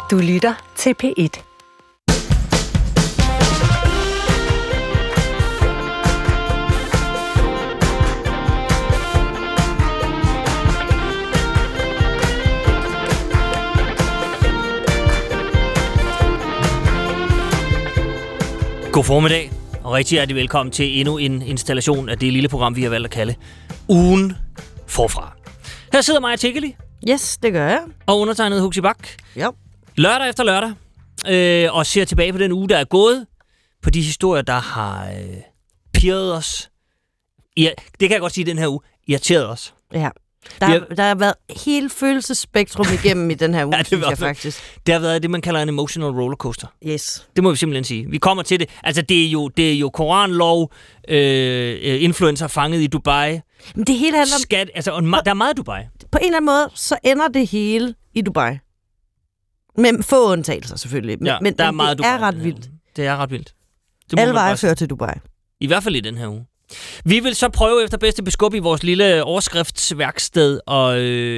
Du lytter til P1. God formiddag, og rigtig hjertelig velkommen til endnu en installation af det lille program, vi har valgt at kalde Ugen Forfra. Her sidder Maja Tiggeli. Yes, det gør jeg. Og undertegnet Huxi Bak. Ja. Lørdag efter lørdag. Og ser tilbage på den uge, der er gået. På de historier, der har pirret os. Det kan jeg godt sige den her uge. Irriteret os. Ja. Der har været hele følelsesspektrum igennem i den her uge, ja, synes jeg faktisk. Det har været det, man kalder en emotional rollercoaster. Yes. Det må vi simpelthen sige. Vi kommer til det. Altså, det er jo koranlov, influencer fanget i Dubai. Men det hele handler om... Skat, altså, der er meget Dubai. På en eller anden måde, så ender det hele i Dubai. Med få undtagelser, selvfølgelig. Ja, men der er meget det Dubai. Er ret vildt. Det er ret vildt. Alle veje fører til Dubai. I hvert fald i den her uge. Vi vil så prøve efter bedste beskub i vores lille overskriftsværksted og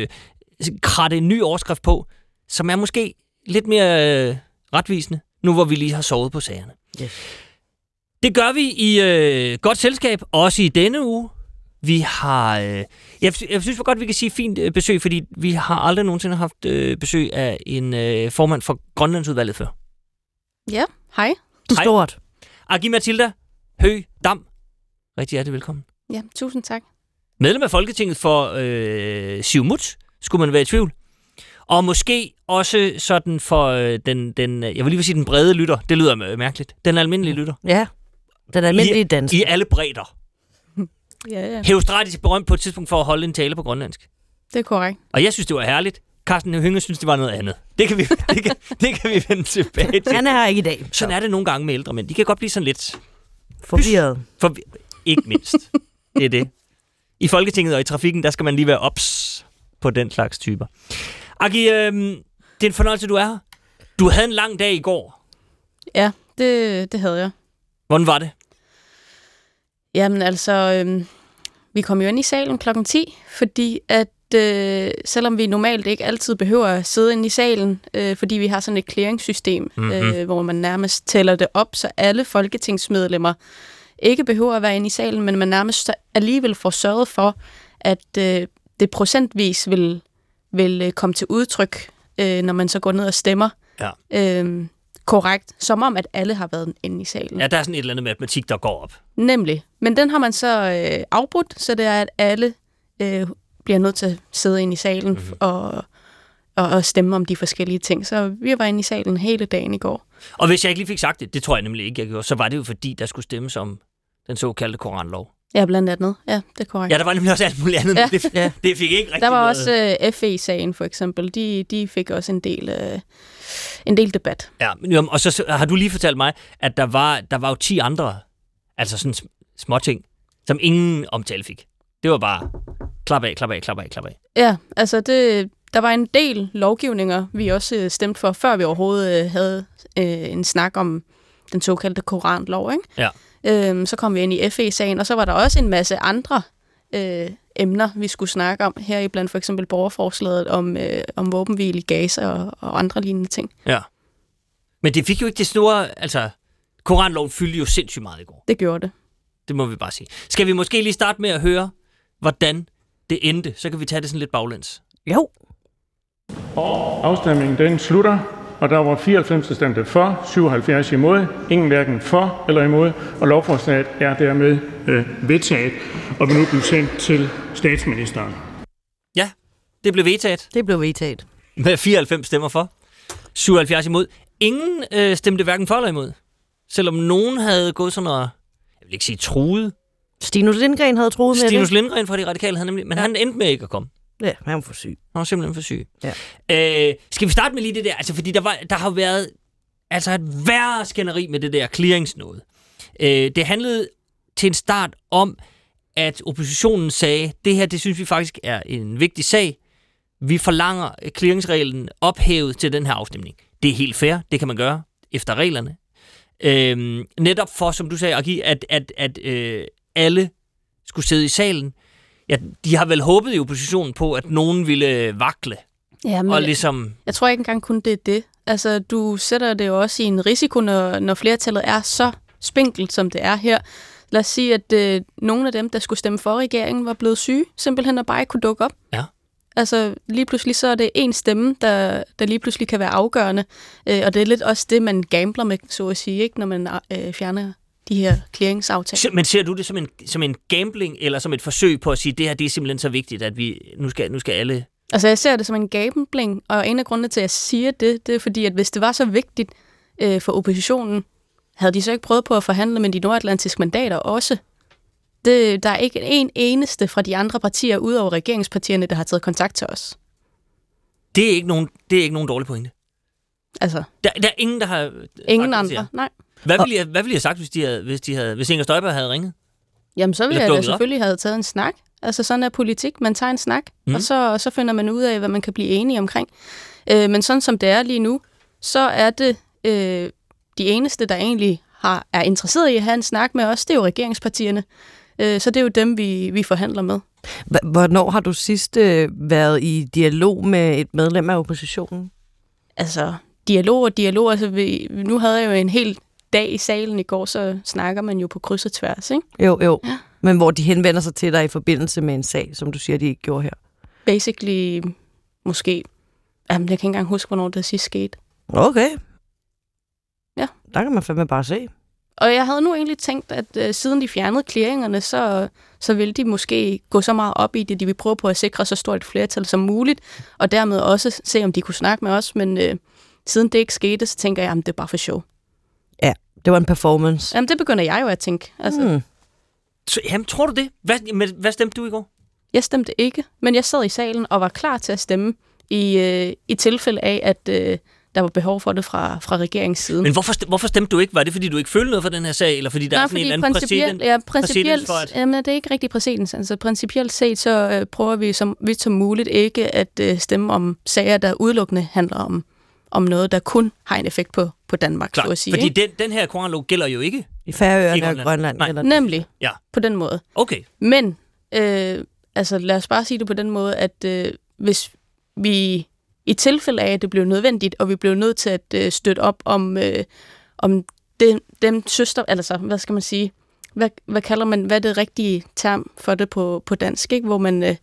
kratte en ny overskrift på, som er måske lidt mere retvisende, nu hvor vi lige har sovet på sagerne. Yes. Det gør vi i godt selskab, også i denne uge. Vi har, jeg synes godt, vi kan sige fint besøg, fordi vi har aldrig nogensinde haft besøg af en formand for Grønlandsudvalget før. Ja, hej. Stort. Aki-Matilda Høegh Dam. Rigtig hjertelig velkommen. Ja, tusind tak. Medlem af Folketinget for Siumut, skulle man være i tvivl. Og måske også sådan for den jeg vil lige sige den brede lytter. Det lyder mærkeligt. Den almindelige lytter. Ja, den almindelige dansk. I alle bredder. Ja. Herostratis berømt på et tidspunkt for at holde en tale på grønlandsk. Det er korrekt. Og jeg synes, det var herligt. Carsten Hønge synes, det var noget andet. Det kan vi vende tilbage til. Han er her ikke i dag. Sådan er det nogle gange med ældre mænd. De kan godt blive sådan lidt... Forvirret. Ikke mindst. Det er det. I Folketinget og i trafikken, der skal man lige være ops på den slags typer. Aki, det er en fornøjelse, du er her. Du havde en lang dag i går. Ja, det havde jeg. Hvordan var det? Jamen altså, vi kom jo ind i salen 10:00, fordi at selvom vi normalt ikke altid behøver at sidde inde i salen, fordi vi har sådan et clearingssystem, hvor man nærmest tæller det op, så alle folketingsmedlemmer ikke behøver at være inde i salen, men man nærmest alligevel får sørget for, at det procentvis vil komme til udtryk, når man så går ned og stemmer. Ja. Korrekt. Som om, at alle har været inde i salen. Ja, der er sådan et eller andet matematik, der går op. Nemlig. Men den har man så afbrudt, så det er, at alle bliver nødt til at sidde inde i salen og stemme om de forskellige ting. Så vi var inde i salen hele dagen i går. Og hvis jeg ikke lige fik sagt det tror jeg nemlig ikke, jeg gjorde, så var det jo fordi, der skulle stemmes om den såkaldte koranlov. Ja, blandt andet. Ja, det er korrekt. Ja, der var nemlig også alt muligt andet, men det fik ikke rigtig der var noget. Også FE-sagen, for eksempel. De fik også en del debat. Ja, og så har du lige fortalt mig, at der var jo 10 andre, altså sådan småting, som ingen omtale fik. Det var bare klap af. Ja, altså der var en del lovgivninger, vi også stemte for, før vi overhovedet havde en snak om den såkaldte koranlov, ikke? Ja. Så kom vi ind i FE-sagen, og så var der også en masse andre emner, vi skulle snakke om. Heriblandt for eksempel borgerforslaget om våbenhvile i Gaza og andre lignende ting. Ja. Men det fik jo ikke det store... Altså, koranloven fyldte jo sindssygt meget i går. Det gjorde det. Det må vi bare sige. Skal vi måske lige starte med at høre, hvordan det endte? Så kan vi tage det sådan lidt baglæns. Jo. Og afstemningen den slutter. Og der var 94, der stemte for, 77 imod, ingen hverken for eller imod, og lovforslaget er dermed vedtaget, og vil nu blive sendt til statsministeren. Ja, det blev vedtaget. Det blev vedtaget. Med 94 stemmer for, 77 imod. Ingen stemte hverken for eller imod, selvom nogen havde gået sådan og, jeg vil ikke sige truet. Stinus Lindgren havde truet med det. Stinus Lindgren fra De Radikale havde nemlig, men han endte med ikke at komme. Ja, han var for syg. Han var simpelthen for syg. Ja. Skal vi starte med lige det der? Altså, fordi der har været altså et værre skænderi med det der clearingsnåde. Det handlede til en start om, at oppositionen sagde, det her, det synes vi faktisk er en vigtig sag. Vi forlanger clearingsreglen ophævet til den her afstemning. Det er helt fair, det kan man gøre efter reglerne. Netop for, som du sagde, Aki, at alle skulle sidde i salen. Ja, de har vel håbet i oppositionen på, at nogen ville vakle. Ja, men og ligesom... jeg tror ikke engang kun det er det. Altså, du sætter det jo også i en risiko, når flertallet er så spinkelt, som det er her. Lad os sige, at nogle af dem, der skulle stemme for regeringen, var blevet syge, simpelthen og bare ikke kunne dukke op. Ja. Altså, lige pludselig så er det en stemme, der lige pludselig kan være afgørende. Og det er lidt også det, man gambler med, så at sige, ikke, når man fjerner de her clearingsaftaler. Men ser du det som en gambling, eller som et forsøg på at sige, at det her det er simpelthen så vigtigt, at nu skal alle... Altså, jeg ser det som en gambling, og en af grundene til, at jeg siger det er fordi, at hvis det var så vigtigt for oppositionen, havde de så ikke prøvet på at forhandle med de nordatlantiske mandater også? Der er ikke en eneste fra de andre partier, udover regeringspartierne, der har taget kontakt til os. Det er ikke nogen dårlig pointe. Altså, Der er ingen, der har... ingen andre, nej. Hvad ville I have sagt, hvis Inger Støjberg havde ringet? Jamen, så ville Eller jeg da dukket op? selvfølgelig have taget en snak. Altså, sådan er politik. Man tager en snak, og så finder man ud af, hvad man kan blive enige omkring. Men sådan som det er lige nu, så er det de eneste, der egentlig er interesseret i at have en snak med os, det er jo regeringspartierne. Så det er jo dem, vi forhandler med. Hvornår har du sidst været i dialog med et medlem af oppositionen? Altså, dialog. Altså, nu havde jeg jo en hel dag i salen i går, så snakker man jo på kryds og tværs, ikke? Jo. Ja. Men hvor de henvender sig til dig i forbindelse med en sag, som du siger, de ikke gjorde her? Basically, måske. Jamen, jeg kan ikke engang huske, hvornår det sidst skete. Okay. Ja. Der kan man fandme bare se. Og jeg havde nu egentlig tænkt, at siden de fjernede clearingerne, så ville de måske gå så meget op i det, de vil prøve på at sikre så stort et flertal som muligt, og dermed også se, om de kunne snakke med os. Men siden det ikke skete, så tænker jeg, at det er bare for show. Ja, det var en performance. Jamen, det begynder jeg jo at tænke. Altså, Jamen, tror du det? Hvad stemte du i går? Jeg stemte ikke, men jeg sad i salen og var klar til at stemme i tilfælde af, at der var behov for det fra regeringens side. Men hvorfor stemte du ikke? Var det, fordi du ikke følte noget for den her sag, eller fordi der er sådan en eller anden principielt, jamen, det er ikke rigtig præcedens. Altså, principielt set, så prøver vi så vidt som muligt ikke at stemme om sager, der udelukkende handler om noget, der kun har en effekt på Danmark, klar, så at sige. Fordi den her koranlov gælder jo ikke i Færøerne og Grønland. Nej. Nemlig, ja. På den måde. Okay. Men, altså lad os bare sige det på den måde, at hvis vi i tilfælde af, at det blev nødvendigt, og vi blev nødt til at støtte op om dem søster, altså hvad skal man sige, hvad kalder man, hvad er det rigtige term for det på dansk, ikke? Hvor man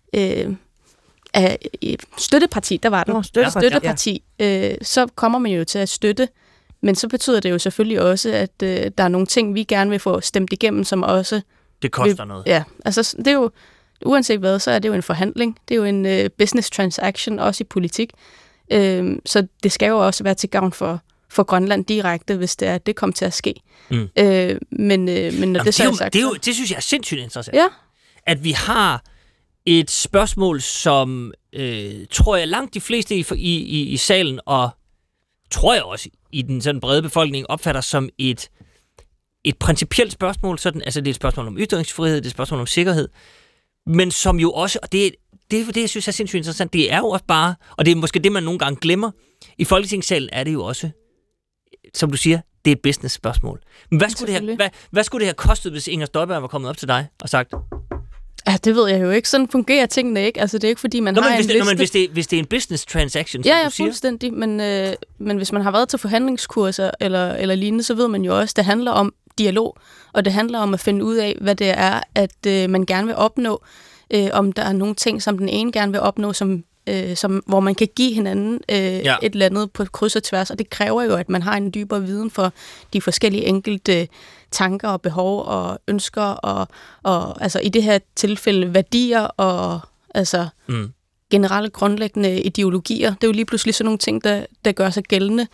er støtteparti, der var den. Støtteparti. Så kommer man jo til at støtte, men så betyder det jo selvfølgelig også, at der er nogle ting, vi gerne vil få stemt igennem, som også... Det koster noget. Ja, altså det er jo, uanset hvad, så er det jo en forhandling. Det er jo en business transaction, også i politik. Så det skal jo også være til gavn for Grønland direkte, hvis det kommer til at ske. Men når det så er sagt... Det synes jeg er sindssygt interessant. Ja. At vi har et spørgsmål, som tror jeg langt de fleste i salen, og tror jeg også i den sådan brede befolkning, opfatter som et principielt spørgsmål. Sådan, altså det er et spørgsmål om ytringsfrihed, det er et spørgsmål om sikkerhed, men som jo også, og det jeg synes er sindssygt interessant, det er jo også bare, og det er måske det, man nogle gange glemmer, i Folketingssalen er det jo også, som du siger, det er et business-spørgsmål. Men hvad skulle det have kostet, hvis Inger Støjberg var kommet op til dig og sagt... Ja, det ved jeg jo ikke. Sådan fungerer tingene ikke. Altså, det er ikke, fordi man har en liste... Men hvis det er en business transaction, som ja, du siger... fuldstændig. Men hvis man har været til forhandlingskurser eller lignende, så ved man jo også, det handler om dialog, og det handler om at finde ud af, hvad det er, at man gerne vil opnå. Om der er nogle ting, som den ene gerne vil opnå, hvor man kan give hinanden et eller andet på kryds og tværs, og det kræver jo, at man har en dybere viden for de forskellige enkelte tanker og behov og ønsker, og altså i det her tilfælde værdier og altså generelle grundlæggende ideologier. Det er jo lige pludselig sådan nogle ting, der gør sig gældende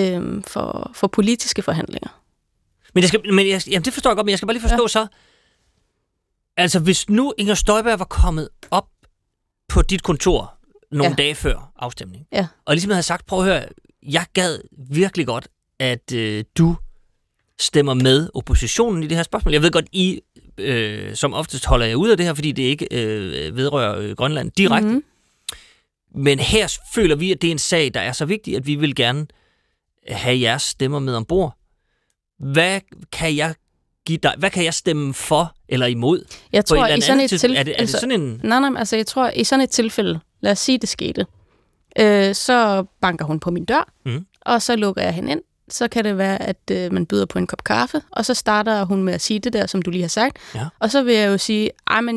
for politiske forhandlinger. Jamen det forstår jeg godt, men jeg skal bare lige forstå så, altså hvis nu Inger Støjberg var kommet op på dit kontor nogle dage før afstemningen, og ligesom havde sagt, prøv at høre, jeg gad virkelig godt, at du stemmer med oppositionen i det her spørgsmål. Jeg ved godt, I som oftest holder jeg ud af det her, fordi det ikke vedrører Grønland direkte. Mm-hmm. Men her føler vi, at det er en sag, der er så vigtig, at vi vil gerne have jeres stemmer med ombord. Hvad kan jeg give dig? Hvad kan jeg stemme for eller imod? Jeg tror, i sådan et tilfælde... Er det sådan en... Nej, altså jeg tror, i sådan et tilfælde, lad os sige, det skete, Så banker hun på min dør, og så lukker jeg hende ind. Så kan det være, at man byder på en kop kaffe, og så starter hun med at sige det der, som du lige har sagt. Ja. Og så vil jeg jo sige,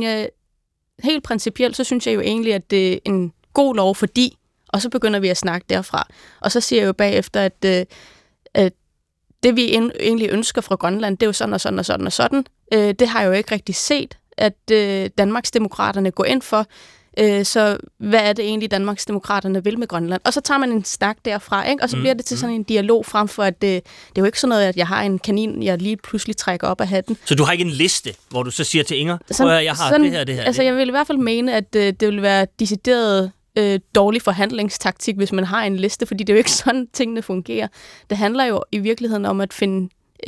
helt principielt, så synes jeg jo egentlig, at det er en god lov, fordi, og så begynder vi at snakke derfra. Og så siger jeg jo bagefter, at det vi egentlig ønsker fra Grønland, det er jo sådan og sådan og sådan og sådan. Det har jeg jo ikke rigtig set, at Danmarksdemokraterne går ind for. Så hvad er det egentlig, Danmarksdemokraterne vil med Grønland? Og så tager man en snak derfra, ikke? Og så bliver det til sådan en dialog frem for, at det er jo ikke sådan noget, at jeg har en kanin, jeg lige pludselig trækker op af hatten. Så du har ikke en liste, hvor du så siger til Inger, jeg har det her. Altså, jeg vil i hvert fald mene, at det vil være decideret dårlig forhandlingstaktik, hvis man har en liste, fordi det er jo ikke sådan, tingene fungerer. Det handler jo i virkeligheden om at finde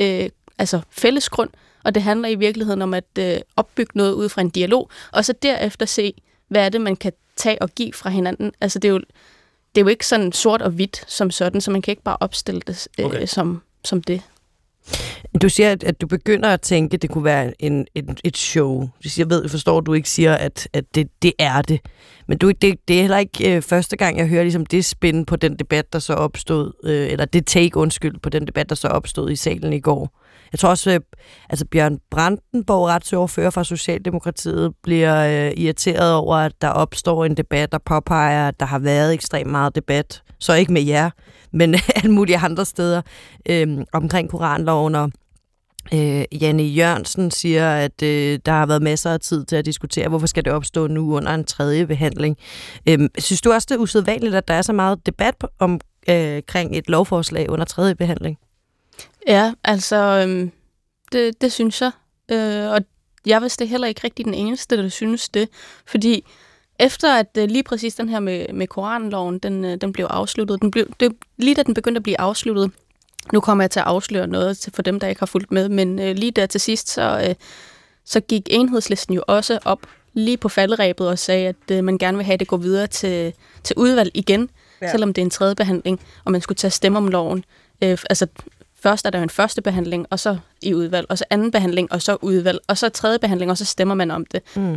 fælles grund, og det handler i virkeligheden om at opbygge noget ud fra en dialog, og så derefter se, hvad er det, man kan tage og give fra hinanden. Altså, det er jo ikke sådan sort og hvidt som sådan, så man kan ikke bare opstille det som det. Du siger, at du begynder at tænke, at det kunne være et show. Jeg forstår, at du ikke siger, at det er det. Men det er heller ikke første gang, jeg hører ligesom det spin på den debat, der så opstod, eller det take, på den debat, der så opstod i salen i går. Jeg tror også, Bjørn Brandenborg, retsordfører fra Socialdemokratiet, bliver irriteret over, at der opstår en debat, der påpeger, at der har været ekstremt meget debat. Så ikke med jer, men alle mulige andre steder omkring koranloven. Og Janne Jørgensen siger, at der har været masser af tid til at diskutere, hvorfor skal det opstå nu under en tredje behandling. Synes du også, det er usædvanligt, at der er så meget debat omkring et lovforslag under tredje behandling? Ja, altså, det synes jeg. Og jeg vidste det heller ikke rigtig den eneste, der synes det. Fordi efter at lige præcis den her med koranloven, den blev afsluttet, lige da den begyndte at blive afsluttet, nu kommer jeg til at afsløre noget for dem, der ikke har fulgt med, men lige der til sidst, så gik Enhedslisten jo også op lige på falderæbet og sagde, at man gerne vil have det gå videre til udvalg igen, selvom det er en tredje behandling, og man skulle tage stemme om loven. Først er der jo en første behandling, og så i udvalg, og så anden behandling, og så udvalg, og så tredje behandling, og så stemmer man om det.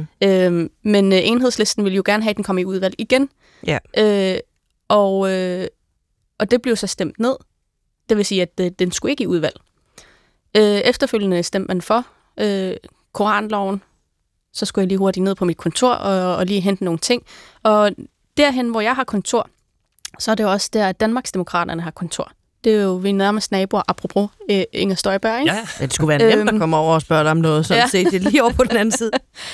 Men Enhedslisten ville jo gerne have, at den kom i udvalg igen. Yeah. Og det blev så stemt ned. Det vil sige, at den skulle ikke i udvalg. Efterfølgende stemte man for koranloven. Så skulle jeg lige hurtigt ned på mit kontor og lige hente nogle ting. Og derhen, hvor jeg har kontor, så er det også der, at Danmarksdemokraterne har kontor. Det er jo vi nærmest naboer, apropos Inger Støjberg, ikke? Ja, det skulle være nemt at komme over og spørge dig om noget, sådan set. Det er lige over på den anden side.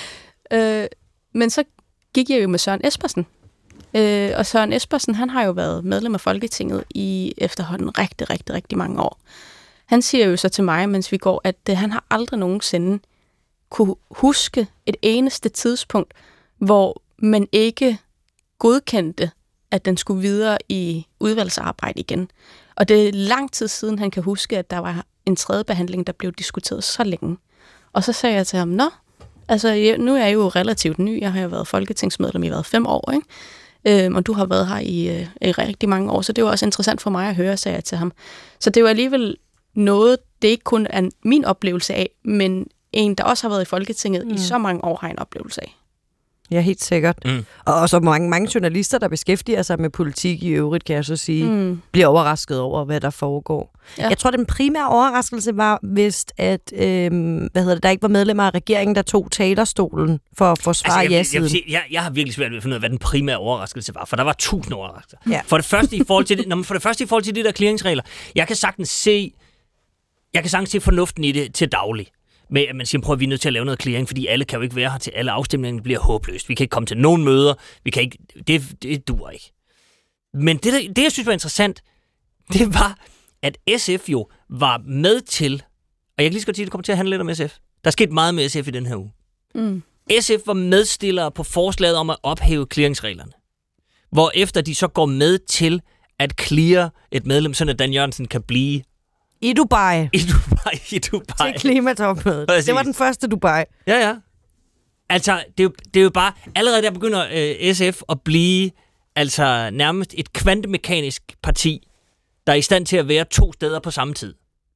Men så gik jeg jo med Søren Espersen. Og Søren Espersen, han har jo været medlem af Folketinget i efterhånden rigtig, rigtig, rigtig mange år. Han siger jo så til mig, mens vi går, at han har aldrig nogensinde kunne huske et eneste tidspunkt, hvor man ikke godkendte, at den skulle videre i udvalgsarbejde igen. Og det er lang tid siden, han kan huske, at der var en tredje behandling, der blev diskuteret så længe. Og så sagde jeg til ham, nu er jeg jo relativt ny. Jeg har jo været folketingsmedlem i 5 år, ikke? Og du har været her i rigtig mange år, så det var også interessant for mig at høre, sagde jeg til ham. Så det var alligevel noget, det ikke kun er min oplevelse af, men en, der også har været i Folketinget i så mange år, har en oplevelse af. Ja, helt sikkert. Og så mange journalister, der beskæftiger sig med politik i øvrigt, kan jeg så sige, bliver overrasket over, hvad der foregår. Ja. Jeg tror, den primære overraskelse var vist, at der ikke var medlemmer af regeringen, der tog talerstolen for at forsvare ja-siden. Jeg har virkelig svært ved at finde ud af, hvad den primære overraskelse var, for der var 1000 overraskelser. Ja. For det første i forhold til de der clearingsregler, jeg kan sagtens se fornuften i det til daglig. Men man siger, prøv at vi er nødt til at lave noget clearing, fordi alle kan jo ikke være her til alle afstemninger, bliver håbløst. Vi kan ikke komme til nogen møder, vi kan ikke, det duer ikke. Men det jeg synes var interessant, det var, at SF jo var med til, og jeg kan lige så godt sige, at det kommer til at handle lidt om SF. Der er sket meget med SF i den her uge. SF var medstillere på forslaget om at ophæve clearingsreglerne, hvorefter de så går med til at clear et medlem, sådan at Dan Jørgensen kan blive I Dubai. Til klimatopmødet. Det var den første Dubai. Ja. Altså, det er jo bare... Allerede der begynder SF at blive altså nærmest et kvantemekanisk parti, der er i stand til at være 2 steder på samme tid.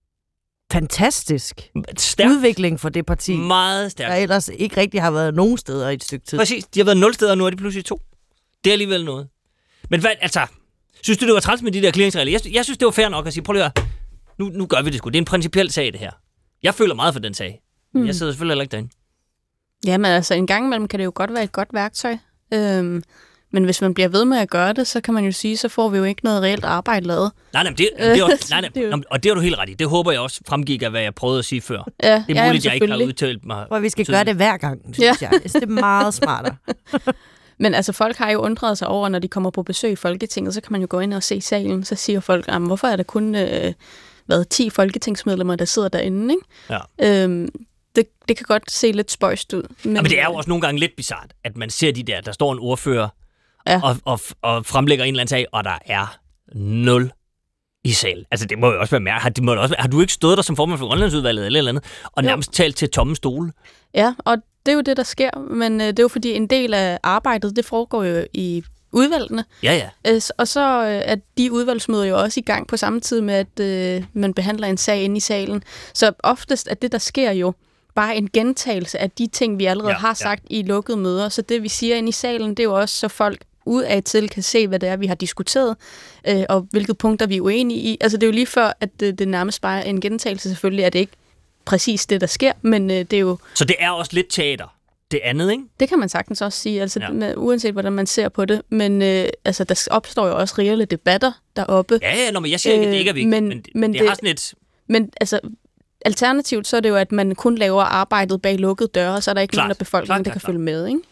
Fantastisk. Stærkt. Udvikling for det parti. Meget stærkt. Der ellers ikke rigtig har været nogen steder i et stykke tid. Præcis. De har været 0 steder, og nu er de pludselig 2. Det er alligevel noget. Men hvad, altså, synes du, det var træls med de der clearingsregler? Jeg synes, det var fair nok at sige, prøv lige at nu gør vi det sgu. Det er en principiel sag, det her. Jeg føler meget for den sag. Jeg sidder selvfølgelig heller ikke derinde. Jamen altså, en gang imellem kan det jo godt være et godt værktøj. Men hvis man bliver ved med at gøre det, så kan man jo sige, så får vi jo ikke noget reelt arbejde lavet. Nej, og det har du helt ret i. Det håber jeg også fremgik af, hvad jeg prøvede at sige før. Ja, det er muligt, jeg ikke har udtalt mig. Og vi skal gøre det hver gang, synes jeg. Det er meget smartere. Men altså, folk har jo undret sig over, når de kommer på besøg i Folketinget, så kan man jo gå ind og se salen. Så siger folk, hvorfor er der kun 10 folketingsmedlemmer, der sidder derinde, ikke? Ja. Det kan godt se lidt spøjst ud. Men det er jo også nogle gange lidt bizart, at man ser der står en ordfører og fremlægger en eller anden sag, og der er 0 i salen. Altså, det må jo også være mærkeligt. Har du ikke stået der som formand for Grønlandsudvalget eller andet, og nærmest talt til tomme stole? Ja, og det er jo det, der sker, men det er jo fordi en del af arbejdet, det foregår jo i udvalgene. Ja. Og så er de udvalgsmøder jo også i gang på samme tid med, at man behandler en sag inde i salen. Så oftest er det, der sker jo, bare en gentagelse af de ting, vi allerede har sagt i lukkede møder. Så det, vi siger inde i salen, det er jo også, så folk udad til kan se, hvad det er, vi har diskuteret, og hvilke punkter vi er uenige i. Altså, det er jo lige før, at det nærmest bare er en gentagelse. Selvfølgelig er det ikke præcis det, der sker, men det er jo... Så det er også lidt teater. Det andet, ikke? Det kan man sagtens også sige, altså uanset hvordan man ser på det. Men altså, der opstår jo også reelle debatter deroppe. Ja, men jeg siger ikke, at det ikke er vigtigt, men det har sådan et... Men altså... Alternativt, så er det jo, at man kun laver arbejdet bag lukkede døre, så er der ikke nogen af befolkningen, der kan følge med, ikke?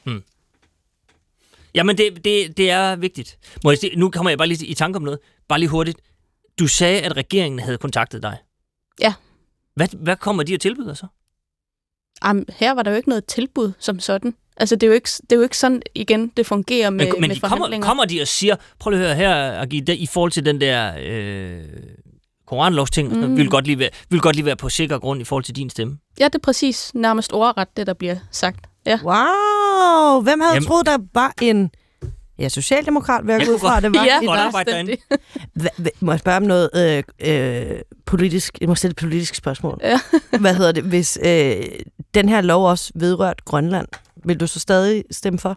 Jamen, det er vigtigt. Nu kommer jeg bare lige i tanke om noget. Bare lige hurtigt. Du sagde, at regeringen havde kontaktet dig. Ja. Hvad kommer de at tilbyde så? Her var der jo ikke noget tilbud som sådan. Altså, det er jo ikke sådan, igen, det fungerer med forhandlinger. Men kommer de og siger, prøv at høre her, Agi, i forhold til den der... koranlovsting, vi vil godt lige være på sikker grund i forhold til din stemme. Ja, det er præcis nærmest ordret, det der bliver sagt. Ja. Wow! Hvem havde troet, der var en socialdemokrat, vil jeg gå ud fra, det var ja, godt arbejde derinde. Må jeg spørge om noget politisk? Jeg må stille et politisk spørgsmål. Ja. Hvad hedder det? Hvis den her lov også vedrørt Grønland, vil du så stadig stemme for?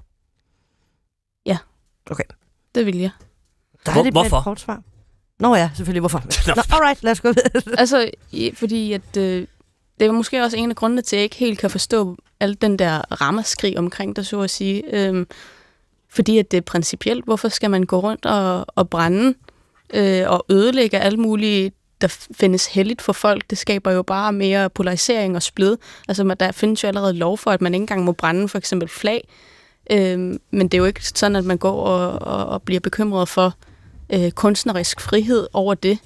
Ja. Okay. Det vil jeg. Hvorfor? Et kort svar. Nå ja, selvfølgelig. Hvorfor? Alright, lad os gå videre. Altså, fordi at det er måske også en af grundene til, at jeg ikke helt kan forstå al den der ramaskrig omkring det, så at sige. Fordi at det er principielt. Hvorfor skal man gå rundt og brænde og ødelægge alt muligt, der findes heldigt for folk? Det skaber jo bare mere polarisering og splid. Altså, der findes jo allerede lov for, at man ikke engang må brænde for eksempel flag. Men det er jo ikke sådan, at man går og bliver bekymret for kunstnerisk frihed over det.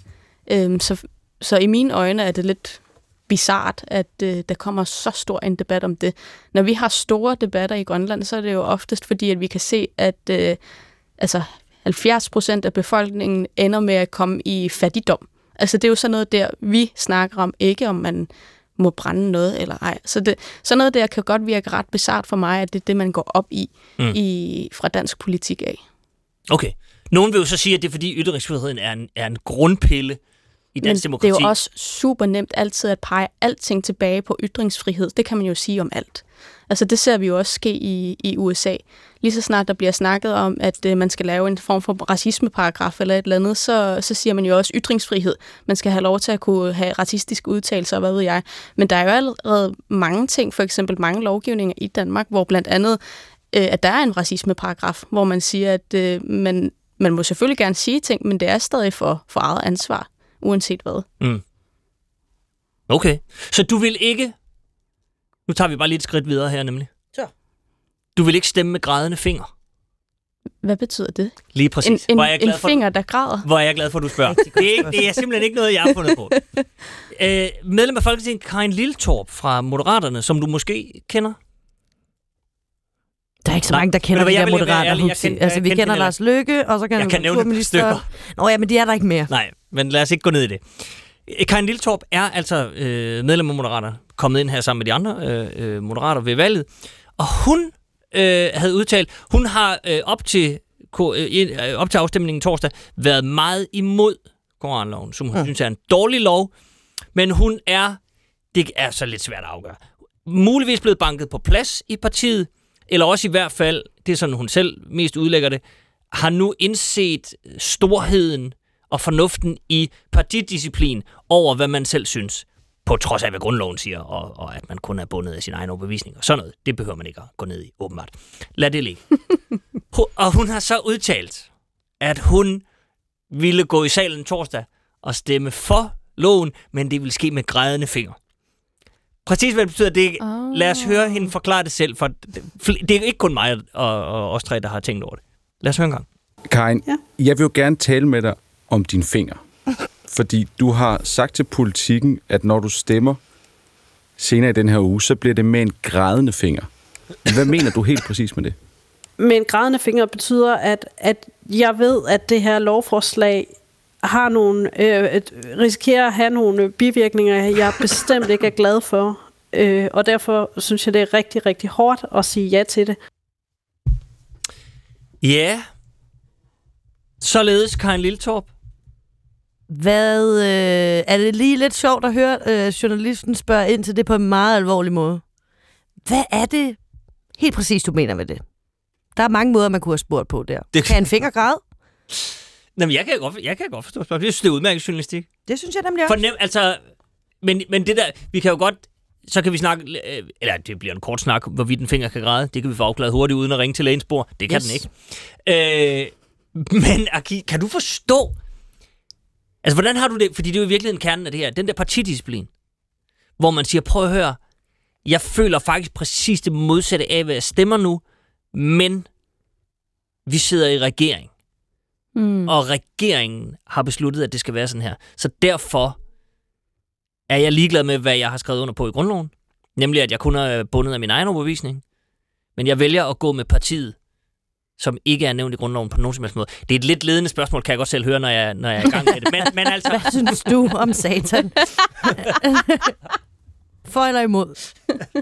Så i mine øjne er det lidt bizart, at der kommer så stor en debat om det. Når vi har store debatter i Grønland, så er det jo oftest fordi, at vi kan se, at 70% af befolkningen ender med at komme i fattigdom. Altså det er jo sådan noget der, vi snakker om, ikke om man må brænde noget eller ej. Så sådan noget der kan godt virke ret bizart for mig, at det er det, man går op i fra dansk politik af. Okay. Nogen vil jo så sige, at det er fordi ytringsfriheden er en grundpille i dansk demokrati. Det er jo også super nemt altid at pege alting tilbage på ytringsfrihed. Det kan man jo sige om alt. Altså det ser vi jo også ske i USA. Lige så snart der bliver snakket om, at man skal lave en form for racismeparagraf eller et eller andet, så siger man jo også ytringsfrihed. Man skal have lov til at kunne have racistiske udtalelser, hvad ved jeg. Men der er jo allerede mange ting, for eksempel mange lovgivninger i Danmark, hvor blandt andet, at der er en racismeparagraf, hvor man siger, at man må selvfølgelig gerne sige ting, men det er stadig for eget ansvar, uanset hvad. Okay. Så du vil ikke... Nu tager vi bare lige et skridt videre her, nemlig. Så. Du vil ikke stemme med grædende finger? Hvad betyder det? Lige præcis. En finger, der græder? Hvor er jeg glad for, at du spørger. Det er simpelthen ikke noget, jeg har fundet på. Medlem af Folketinget, Karin Liltorp fra Moderaterne, som du måske kender? Der er ikke så mange, der kender de der moderater. Altså, vi kender Lars Løkke, og så kan kulturminister. Nå ja, men de er der ikke mere. Nej, men lad os ikke gå ned i det. Karin Liltorp er altså medlem af Moderaterne, kommet ind her sammen med de andre moderater ved valget, og hun havde udtalt, hun har op til afstemningen torsdag været meget imod koranloven, som hun synes er en dårlig lov, men det er så lidt svært at afgøre. Muligvis blevet banket på plads i partiet, eller også i hvert fald, det er sådan, hun selv mest udlægger det, har nu indset storheden og fornuften i partidisciplin over, hvad man selv synes, på trods af, hvad grundloven siger, og at man kun er bundet af sin egen overbevisning. Og sådan noget, det behøver man ikke at gå ned i, åbenbart. Lad det ligge. Og hun har så udtalt, at hun ville gå i salen torsdag og stemme for loven, men det ville ske med grædende fingre. Præcis hvad det betyder, det lad os høre hende forklare det selv, for det er ikke kun mig og os tre, der har tænkt over det. Lad os høre en gang. Karin, jeg vil jo gerne tale med dig om dine fingre. Fordi du har sagt til Politikken, at når du stemmer senere i den her uge, så bliver det med en grædende finger. Hvad mener du helt præcis med det? Med en grædende finger betyder, at jeg ved, at det her lovforslag har nogle, risikerer at have nogle bivirkninger, jeg bestemt ikke er glad for. Og derfor synes jeg, det er rigtig, rigtig hårdt at sige ja til det. Ja. Således, Karin Liltorp. Er det lige lidt sjovt at høre journalisten spørge ind til det på en meget alvorlig måde? Hvad er det helt præcis, du mener med det? Der er mange måder, man kunne have spurgt på der. Kan en finger græde? Jamen, jeg kan godt forstå spørgsmålet. Jeg synes, det er udmærket journalistik. Det synes jeg nemlig også. Altså, men det der, vi kan jo godt, så kan vi snakke, eller det bliver en kort snak, hvorvidt en finger kan græde. Det kan vi få afklaret hurtigt, uden at ringe til lægens bord. Det kan den ikke. Men Aki, kan du forstå, altså, hvordan har du det? Fordi det er jo i virkeligheden kernen af det her. Den der partidisciplin, hvor man siger, prøv at høre, jeg føler faktisk præcis det modsatte af, hvad jeg stemmer nu, men vi sidder i regering. Og regeringen har besluttet, at det skal være sådan her. Så derfor er jeg ligeglad med, hvad jeg har skrevet under på i grundloven. Nemlig, at jeg kun er bundet af min egen overbevisning. Men jeg vælger at gå med partiet, som ikke er nævnt i grundloven på nogen som helst måde. Det er et lidt ledende spørgsmål, kan jeg godt selv høre, når jeg er i gang med det. Men altså... Hvad synes du om satan? For eller imod?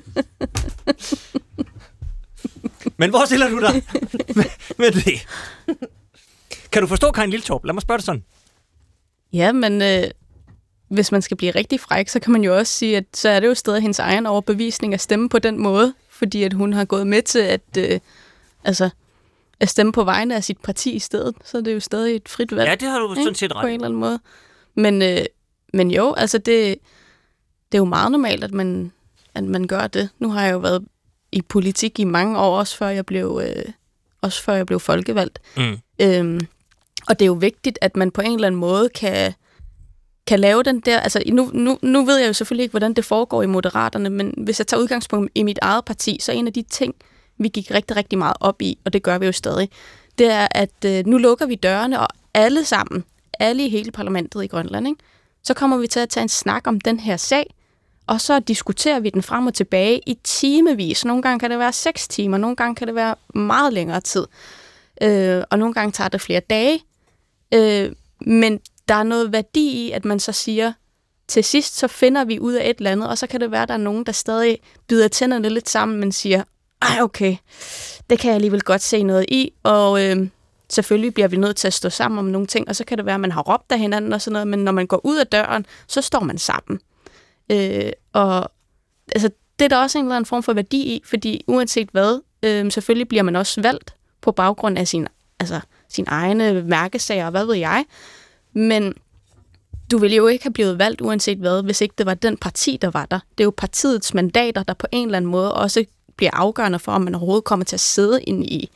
Men hvor stiller du dig med det? Kan du forstå Karin Liltorp? Lad mig spørge dig sådan. Ja, men hvis man skal blive rigtig fræk, så kan man jo også sige, at så er det jo stadig hendes egen overbevisning at stemme på den måde, fordi at hun har gået med til at stemme på vegne af sit parti i stedet. Så er det jo stadig et frit valg. Ja, det har du sådan set ret. På en eller anden måde. Men jo, altså det er jo meget normalt, at man gør det. Nu har jeg jo været i politik i mange år, også før jeg blev folkevalgt. Og det er jo vigtigt, at man på en eller anden måde kan lave den der... Altså, nu ved jeg jo selvfølgelig ikke, hvordan det foregår i Moderaterne, men hvis jeg tager udgangspunkt i mit eget parti, så en af de ting, vi gik rigtig, rigtig meget op i, og det gør vi jo stadig, det er, at nu lukker vi dørene, og alle sammen, alle i hele parlamentet i Grønland, ikke? Så kommer vi til at tage en snak om den her sag, og så diskuterer vi den frem og tilbage i timevis. Nogle gange kan det være 6 timer, nogle gange kan det være meget længere tid. Og nogle gange tager det flere dage. Men der er noget værdi i, at man så siger, til sidst så finder vi ud af et eller andet, og så kan det være, at der er nogen, der stadig bider tænderne lidt sammen, men siger, ej okay, det kan jeg alligevel godt se noget i, og selvfølgelig bliver vi nødt til at stå sammen om nogle ting, og så kan det være, at man har råbt af hinanden og sådan noget, men når man går ud af døren, så står man sammen. Og altså, det er der også en eller anden form for værdi i, fordi uanset hvad, selvfølgelig bliver man også valgt på baggrund af sin egne mærkesager, hvad ved jeg. Men du ville jo ikke have blevet valgt uanset hvad, hvis ikke det var den parti, der var der. Det er jo partiets mandater, der på en eller anden måde også bliver afgørende for, om man overhovedet kommer til at sidde ind i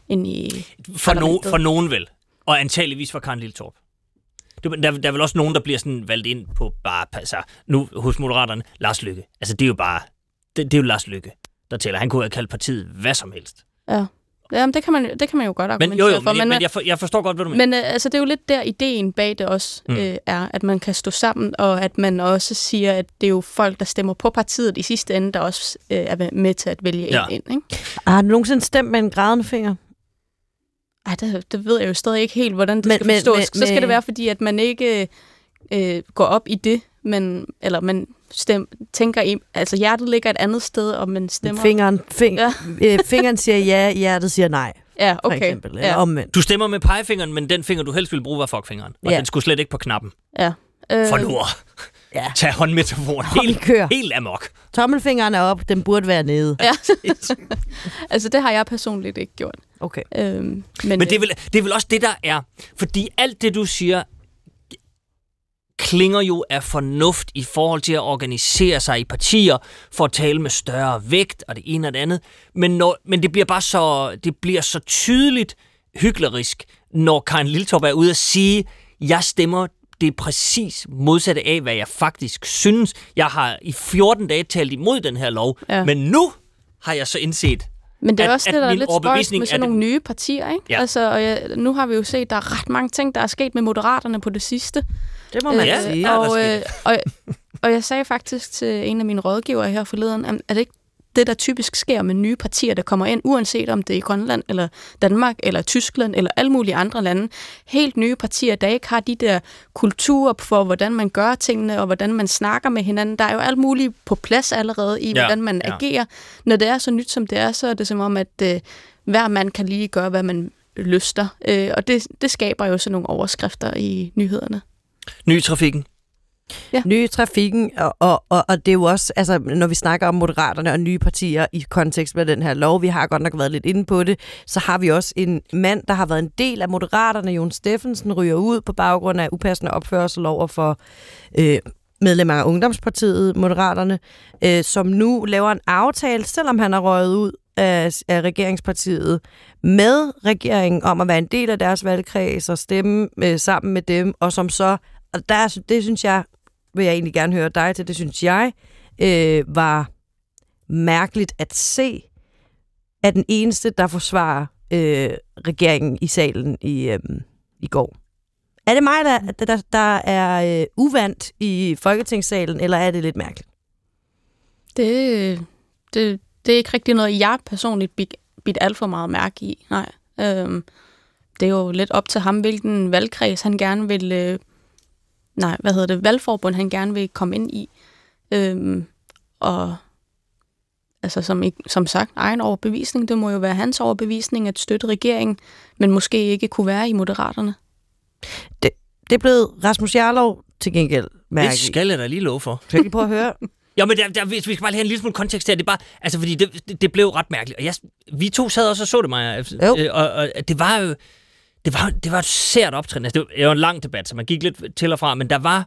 for nogen vel, og antageligvis for Karin Liltorp. Der er vel også nogen, der bliver sådan valgt ind på bare, altså nu hos Moderaterne, Lars Løkke. Altså det er jo bare, det er jo Lars Løkke, der tæller. Han kunne have kaldt partiet hvad som helst. Ja. Jamen, det kan man jo godt argumentere for. Men jeg forstår godt, hvad du mener. Men altså, det er jo lidt der, ideen bag det også er, at man kan stå sammen, og at man også siger, at det er jo folk, der stemmer på partiet i sidste ende, der også er med til at vælge ind. Ikke? Har du nogensinde stemt med en grædende finger? Ej, det ved jeg jo stadig ikke helt, hvordan det skal forstås. Så skal det være, fordi at man ikke går op i det, eller man tænker i, altså hjertet ligger et andet sted, og man stemmer... Fingeren siger ja, hjertet siger nej. Ja, okay. For eksempel, eller omvendt. Du stemmer med pegefingeren, men den finger, du helst ville bruge, var fuckfingeren. Og den skulle slet ikke på knappen. Ja. For nu tag håndmetaforen helt amok. Tommelfingeren er op, den burde være nede. Ja. Altså, det har jeg personligt ikke gjort. Okay. Men det er vel også det, der er. Fordi alt det, du siger, klinger jo af fornuft i forhold til at organisere sig i partier for at tale med større vægt og det ene og det andet. Men det bliver bare så tydeligt hyklerisk, når Karin Liltorp er ude at sige, jeg stemmer det præcis modsatte af, hvad jeg faktisk synes. Jeg har i 14 dage talt imod den her lov, men nu har jeg så indset, men det er også det, der er lidt spøjst med sådan nogle nye partier, ikke? Ja. Altså, nu har vi jo set, at der er ret mange ting, der er sket med Moderaterne på det sidste. Det må man sige. Og jeg sagde faktisk til en af mine rådgivere her forleden, at det ikke det, der typisk sker med nye partier, der kommer ind, uanset om det er i Grønland, eller Danmark, eller Tyskland, eller alle mulige andre lande. Helt nye partier, der ikke har de der kulturer for, hvordan man gør tingene, og hvordan man snakker med hinanden. Der er jo alt muligt på plads allerede i, hvordan man agerer. Når det er så nyt, som det er, så er det som om, at hver mand kan lige gøre, hvad man lyster. Og det skaber jo sådan nogle overskrifter i nyhederne. Ny trafikken. Ja. Nye trafikken, og det er jo også, altså, når vi snakker om Moderaterne og nye partier i kontekst med den her lov, vi har godt nok været lidt inde på det, så har vi også en mand, der har været en del af Moderaterne, Jon Steffensen, ryger ud på baggrund af upassende opførsel over for medlemmer af Ungdomspartiet, Moderaterne, som nu laver en aftale, selvom han har røget ud af regeringspartiet, med regeringen om at være en del af deres valgkreds og stemme sammen med dem, og som så, og det synes jeg, vil jeg egentlig gerne høre dig til, det synes jeg var mærkeligt at se, at den eneste, der forsvarer regeringen i salen i går. Er det mig, der er uvant i Folketingssalen, eller er det lidt mærkeligt? Det er ikke rigtig noget, jeg personligt bidt alt for meget mærke i. Nej. Det er jo lidt op til ham, hvilken valgkreds han gerne vil... valgforbund han gerne vil komme ind i. Og altså som sagt, egen overbevisning, det må jo være hans overbevisning at støtte regeringen, men måske ikke kunne være i Moderaterne. Det er blevet Rasmus Jarlov til gengæld mærke. Det skal jeg da lige love for. Kan vi prøve at høre? Ja, men vi skal bare lige have en lille smule kontekst her. Det er bare, altså fordi det blev ret mærkeligt. Og vi to sad også og så det, Maja. Og det var jo... Det var et sært optrin. Altså, det var en lang debat, så man gik lidt til og fra, men der var...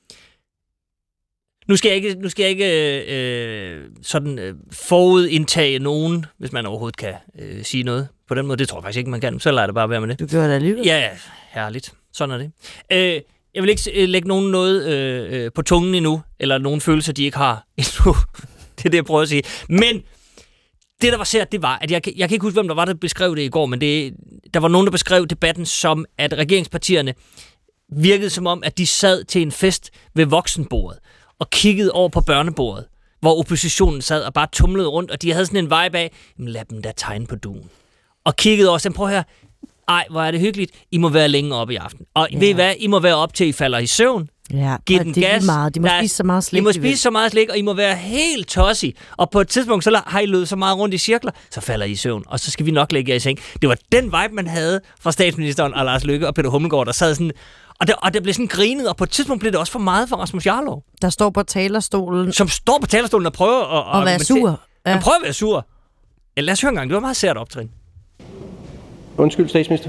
Nu skal jeg ikke forudindtage nogen, hvis man overhovedet kan sige noget på den måde. Det tror jeg faktisk ikke, man kan. Så lader det bare være med det. Du gør det alligevel. Ja, herligt. Sådan er det. Jeg vil ikke lægge nogen noget på tungen endnu, eller nogen følelser, de ikke har endnu. Det er det, jeg prøver at sige. Men... Det, der var sært, det var, at jeg kan ikke huske, hvem der var, der beskrev det i går, men der var nogen, der beskrev debatten som, at regeringspartierne virkede som om, at de sad til en fest ved voksenbordet og kiggede over på børnebordet, hvor oppositionen sad og bare tumlede rundt, og de havde sådan en vibe af, lad dem da tegne på duen. Og kiggede over, og prøv her, ej, hvor er det hyggeligt, I må være længe oppe i aften. Og ved I hvad, I må være op til, I falder i søvn. Ja, giv den gas. Meget. De må spise så meget slik. I må spise så meget slik, og I må være helt tossi. Og på et tidspunkt, så har I løbet så meget rundt i cirkler, så falder I i søvn. Og så skal vi nok lægge jer i seng. Det var den vibe, man havde fra statsministeren og Lars Løkke og Peter Hummelgaard, der sad sådan... Og det blev sådan grinet, og på et tidspunkt blev det også for meget for Rasmus Jarlov. Der står på talerstolen. Som står på talerstolen og prøver at være sur. Ja. Han prøver at være sur. Ja, lad os høre en gang. Det var meget sært optrin. Undskyld, statsminister.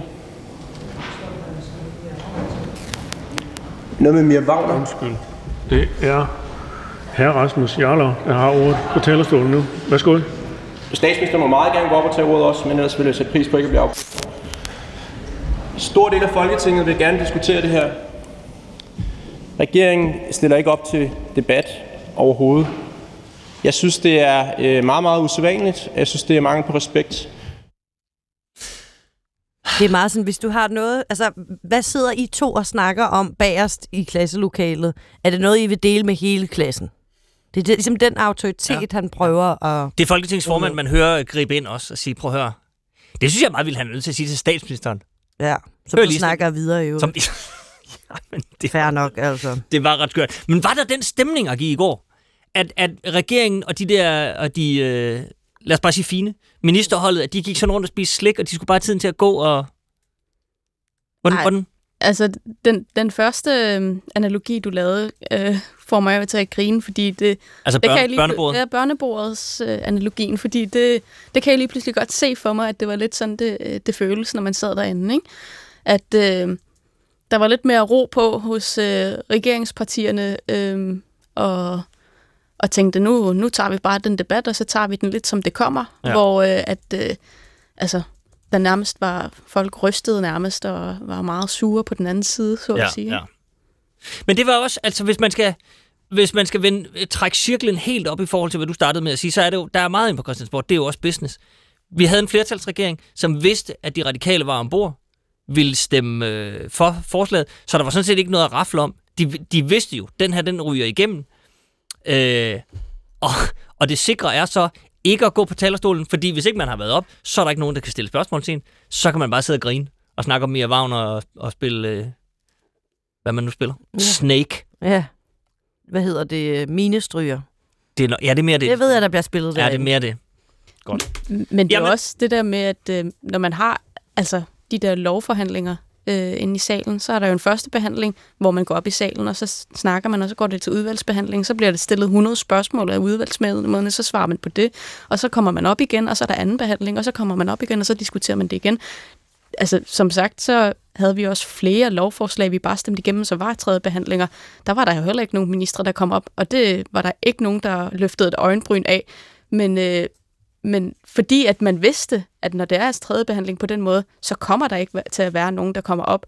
Noget med Mia Wagner. Undskyld. Det er hr. Rasmus Jarlov, der har ordet på talerstolen nu. Værsgo. Statsminister må meget gerne gå op og tage ordet også, men ellers vil jeg sætte pris på ikke at blive af. Stor del af Folketinget vil gerne diskutere det her. Regeringen stiller ikke op til debat overhovedet. Jeg synes, det er meget, meget usædvanligt. Jeg synes, det er mangel på respekt. Det er meget sådan, hvis du har noget... Altså, hvad sidder I to og snakker om bagerst i klasselokalet? Er det noget, I vil dele med hele klassen? Det er ligesom den autoritet, han prøver at... Det er Folketingsformand, man hører gribe ind også og sige, prøv at høre. Det synes jeg meget vil han nødt til at sige til statsministeren. Ja, så du snakker videre jo. Fair nok, altså. Det var ret skørt. Men var der den stemning at give i går? At regeringen og de lad os bare sige fine, ministerholdet, at de gik sådan rundt og spiste slik, og de skulle bare have tiden til at gå og... Hvordan? Altså, den første analogi, du lavede, får mig jo til at grine, fordi det... Altså børnebordet? Ja, børnebordets analogien, fordi det kan jeg lige pludselig godt se for mig, at det var lidt sådan, det føles, når man sad derinde, ikke? At der var lidt mere ro på hos regeringspartierne, og tænkte, nu tager vi bare den debat, og så tager vi den lidt, som det kommer, hvor der nærmest var folk rystede nærmest, og var meget sure på den anden side, så at sige. Ja. Men det var også, altså hvis man skal trække cirklen helt op i forhold til, hvad du startede med at sige, så er det jo, der er meget inde på Christiansborg, det er jo også business. Vi havde en flertalsregering, som vidste, at de radikale var ombord, ville stemme for forslaget, så der var sådan set ikke noget at rafle om. De vidste jo, den ryger igennem. Og det sikre er så ikke at gå på talerstolen, fordi hvis ikke man har været op, så er der ikke nogen, der kan stille spørgsmål til en. Så kan man bare sidde og grine og snakke om Mia Wagner og spille, hvad man nu spiller. Ja. Snake. Ja. Hvad hedder det? Minestryger. Det er mere det. Det ved jeg, der bliver spillet der. Ja, det er mere det. Godt. Men det er også det der med, at når man har altså de der lovforhandlinger inde i salen, så er der jo en første behandling, hvor man går op i salen, og så snakker man, og så går det til udvalgsbehandling, så bliver det stillet 100 spørgsmål af udvalgsmedlemmerne, så svarer man på det, og så kommer man op igen, og så er der anden behandling, og så kommer man op igen, og så diskuterer man det igen. Altså, som sagt, så havde vi også flere lovforslag, vi bare stemte igennem, så var tredje behandlinger. Der var der jo heller ikke nogen ministre, der kom op, og det var der ikke nogen, der løftede et øjenbryn af. Men fordi at man vidste, at når det er tredje behandling på den måde, så kommer der ikke til at være nogen, der kommer op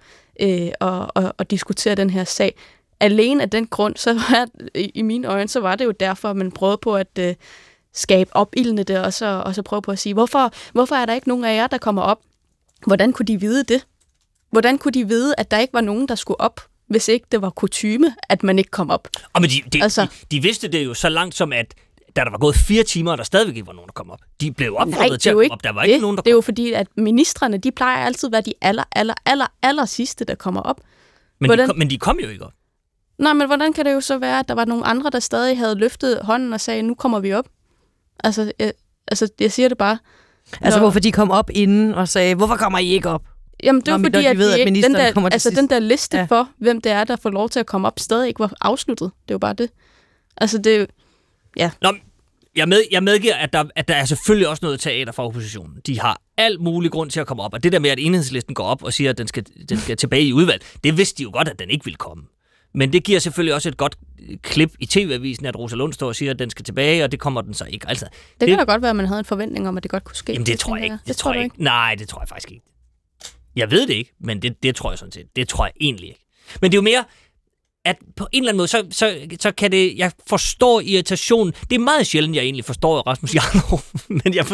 og diskuterer den her sag. Alene af den grund, så var, i mine øjne, så var det jo derfor, at man prøvede på at skabe opildne det, og så prøve på at sige, hvorfor er der ikke nogen af jer, der kommer op? Hvordan kunne de vide det? Hvordan kunne de vide, at der ikke var nogen, der skulle op, hvis ikke det var kutyme, at man ikke kom op? Og men de vidste det jo så langt som, at da der var gået 4 timer, og der stadigvæk ikke var nogen, der kom op. De blev opfordret til at komme op. Der var ikke nogen, der kom op. Det er jo fordi, at ministrene, de plejer altid at være de aller sidste, der kommer op. Men de kom jo ikke op. Nej, men hvordan kan det jo så være, at der var nogle andre, der stadig havde løftet hånden og sagde, nu kommer vi op? Altså, jeg siger det bare. Altså, hvorfor de kom op inden og sagde, hvorfor kommer I ikke op? Jamen, det var fordi, at den der liste for, hvem det er, der får lov til at komme op, stadig ikke var afsluttet. Det var bare det. Altså, det ja. Nå, jeg medgiver, at der er selvfølgelig også noget teater fra oppositionen. De har alt mulig grund til at komme op. Og det der med, at Enhedslisten går op og siger, at den skal tilbage i udvalg, det vidste de jo godt, at den ikke ville komme. Men det giver selvfølgelig også et godt klip i TV-avisen, at Rosa Lund står og siger, at den skal tilbage, og det kommer den så ikke. Altså, det kan da godt være, at man havde en forventning om, at det godt kunne ske. Jamen, det tror jeg ikke. Det tror jeg ikke. Nej, det tror jeg faktisk ikke. Jeg ved det ikke, men det tror jeg sådan set. Det tror jeg egentlig ikke. Men det er jo mere, at på en eller anden måde, så kan det... Jeg forstår irritationen. Det er meget sjældent, jeg egentlig forstår Rasmus Jarlov, men jeg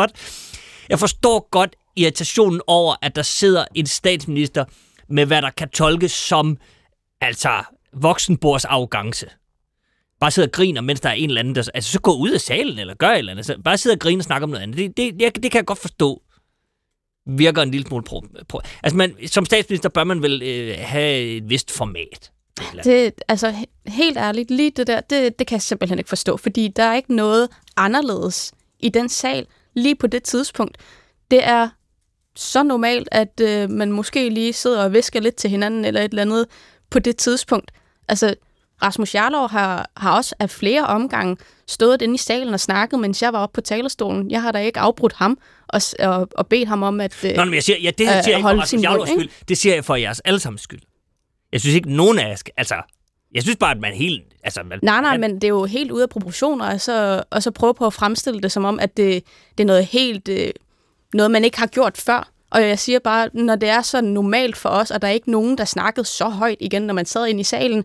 forstår godt irritationen over, at der sidder en statsminister med, hvad der kan tolkes som altså voksenbords arrogance. Bare sidder og griner, mens der er en eller anden, der... Altså, så gå ud af salen, eller gør et eller andet. Så bare sidder og griner og snakker om noget andet. Det kan jeg godt forstå. Virker en lille smule... Altså, som statsminister bør man vel have et vist format. Det, altså, helt ærligt, lige det der, det kan jeg simpelthen ikke forstå, fordi der er ikke noget anderledes i den sal lige på det tidspunkt. Det er så normalt, at man måske lige sidder og visker lidt til hinanden eller et eller andet på det tidspunkt. Altså, Rasmus Jarlov har også af flere omgange stået inde i salen og snakket, mens jeg var oppe på talerstolen. Jeg har da ikke afbrudt ham og bedt ham om at men jeg siger, det her siger jeg ikke for Rasmus Jarlovs skyld. Det siger jeg for jeres allesammens skyld. Jeg synes ikke, nogen af jer skal... Altså, jeg synes bare, at man helt... Altså, nej, men det er jo helt ude af proportioner, og så prøve på at fremstille det som om, at det er noget helt... noget, man ikke har gjort før. Og jeg siger bare, når det er så normalt for os, og der er ikke nogen, der snakkede så højt igen, når man sad inde i salen,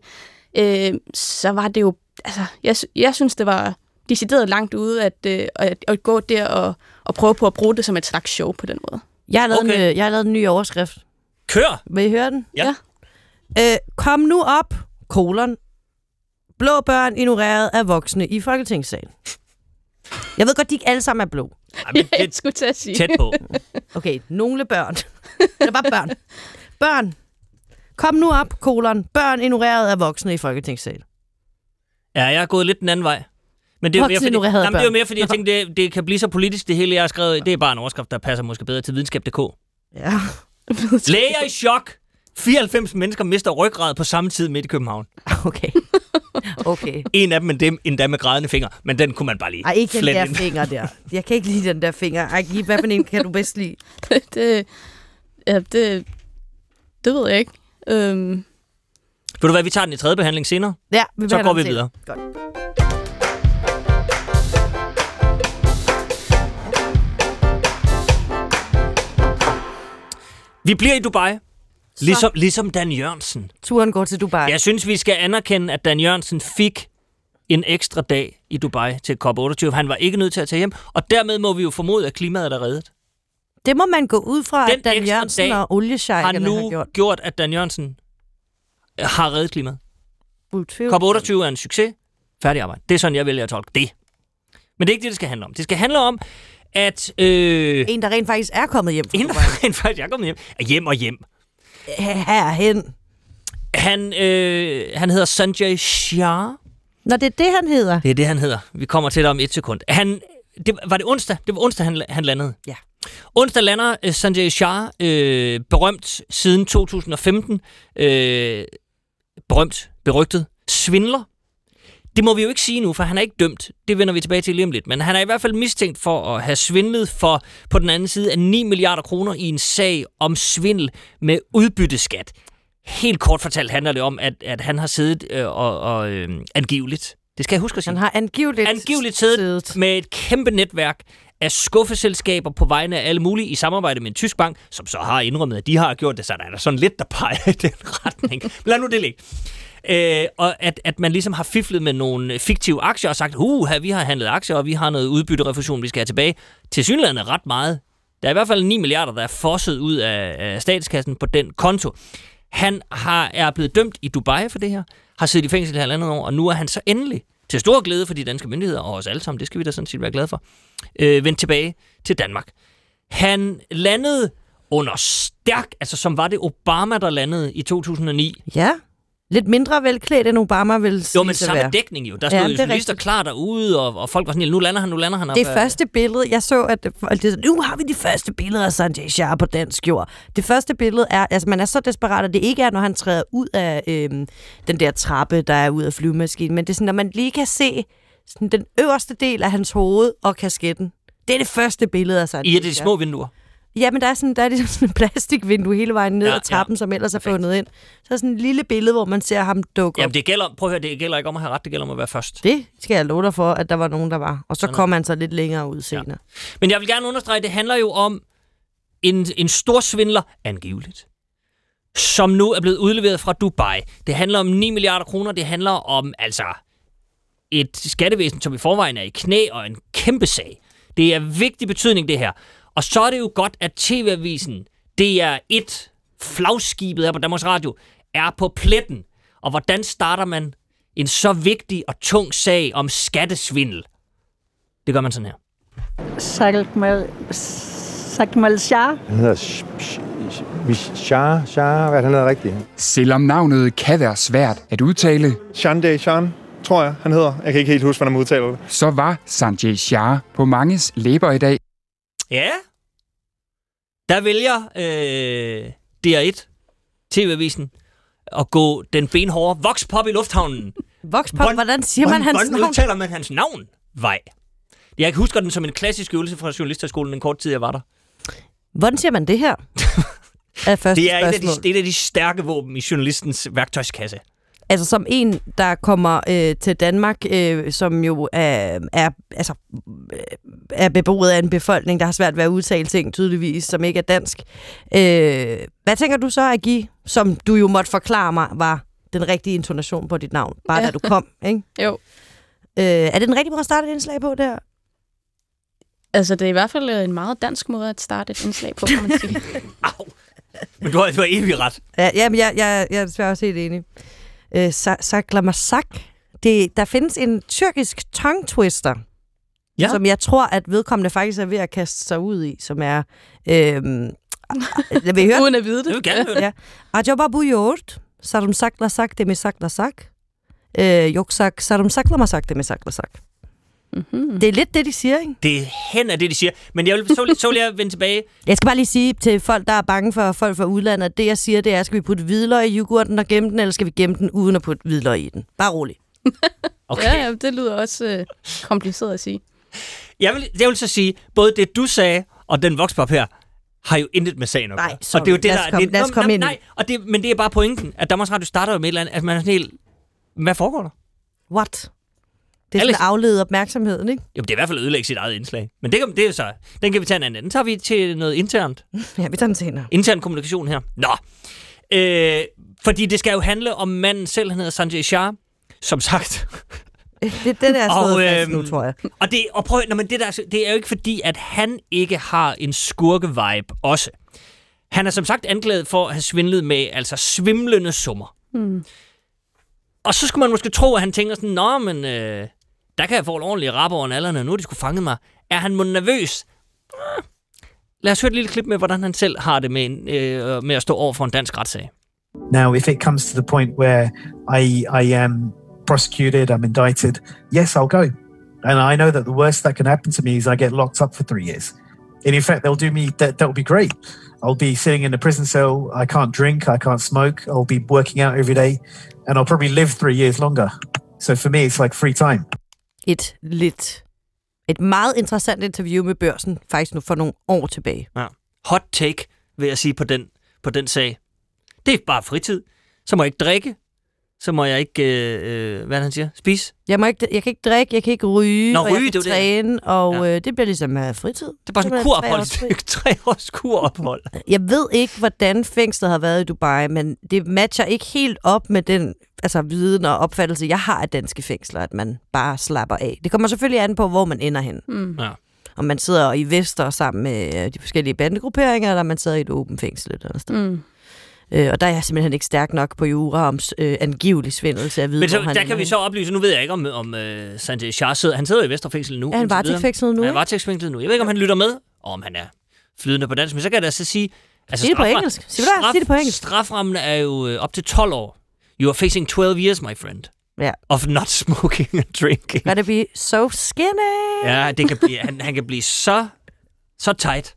så var det jo... Altså, jeg synes, det var decideret langt ude at gå der og prøve på at bruge det som et slags show på den måde. Jeg har lavet en ny overskrift. Kør! Vil I høre den? Ja. Kom nu op, : blå børn ignoreret af voksne i Folketingssalen. Jeg ved godt, de ikke alle sammen er blå. Jeg skulle til at sige. Tæt på. Okay, nogle børn. Eller bare børn. Børn. Kom nu op, : børn ignoreret af voksne i Folketingssalen. Ja, jeg er gået lidt den anden vej. Men det er jo mere, fordi jeg tænkte, det kan blive så politisk, det hele, jeg har skrevet. Det er bare en overskrift, der passer måske bedre til videnskab.dk. Ja. Læger i chok, 94 mennesker mister ryggrad på samme tid midt i København. Okay. En af dem endda med grædende fingre, men den kunne man bare lige ikke den der ind. finger der. Jeg kan ikke lide den der finger. Hvad for en kan du bedst lide? Det ved jeg ikke. Ved du hvad, vi tager den i tredje behandling senere? Ja, så går vi videre. Godt. Vi bliver i Dubai, ligesom Dan Jørgensen. Turen går til Dubai. Jeg synes, vi skal anerkende, at Dan Jørgensen fik en ekstra dag i Dubai til COP28. Han var ikke nødt til at tage hjem, og dermed må vi jo formode, at klimaet er reddet. Det må man gå ud fra, Den at Dan Jørgensen og oliesjejkerne har gjort, at Dan Jørgensen har reddet klimaet. COP28 er en succes. Færdig arbejde. Det er sådan, jeg vælger at tolke det. Men det er ikke det skal handle om. Det skal handle om, at... en, der rent faktisk er kommet hjem. En, der rent faktisk er kommet hjem. Hjem. Herhen. Han hedder Sanjay Shah. Nå, det er det, han hedder? Det er det, han hedder. Vi kommer til det om 1 sekund. Var det onsdag? Det var onsdag, han landede. Ja. Onsdag lander Sanjay Shah, berømt siden 2015. Berygtet svindler. Det må vi jo ikke sige nu, for han er ikke dømt. Det vender vi tilbage til lige om lidt. Men han er i hvert fald mistænkt for at have svindlet for på den anden side af 9 milliarder kroner i en sag om svindel med udbytteskat. Helt kort fortalt handler det om, at han har siddet og angiveligt. Det skal jeg huske at sige. Han har angiveligt siddet med et kæmpe netværk af skuffeselskaber på vegne af alle mulige i samarbejde med en tysk bank, som så har indrømmet, at de har gjort det, så der er sådan lidt, der peger i den retning. Lad nu det ligge. Og at man ligesom har fiflet med nogle fiktive aktier og sagt, vi har handlet aktier, og vi har noget udbytterefusion, vi skal have tilbage. Tilsyneladende ret meget. Der er i hvert fald 9 milliarder, der er fosset ud af statskassen på den konto. Han er blevet dømt i Dubai for det her, har siddet i fængsel i 1,5 år, og nu er han så endelig, til stor glæde for de danske myndigheder, og os alle sammen, det skal vi da sådan set være glade for, vendt tilbage til Danmark. Han landede under som var det Obama, der landede i 2009. Ja, lidt mindre velklædt end Obama vil sige. Jo, men samme dækning jo. Der stod jo journalister klar derude, og folk var sådan, nu lander han. Det første billede, jeg så, at nu har vi de første billeder af Sanjay Shah på dansk jord. Det første billede er, altså man er så desperat, at det ikke er, når han træder ud af den der trappe, der er ud af flyvemaskinen, men det er sådan, når man lige kan se sådan, den øverste del af hans hoved og kasketten. Det er det første billede af Sanjay Shah. I de små vinduer. Ja, men der er ligesom sådan et plastikvindue hele vejen ned ad trappen, som ellers er fundet ind. Så er sådan et lille billede, hvor man ser ham dukke op. Jamen, prøv at høre, det gælder ikke om at have ret, det gælder om at være først. Det skal jeg love dig for, at der var nogen, der var. Og så kom han så lidt længere ud senere. Ja. Men jeg vil gerne understrege, det handler jo om en stor svindler, angiveligt, som nu er blevet udleveret fra Dubai. Det handler om 9 milliarder kroner. Det handler om et skattevæsen, som i forvejen er i knæ, og en kæmpe sag. Det er vigtig betydning, det her. Og så er det jo godt, at TV-avisen, DR1, flagskibet her på Danmarks Radio, er på pletten. Og hvordan starter man en så vigtig og tung sag om skattesvindel? Det gør man sådan her. Sakmal Shah. Han hedder Shah, hvad han hedder rigtigt? Selvom navnet kan være svært at udtale, Sanjay Shah, tror jeg, han hedder. Jeg kan ikke helt huske, hvordan man udtaler det. Så var Sanjay Shah på manges læber i dag. Ja, der vælger DR1, TV-avisen, at gå den benhårde voxpop i lufthavnen. Voxpop, hvordan siger man hans navn? Hvordan udtaler man hans navn? Vej. Jeg husker den som en klassisk øvelse fra journalisterskolen den kort tid, jeg var der. Hvordan siger man det her? Det er et af de stærke våben i journalistens værktøjskasse. Altså som en, der kommer til Danmark, som jo er beboet af en befolkning, der har svært ved at udtale ting tydeligvis, som ikke er dansk. Hvad tænker du så, Agi, som du jo måtte forklare mig, var den rigtige intonation på dit navn, bare da du kom, ikke? Jo. Er det den rigtige måde at starte et indslag på der? Altså, det er i hvert fald en meget dansk måde at starte et indslag på, kan man sige. Au! Men du har evig ret. Ja, men jeg er desværre også helt enig. Saklamasak. Der findes en tyrkisk tongue twister, som jeg tror, at vedkommende faktisk er ved at kaste sig ud i, som er... vil I høre? Uden at vide det. Jeg vil gerne høre det. Ja. Acaba bu yoğurt sarımsakla sak demi saklasak. Yoksa sarımsakla mı sak demi saklasak? Mm-hmm. Det er lidt det, de siger, ikke? Det er hen af det, de siger. Men så vil jeg vende tilbage. Jeg skal bare lige sige til folk, der er bange for folk fra udlandet, at det, jeg siger, det er, skal vi putte hvidløg i yoghurten og gemme den, eller skal vi gemme den uden at putte hvidløg i den? Bare rolig. Okay. Ja, det lyder også kompliceret at sige. Jeg vil så sige, både det, du sagde, og den vokspap her, har jo intet med sagen at gøre. Nej, sorry. Og det er jo det, lad os komme ind. Nej, men det er bare pointen, at Danmarks Radio starter jo med et eller andet, at man er sådan helt, hvad foregår der? What? Det er sådan afledet opmærksomheden, ikke? Jo, det er i hvert fald ødelægge sit eget indslag. Men det er så, den kan vi tage en anden. Den tager vi til noget internt. Ja, vi tager den senere. Intern kommunikation her. Nå. Fordi det skal jo handle om manden selv, han hedder Sanjay Shah, som sagt. Det er slået fast nu, tror jeg. Det er jo ikke fordi, at han ikke har en skurke-vibe også. Han er som sagt anklaget for at have svindlet med altså svimlende summer. Mm. Og så skulle man måske tro, at han tænker sådan, nå, men der kan jeg få en ordentlig rap over nallerne, nu har de sgu fanget mig. Er han nervøs? Lad os høre et lille klip med, hvordan han selv har det med at stå over for en dansk retssag. Now, if it comes to the point where I am prosecuted, I'm indicted, yes, I'll go. And I know that the worst that can happen to me is I get locked up for 3 years. And in fact, they'll do me, that will be great. I'll be sitting in a prison cell, I can't drink, I can't smoke, I'll be working out every day, and I'll probably live 3 years longer. So for me, it's like free time. Et meget interessant interview med Børsen, faktisk nu for nogle år tilbage. Ja. Hot take, vil jeg sige på den sag. Det er bare fritid. Så må jeg ikke drikke. Så må jeg ikke, hvad han siger, spise. Jeg kan ikke drikke, jeg kan ikke ryge, og ryge, jeg kan træne, og det bliver ligesom fritid. Det er bare sådan en kurophold. 3 års kurophold. Jeg ved ikke, hvordan fængslet har været i Dubai, men det matcher ikke helt op med den viden og opfattelse, jeg har af danske fængsler, at man bare slapper af. Det kommer selvfølgelig an på, hvor man ender hen. Mm. Ja. Om man sidder i Vester sammen med de forskellige bandegrupperinger, eller man sidder i et åbent fængsel eller andet sted. Mm. Og der er jeg simpelthen ikke stærk nok på jura om angivelig svindel til at vide, men så, der kan vi så oplyse, nu ved jeg ikke om Sanjay Shah sidder, han sidder i Vesterfængsel nu. Ja, han var varetægtsfængslet nu. Han er varetægtsfængslet nu. Jeg ved ikke, om han lytter med, og om han er flydende på dansk, men så kan jeg da så sige... Altså, sig det på engelsk. Sig det på engelsk. Straframmen er jo op til 12 år. You are facing 12 years, my friend. Ja. Of not smoking and drinking. Gotta be so skinny. Ja, det kan blive, han kan blive så tight.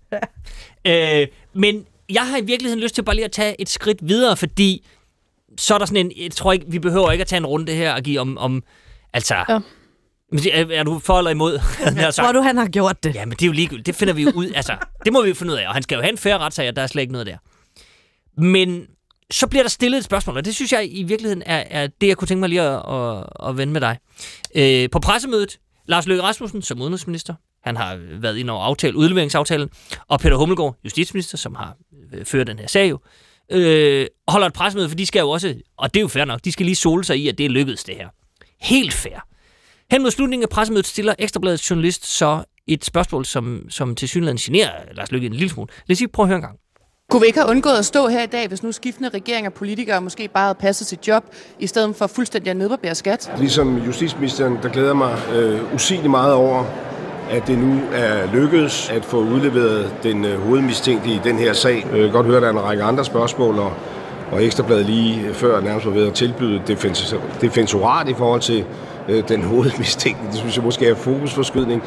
Men jeg har i virkeligheden lyst til bare lige at tage et skridt videre, fordi så er der sådan jeg tror ikke, vi behøver ikke at tage en runde her og give om altså... Ja. Er du for eller imod? Tror du, han har gjort det? Ja, men det er jo ligegyldigt. Det finder vi jo ud. Altså, det må vi jo finde ud af. Og han skal jo have en fair retssag, og der er slet ikke noget der. Men så bliver der stillet et spørgsmål, og det synes jeg i virkeligheden er det, jeg kunne tænke mig lige at vende med dig. På pressemødet, Lars Løkke Rasmussen som udenrigsminister, han har været inde over udleveringsaftalen, og Peter Hummelgaard, justitsminister, som har ført den her sag jo, holder et pressemøde, for de skal jo også, og det er jo fair nok, de skal lige sole sig i, at det er lykkedes det her. Helt fair. Hen mod slutningen af pressemødet stiller Ekstrabladets journalist så et spørgsmål, som tilsyneladende generer Lars Løkke en lille smule. Lad os lige prøve at høre en gang. Kunne vi ikke have undgået at stå her i dag, hvis nu skiftende regeringer og politikere måske bare havde passet sit job, i stedet for fuldstændig at nedbarbere skat? Ligesom justitsministeren, der glæder mig usigeligt meget over, at det nu er lykkedes at få udleveret den hovedmistænkte i den her sag. Jeg kan godt høre, at der er en række andre spørgsmål, og Ekstrabladet lige før nærmest var ved at tilbyde defensorat i forhold til den hovedmistænkte. Det synes jeg måske er fokusforskydning.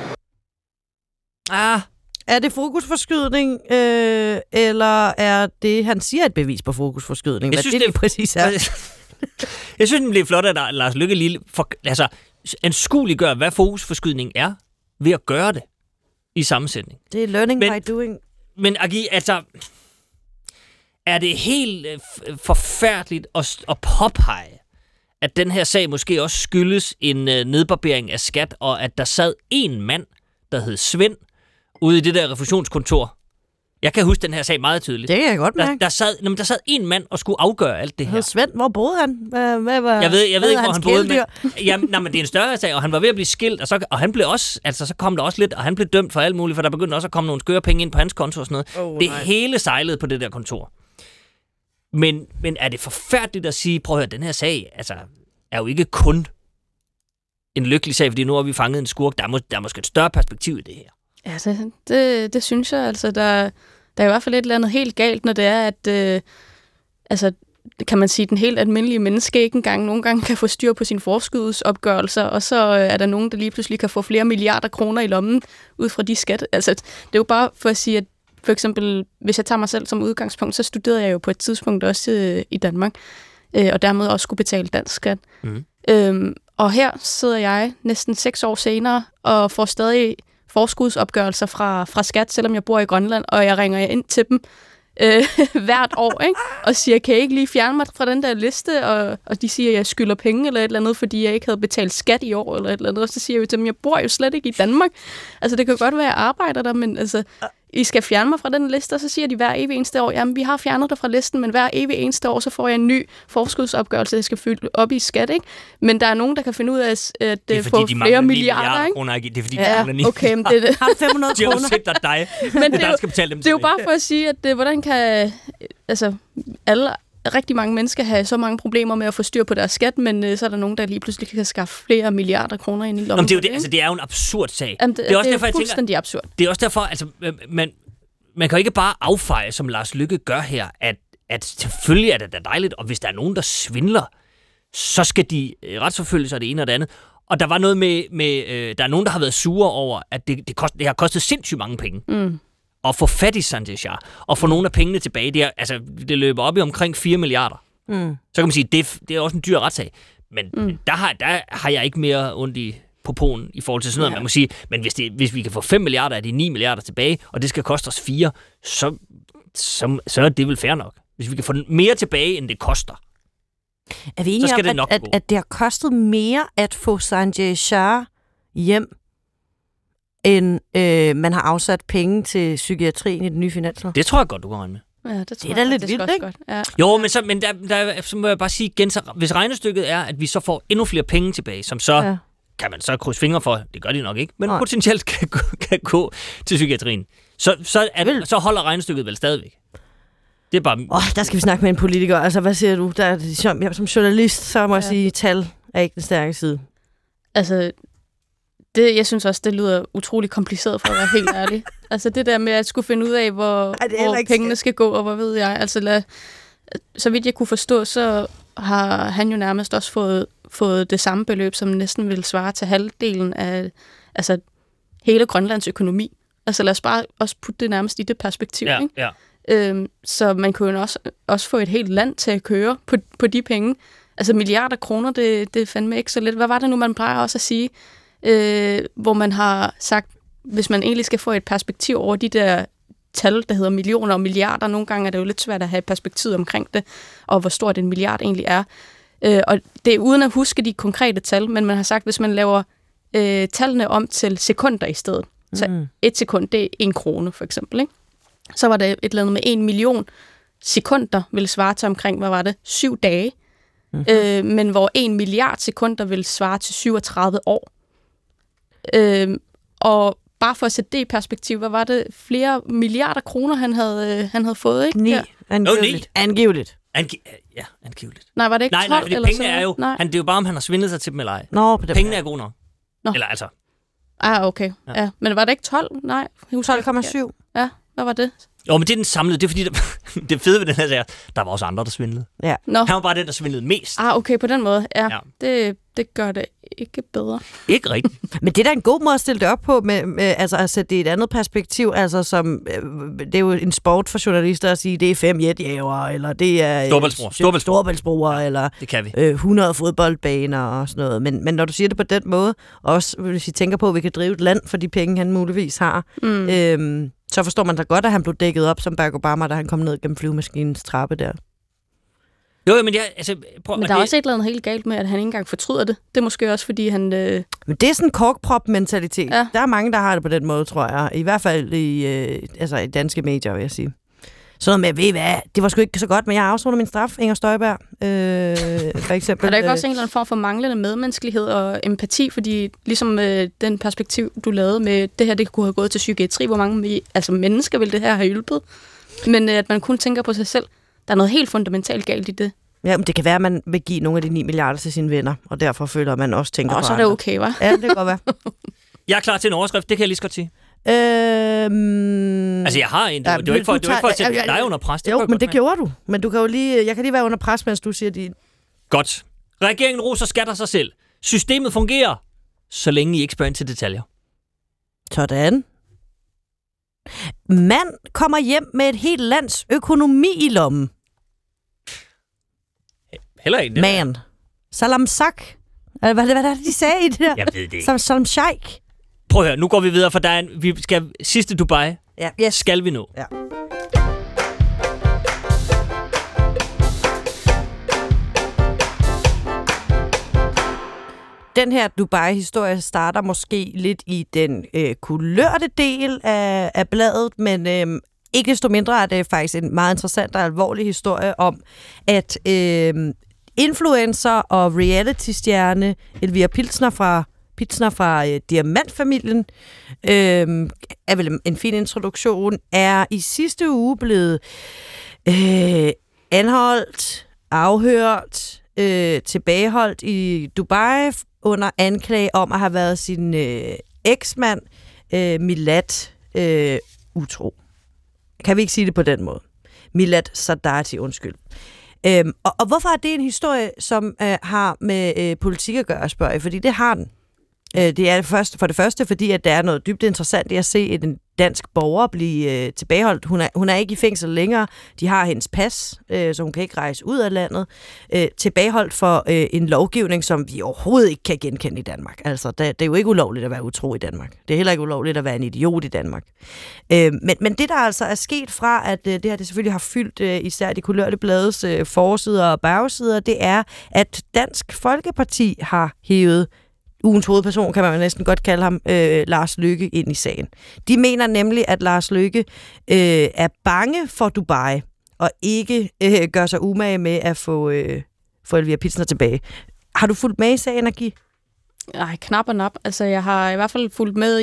Er det fokusforskydning, eller er det, han siger, et bevis på fokusforskydning? Jeg synes, det præcis er. Jeg synes, det bliver flot, at Lars Løkke lige anskueliggør, hvad fokusforskydning er, ved at gøre det i sammensætning. Det er learning by doing. Men Agi, altså, er det helt forfærdeligt at påpege, at den her sag måske også skyldes en nedbarbering af skat, og at der sad en mand, der hed Svend, ude i det der refusionskontor. Jeg kan huske den her sag meget tydeligt. Det kan jeg godt mærke. Der sad en mand og skulle afgøre alt det her. Svend, hvor boede han? Jeg ved ikke, hvor han boede. Men det er en større sag, og han var ved at blive skilt, og han blev også, altså så kom der også lidt, og han blev dømt for alt muligt, for der begyndte også at komme nogle skøre penge ind på hans konto og sådan noget. Det hele sejlede på det der kontor. Men er det forfærdeligt at sige, prøv at høre, den her sag altså, er jo ikke kun en lykkelig sag, fordi nu har vi fanget en skurk. Der er måske et større perspektiv i det her. Altså, det synes jeg. Altså, der er i hvert fald et eller andet helt galt, når det er, at kan man sige, den helt almindelige menneske ikke engang nogle gange kan få styr på sine forskudsopgørelser, og så er der nogen, der lige pludselig kan få flere milliarder kroner i lommen ud fra de skat. Altså, det er jo bare for at sige, at for eksempel, hvis jeg tager mig selv som udgangspunkt, så studerede jeg jo på et tidspunkt også i Danmark, og dermed også skulle betale dansk skat. Og her sidder jeg næsten 6 år senere og får stadig forskudsopgørelser fra skat, selvom jeg bor i Grønland, og jeg ringer ind til dem hvert år, ikke? Og siger, kan I ikke lige fjerne mig fra den der liste? Og de siger, at jeg skylder penge eller et eller andet, fordi jeg ikke havde betalt skat i år eller et eller andet. Og så siger jeg jo til dem, jeg bor jo slet ikke i Danmark. Altså, det kan godt være, at jeg arbejder der, men altså, I skal fjerne mig fra den liste, og så siger de hver evig eneste år, jamen, vi har fjernet dig fra listen, men hver evig eneste år, så får jeg en ny forskudsopgørelse, jeg skal fylde op i skat, ikke? Men der er nogen, der kan finde ud af at få flere milliarder, ikke? Kroner, ikke? Det er fordi, de mangler 9. Okay, men det har 500 kroner. De har jo dig, men der skal betale dem. Det er jo bare for at sige, at hvordan kan rigtig mange mennesker have så mange problemer med at få styr på deres skat, men så er der nogen, der lige pludselig kan skaffe flere milliarder kroner ind i lommen. Det er jo det, altså, det er jo en absurd sag. Jamen, det er også derfor, fuldstændig absurd. Det er også derfor, altså, man kan jo ikke bare affeje, som Lars Løkke gør her, at selvfølgelig er det da dejligt, og hvis der er nogen, der svindler, så skal de retsforfølges af det ene og det andet. Og der var noget med der er nogen, der har været sure over, at det har kostet sindssygt mange penge. At få fat i Sanjay Shah, og få nogle af pengene tilbage. Det løber op i omkring 4 milliarder. Så kan man sige, det er også en dyr retssag. Men der har jeg ikke mere ondt på poen i forhold til sådan noget. Man må sige, men hvis vi kan få 5 milliarder af de 9 milliarder tilbage, og det skal koste os 4, så er det vel fair nok. Hvis vi kan få mere tilbage, end det koster. Er vi enige om, at det har kostet mere at få Sanjay Shah hjem, end man har afsat penge til psykiatrien i den nye finanslov? Det tror jeg godt, du kan regne med. Ja, det er da lidt vildt, ikke? Ja. Jo, men så må jeg bare sige igen, hvis regnestykket er, at vi så får endnu flere penge tilbage, som så kan man så krydse fingre for, det gør de nok ikke, men potentielt kan gå til psykiatrien, så holder regnestykket vel stadigvæk. Det er bare... der skal vi snakke med en politiker. Altså, hvad siger du? Som journalist, så må jeg sige, tal er ikke den stærke side. Altså, jeg synes også, det lyder utrolig kompliceret, for at være helt ærlig. Altså, det der med at skulle finde ud af, hvor pengene skal gå, og hvad ved jeg. Altså, så vidt jeg kunne forstå, så har han jo nærmest også fået det samme beløb, som næsten vil svare til halvdelen af hele Grønlands økonomi. Altså, lad os bare også putte det nærmest i det perspektiv, ikke? Ja. Så man kunne jo også få et helt land til at køre på de penge. Altså milliarder kroner, det er fandme ikke så lidt. Hvad var det nu, man plejer også at sige? Hvor man har sagt, hvis man egentlig skal få et perspektiv over de der tal, der hedder millioner og milliarder, nogle gange er det jo lidt svært at have et perspektiv omkring det, og hvor stort en milliard egentlig er. Og det er uden at huske de konkrete tal, men man har sagt, hvis man laver tallene om til sekunder i stedet, så 1 sekund, det er 1 krone for eksempel, ikke? Så var det et eller andet med 1 million sekunder ville svare til omkring, hvad var det, 7 dage. Men hvor 1 milliard sekunder ville svare til 37 år. Og bare for at sætte det i perspektiv, hvad var det, flere milliarder kroner, han havde fået, ikke? 9. Angiveligt. Ja, angiveligt. Nej, var det ikke 12 eller sådan? Nej, pengene er jo, det er jo bare, om han har svindlet sig til dem eller ej. Pengene er gode nok. Eller altså. Okay. Ja. Men var det ikke 12? Nej. 12,7. Ja, hvad var det? Jo, men det er den samlede. Det er fordi, det fede ved den her sag, der var også andre, der svindlede. Ja. Han var bare den, der svindlede mest. Okay, på den måde. Ja. Det gør det ikke bedre. Ikke rigtigt. Men det er da en god måde at stille det op på, med altså at sætte det i et andet perspektiv. Altså som, det er jo en sport for journalister at sige, det er 5 jetjæger, eller det er Storebæltsbroer, eller det kan vi. 100 fodboldbaner og sådan noget. Men når du siger det på den måde, også hvis vi tænker på, at vi kan drive et land for de penge, han muligvis har, så forstår man da godt, at han blev dækket op som Barack Obama, da han kom ned gennem flyvemaskinens trappe der. Jo, men men der er også et eller andet helt galt med, at han ikke engang fortryder det. Det er måske også, fordi han... Men det er sådan en korkprop-mentalitet. Ja. Der er mange, der har det på den måde, tror jeg. I hvert fald i danske medier, vil jeg sige. Sådan med, ved I hvad, det var sgu ikke så godt, men jeg afsoner min straf, Inger Støjberg, for eksempel. Er der ikke også en eller anden form for manglende medmenneskelighed og empati, fordi ligesom den perspektiv, du lavede med, det her, det kunne have gået til psykiatri, hvor mange mennesker ville det her have hjulpet, men at man kun tænker på sig selv. Der er noget helt fundamentalt galt i det. Ja, men det kan være, at man vil give nogle af de 9 milliarder til sine venner, og derfor føler man også tænker på så er det okay, hva'? Ja, det kan godt være. Jeg er klar til en overskrift, det kan jeg lige så godt sige. Altså, jeg har en. Det var ikke for at sætte dig under pres. Jo, men det gjorde du. Men du kan jo lige... Jeg kan lige være under pres, mens du siger din. Godt. Regeringen roser skatter sig selv. Systemet fungerer, så længe I ikke spørger ind til detaljer. Sådan. Mand kommer hjem med et helt lands økonomi i lommen. Heller ikke. Man. Salam sak. Hvad er det, de sagde i det der? Jeg ved det ikke. Salam sheikh. Prøv at høre, nu går vi videre, for der er vi skal sidste Dubai. Ja, yes. Skal vi nå. Ja. Den her Dubai-historie starter måske lidt i den kulørte del af bladet, men ikke desto mindre er det faktisk en meget interessant og alvorlig historie om, at influencer og reality-stjerne Elvira Pilsner fra Diamantfamilien, er vel en fin introduktion, er i sidste uge blevet anholdt, afhørt, tilbageholdt i Dubai under anklage om at have været sin eksmand Milad utro. Kan vi ikke sige det på den måde? Milad Sadati, undskyld. Og hvorfor er det en historie, som har med politik at gøre, spørger jeg? Fordi det har den. Det er for det første, fordi at der er noget dybt interessant i at se en dansk borger blive tilbageholdt. Hun er ikke i fængsel længere. De har hendes pas, så hun kan ikke rejse ud af landet. Tilbageholdt for en lovgivning, som vi overhovedet ikke kan genkende i Danmark. Altså, det er jo ikke ulovligt at være utro i Danmark. Det er heller ikke ulovligt at være en idiot i Danmark. Men det, der altså er sket fra, at det her det selvfølgelig har fyldt især de kulørte blades forsider og bagsider, det er, at Dansk Folkeparti har hævet ugens hovedperson, kan man næsten godt kalde ham, Lars Løkke, ind i sagen. De mener nemlig, at Lars Løkke er bange for Dubai, og ikke gør sig umage med at få Elvira Pilsner tilbage. Har du fulgt med i sagen, Agi? Nej, knap og nap. Altså, jeg har i hvert fald fulgt med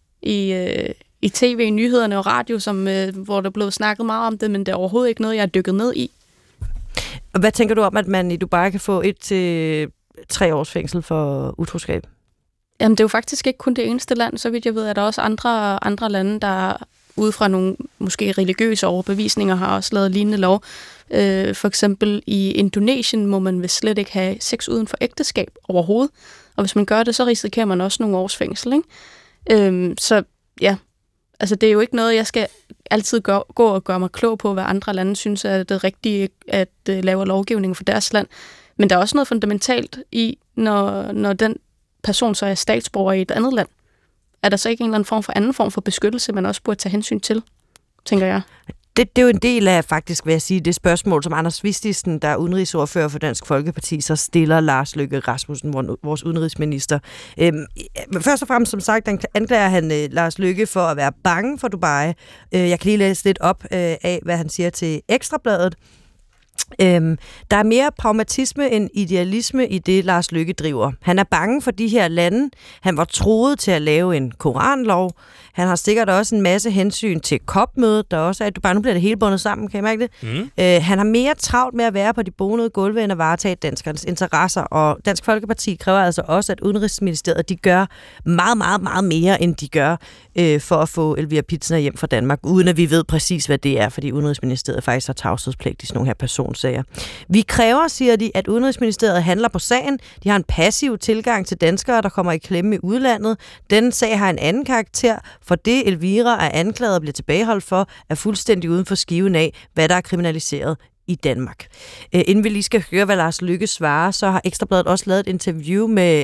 i tv, i nyhederne og radio, hvor der blev snakket meget om det, men det er overhovedet ikke noget, jeg er dykket ned i. Hvad tænker du om, at man i Dubai kan få 1 til 3 års fængsel for utroskab? Jamen, det er jo faktisk ikke kun det eneste land, så vidt jeg ved, at der er også andre lande, der ud fra nogle måske religiøse overbevisninger har også lavet lignende lov. For eksempel i Indonesien må man vist slet ikke have sex uden for ægteskab overhovedet. Og hvis man gør det, så risikerer man også nogle års fængsel, ikke? Så ja, altså det er jo ikke noget, jeg skal altid gå og gøre mig klog på, hvad andre lande synes er det rigtige at lave lovgivning for deres land. Men der er også noget fundamentalt i, når den person så er statsborger i et andet land. Er der så ikke en eller anden form for beskyttelse, man også burde tage hensyn til, tænker jeg? Det er jo en del af, faktisk vil jeg sige, det spørgsmål, som Anders Vistisen, der er udenrigsordfører for Dansk Folkeparti, så stiller Lars Løkke Rasmussen, vores udenrigsminister. Først og fremmest, som sagt, anklager han Lars Løkke for at være bange for Dubai. Jeg kan lige læse lidt op af, hvad han siger til Ekstrabladet. Der er mere pragmatisme end idealisme i det, Lars Løkke driver. Han er bange for de her lande. Han var troet til at lave en koranlov. Han har sikkert også en masse hensyn til COP-mødet, der også er, at nu bliver det hele bundet sammen, kan I mærke det? Han har mere travlt med at være på de bonede gulve, end at varetage danskernes interesser, og Dansk Folkeparti kræver altså også, at Udenrigsministeriet, de gør meget, meget, meget mere, end de gør for at få Elvira Pilsner hjem fra Danmark, uden at vi ved præcis, hvad det er, fordi Udenrigsministeriet faktisk har tavshedspligt i sådan nogle her personsager. Vi kræver, siger de, at Udenrigsministeriet handler på sagen. De har en passiv tilgang til danskere, der kommer i klemme i udlandet. Den sag har en anden karakter, for det Elvira er anklaget og bliver tilbageholdt for, er fuldstændig uden for skiven af, hvad der er kriminaliseret i Danmark. Inden vi lige skal høre, hvad Lars Løkke svarer, så har Ekstrabladet også lavet et interview med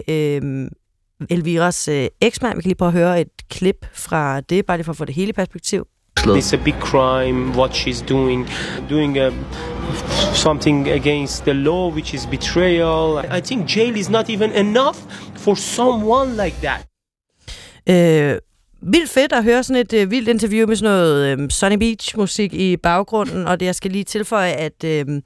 Elviras eksmand. Vi kan lige prøve at høre et klip fra det, bare lige for at få det hele i perspektiv. It's a big crime what she's doing something against the law, which is betrayal. I think jail is not even enough for someone like that. Vildt fedt at høre sådan et vildt interview med sådan noget Sunny Beach musik i baggrunden, og det jeg skal lige tilføje, at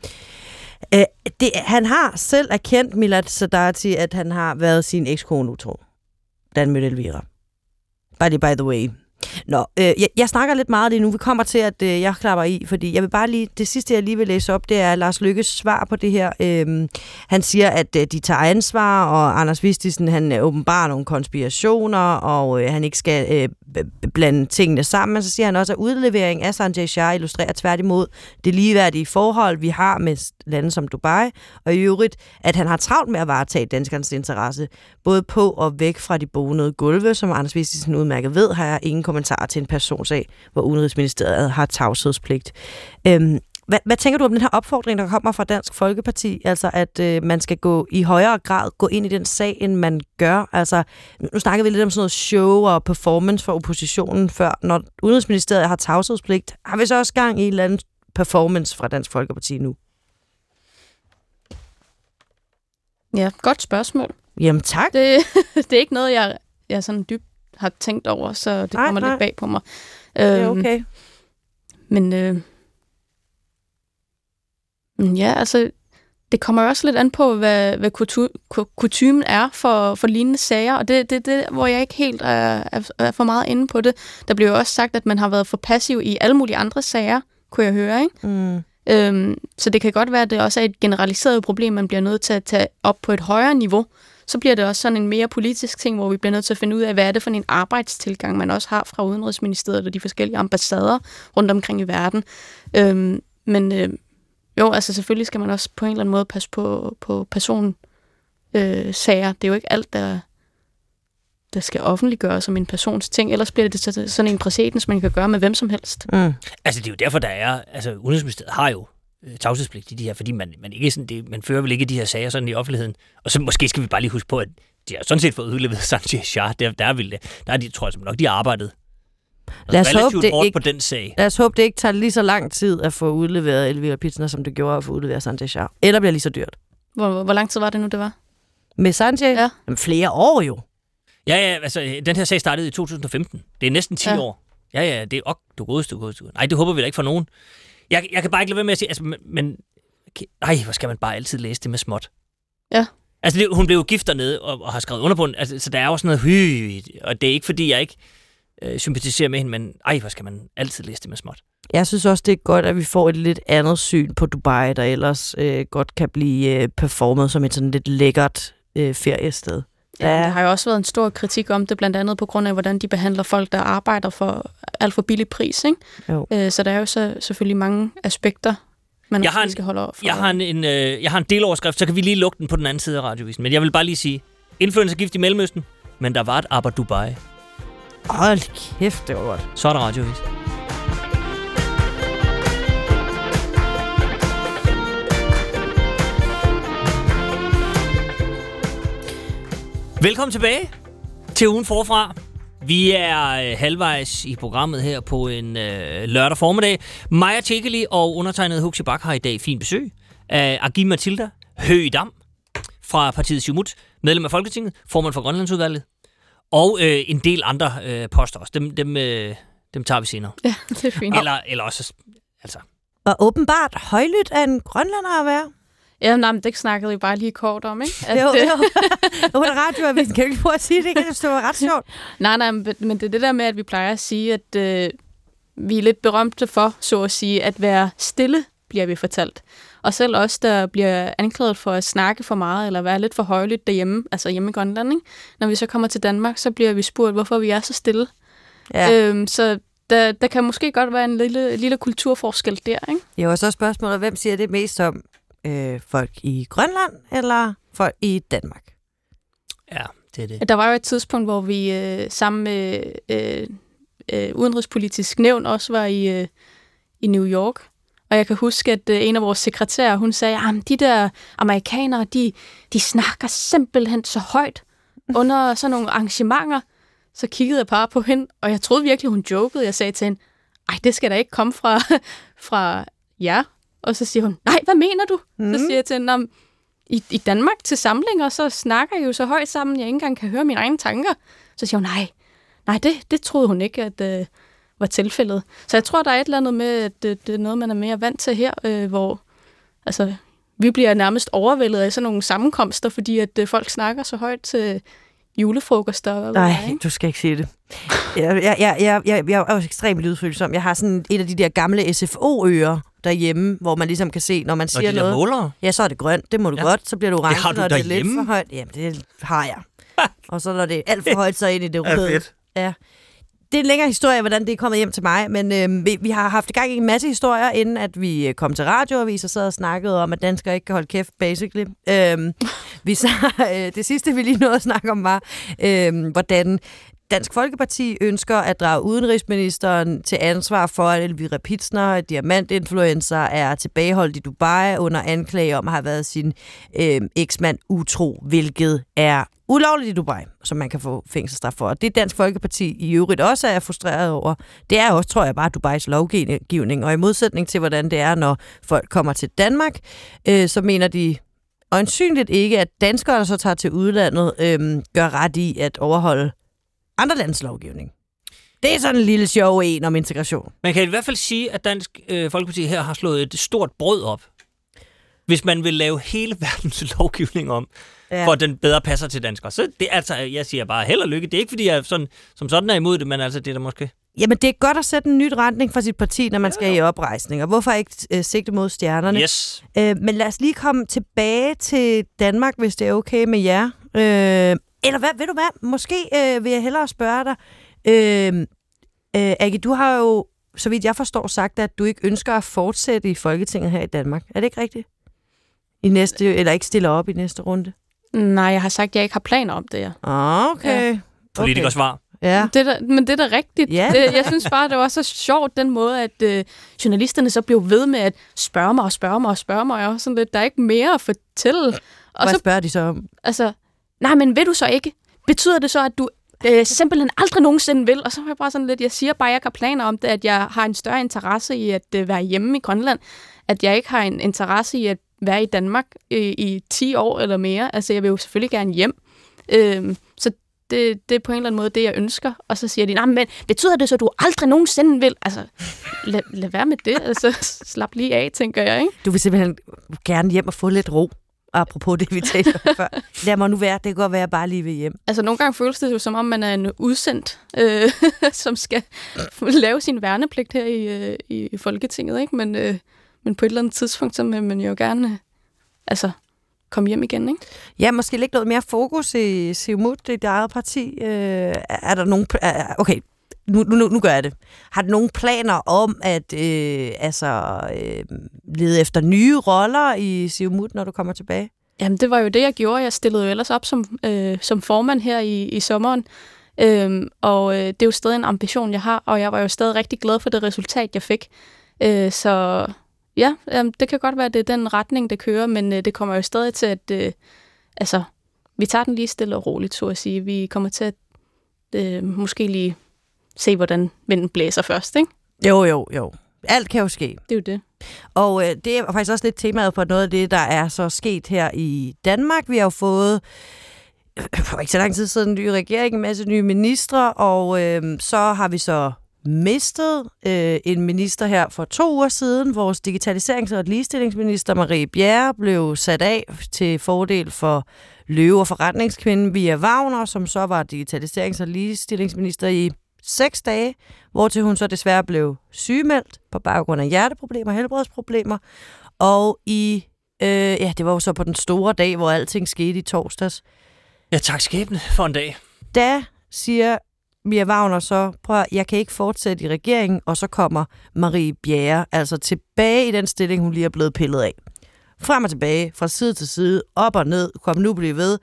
han har selv erkendt, Milad Sadati, at han har været sin ekskone utro, da han mødte Elvira. By the way. Jeg snakker lidt meget lige nu. Vi kommer til, at jeg klapper i, fordi jeg vil bare lige... Det sidste, jeg lige vil læse op, det er Lars Løkkes svar på det her. Han siger, at de tager ansvar, og Anders Vistisen, han åbenbarer nogle konspirationer, og han ikke skal blande tingene sammen. Men så siger han også, at udlevering af Sanjay Shah illustrerer tværtimod det ligeværdige forhold, vi har med lande som Dubai, og i øvrigt, at han har travlt med at varetage danskernes interesse, både på og væk fra de bonede gulve, som Anders Vistisen udmærket ved, har jeg ingen kommentarer til en personsag, hvor Udenrigsministeriet har tavshedspligt. Hvad tænker du om den her opfordring, der kommer fra Dansk Folkeparti? Altså, at man skal i højere grad gå ind i den sag, end man gør. Altså, nu snakker vi lidt om sådan noget show og performance for oppositionen før. Når Udenrigsministeriet har tavshedspligt, har vi så også gang i en eller anden performance fra Dansk Folkeparti nu? Ja, godt spørgsmål. Jamen tak. Det er ikke noget, jeg sådan dybt har tænkt over, så det kommer lidt bag på mig. Det er okay. Men ja, altså, det kommer jo også lidt an på, hvad kutymen er for lignende sager, og det er det, hvor jeg ikke helt er for meget inde på det. Der bliver jo også sagt, at man har været for passiv i alle mulige andre sager, kunne jeg høre, ikke? Så det kan godt være, at det også er et generaliseret problem, man bliver nødt til at tage op på et højere niveau. Så bliver det også sådan en mere politisk ting, hvor vi bliver nødt til at finde ud af, hvad er det for en arbejdstilgang, man også har fra Udenrigsministeriet og de forskellige ambassader rundt omkring i verden. Jo, altså selvfølgelig skal man også på en eller anden måde passe på personsager. Det er jo ikke alt, der skal offentliggøres som en persons ting. Ellers bliver det sådan en præcedens, man kan gøre med hvem som helst. Altså det er jo derfor, der er... Altså Udenrigsministeriet har jo tavshedspligt i de her, fordi man ikke sådan man fører vel ikke de her sager sådan i offentligheden. Og så måske skal vi bare lige huske på, at de har sådan set fået udleveret Sanjay Shah. Der er de, tror jeg nok, de har arbejdet lad os håbe, det ikke tager lige så lang tid at få udleveret Elvira Pitzner, som det gjorde at få udleveret Sanjay Shah. Eller bliver lige så dyrt. Hvor lang tid var det nu, det var? Med Sanjay? Ja. Jamen, flere år jo. Ja, altså den her sag startede i 2015. Det er næsten 10 år. Ja, det er du godeste. Nej, det håber vi da ikke for nogen. Jeg kan bare ikke lade være med at sige, altså, men hvor skal man bare altid læse det med småt? Ja. Altså, hun blev jo gift dernede og har skrevet under på den, altså, så der er jo sådan noget og det er ikke fordi, jeg ikke sympatiserer med hende, men hvor skal man altid læse det med småt? Jeg synes også, det er godt, at vi får et lidt andet syn på Dubai, der ellers godt kan blive performet som et sådan lidt lækkert feriested. Ja, der har jo også været en stor kritik om det, blandt andet på grund af, hvordan de behandler folk, der arbejder for alt for billig pris, ikke? Jo. Så der er jo selvfølgelig mange aspekter, man skal holde over for. Jeg har en deloverskrift, så kan vi lige lukke den på den anden side af radiovisen. Men jeg vil bare lige sige, influencergift i Mellemøsten, men der var et aber Dubai. Hold kæft, det var godt. Så er der radiovis. Velkommen tilbage til ugen forfra. Vi er halvvejs i programmet her på en lørdag formiddag. Maja Tjekeli og undertegnet Huxi Bak har i dag fin besøg af Agim Matilda Høgh-Dam fra partiet Siumut, medlem af Folketinget, formand for Grønlandsudvalget, og en del andre poster også. Dem tager vi senere. Ja, det er fint. Eller også, altså. Og åbenbart højlydt af en grønlænder at være. Ja, men det snakkede vi bare lige kort om, ikke? Jo. Nu er det radioavisen. Kan du ikke prøve at sige det? Det var ret sjovt. Nej, men det er det der med, at vi plejer at sige, at vi er lidt berømte for, så at sige, at være stille, bliver vi fortalt. Og selv os, der bliver anklaget for at snakke for meget, eller være lidt for højlydt derhjemme, altså hjemme i Grønland, ikke? Når vi så kommer til Danmark, så bliver vi spurgt, hvorfor vi er så stille. Ja. Så der kan måske godt være en lille kulturforskel der, ikke? Jo, og så spørgsmålet, hvem siger det mest om? Folk i Grønland eller folk i Danmark? Ja, det er det. Der var jo et tidspunkt, hvor vi sammen med Udenrigspolitisk Nævn også var i New York. Og jeg kan huske, at en af vores sekretærer, hun sagde, at de der amerikanere, de snakker simpelthen så højt under sådan nogle arrangementer. Så kiggede jeg bare på hende, og jeg troede virkelig, hun jokede. Jeg sagde til hende, det skal da ikke komme fra jer. Og så siger hun, nej, hvad mener du? Så siger jeg til hende, i Danmark til samlinger, så snakker jeg jo så højt sammen, jeg ikke engang kan høre mine egne tanker. Så siger hun, nej, det troede hun ikke, at var tilfældet. Så jeg tror, der er et eller andet med, at det er noget, man er mere vant til her, hvor altså, vi bliver nærmest overvældet af sådan nogle sammenkomster, fordi at folk snakker så højt julefrokoster. Eller Nej, du skal ikke sige det. Jeg er også ekstremt lydfølsom. Jeg har sådan et af de der gamle SFO-ører derhjemme, hvor man ligesom kan se, når man siger noget. Målere? Ja, så er det grønt. Det må du godt. Så bliver du orange, når det er lidt for højt. Jamen, det har jeg. Og så når det er alt for højt, så ind i det røde. Ja. Det er en længere historie, hvordan det er kommet hjem til mig, men vi har haft i gang i en masse historier, inden at vi kom til radioavis og sad og snakkede om, at danskere ikke kan holde kæft, basically. Det sidste, vi lige nåede at snakke om, var, hvordan Dansk Folkeparti ønsker at drage udenrigsministeren til ansvar for, at Elvira Pitsner, diamantinfluencer, er tilbageholdt i Dubai under anklage om at have været sin eksmand utro, hvilket er ulovligt i Dubai, som man kan få fængselsstraf for. Og det Dansk Folkeparti i øvrigt også er frustreret over, det er også, tror jeg, bare Dubais lovgivning. Og i modsætning til, hvordan det er, når folk kommer til Danmark, så mener de øjensynligt ikke, at danskere, der så tager til udlandet, gør ret i at overholde andre landes lovgivning. Det er sådan en lille sjov en om integration. Man kan i hvert fald sige, at Dansk Folkeparti her har slået et stort brød op, hvis man vil lave hele verdens lovgivning om, for at den bedre passer til danskere. Så det, altså, jeg siger bare held og lykke. Det er ikke, fordi jeg som sådan er imod det, men altså, det er der måske... Jamen, det er godt at sætte en ny retning for sit parti, når man skal i oprejsning. Og hvorfor ikke sigte mod stjernerne? Yes. Men lad os lige komme tilbage til Danmark, hvis det er okay med jer. Eller hvad, ved du hvad? Måske vil jeg hellere spørge dig. Aggie, du har jo, så vidt jeg forstår, sagt, at du ikke ønsker at fortsætte i Folketinget her i Danmark. Er det ikke rigtigt? Eller ikke stille op i næste runde? Nej, jeg har sagt, at jeg ikke har planer om det, ja. Okay. Ja. Politikersvar. Ja. Men det er da rigtigt. Ja. Jeg synes bare, det var så sjovt, den måde, at journalisterne så blev ved med at spørge mig. Og sådan lidt, der er ikke mere at fortælle. Og hvad så spørger de så om? Altså, nej, men ved du så ikke? Betyder det så, at du simpelthen aldrig nogensinde vil? Og så var jeg bare sådan lidt, jeg siger bare, at jeg ikke har planer om det, at jeg har en større interesse i at være hjemme i Grønland. At jeg ikke har en interesse i at være i Danmark i 10 år eller mere. Altså, jeg vil jo selvfølgelig gerne hjem. Så det er på en eller anden måde det, jeg ønsker. Og så siger de, nej, men betyder det så, at du aldrig nogensinde vil? Altså, lad være med det. Altså, slap lige af, tænker jeg, ikke? Du vil simpelthen gerne hjem og få lidt ro. Apropos det, vi talte om før. Lad mig nu være. Det kan godt være, at jeg bare lige vil hjem. Altså, nogle gange føles det jo, som om man er en udsendt, som skal lave sin værnepligt her i Folketinget, ikke? Men på et eller andet tidspunkt, så vil man jo gerne komme hjem igen, ikke? Ja, måske lægge noget mere fokus i Siumut, det eget parti. Er der nogen... Okay, nu gør jeg det. Har du nogle planer om at lede efter nye roller i Siumut, når du kommer tilbage? Jamen, det var jo det, jeg gjorde. Jeg stillede jo ellers op som formand her i sommeren. Og det er jo stadig en ambition, jeg har, og jeg var jo stadig rigtig glad for det resultat, jeg fik. Så ja, det kan godt være, at det er den retning, det kører, men det kommer jo stadig til, at vi tager den lige stille og roligt, så at sige. Vi kommer til at måske lige se, hvordan vinden blæser først, ikke? Jo. Alt kan jo ske. Det er jo det. Og det er faktisk også lidt temaet for noget af det, der er så sket her i Danmark. Vi har jo fået for ikke så lang tid siden en ny regering, en masse nye ministre, og så har vi så mistet en minister her for 2 uger siden. Vores digitaliserings- og ligestillingsminister Marie Bjerre blev sat af til fordel for løve- og forretningskvinden Mia Wagner, som så var digitaliserings- og ligestillingsminister i 6 dage, hvortil hun så desværre blev sygemeldt på baggrund af hjerteproblemer og helbredsproblemer. Og det var jo så på den store dag, hvor alting skete i torsdags. Ja, tak skæbne for en dag. Da siger Mia Wagner så, prøv at, jeg kan ikke fortsætte i regeringen, og så kommer Marie Bjerre altså tilbage i den stilling, hun lige er blevet pillet af. Frem og tilbage, fra side til side, op og ned, kom nu blive ved.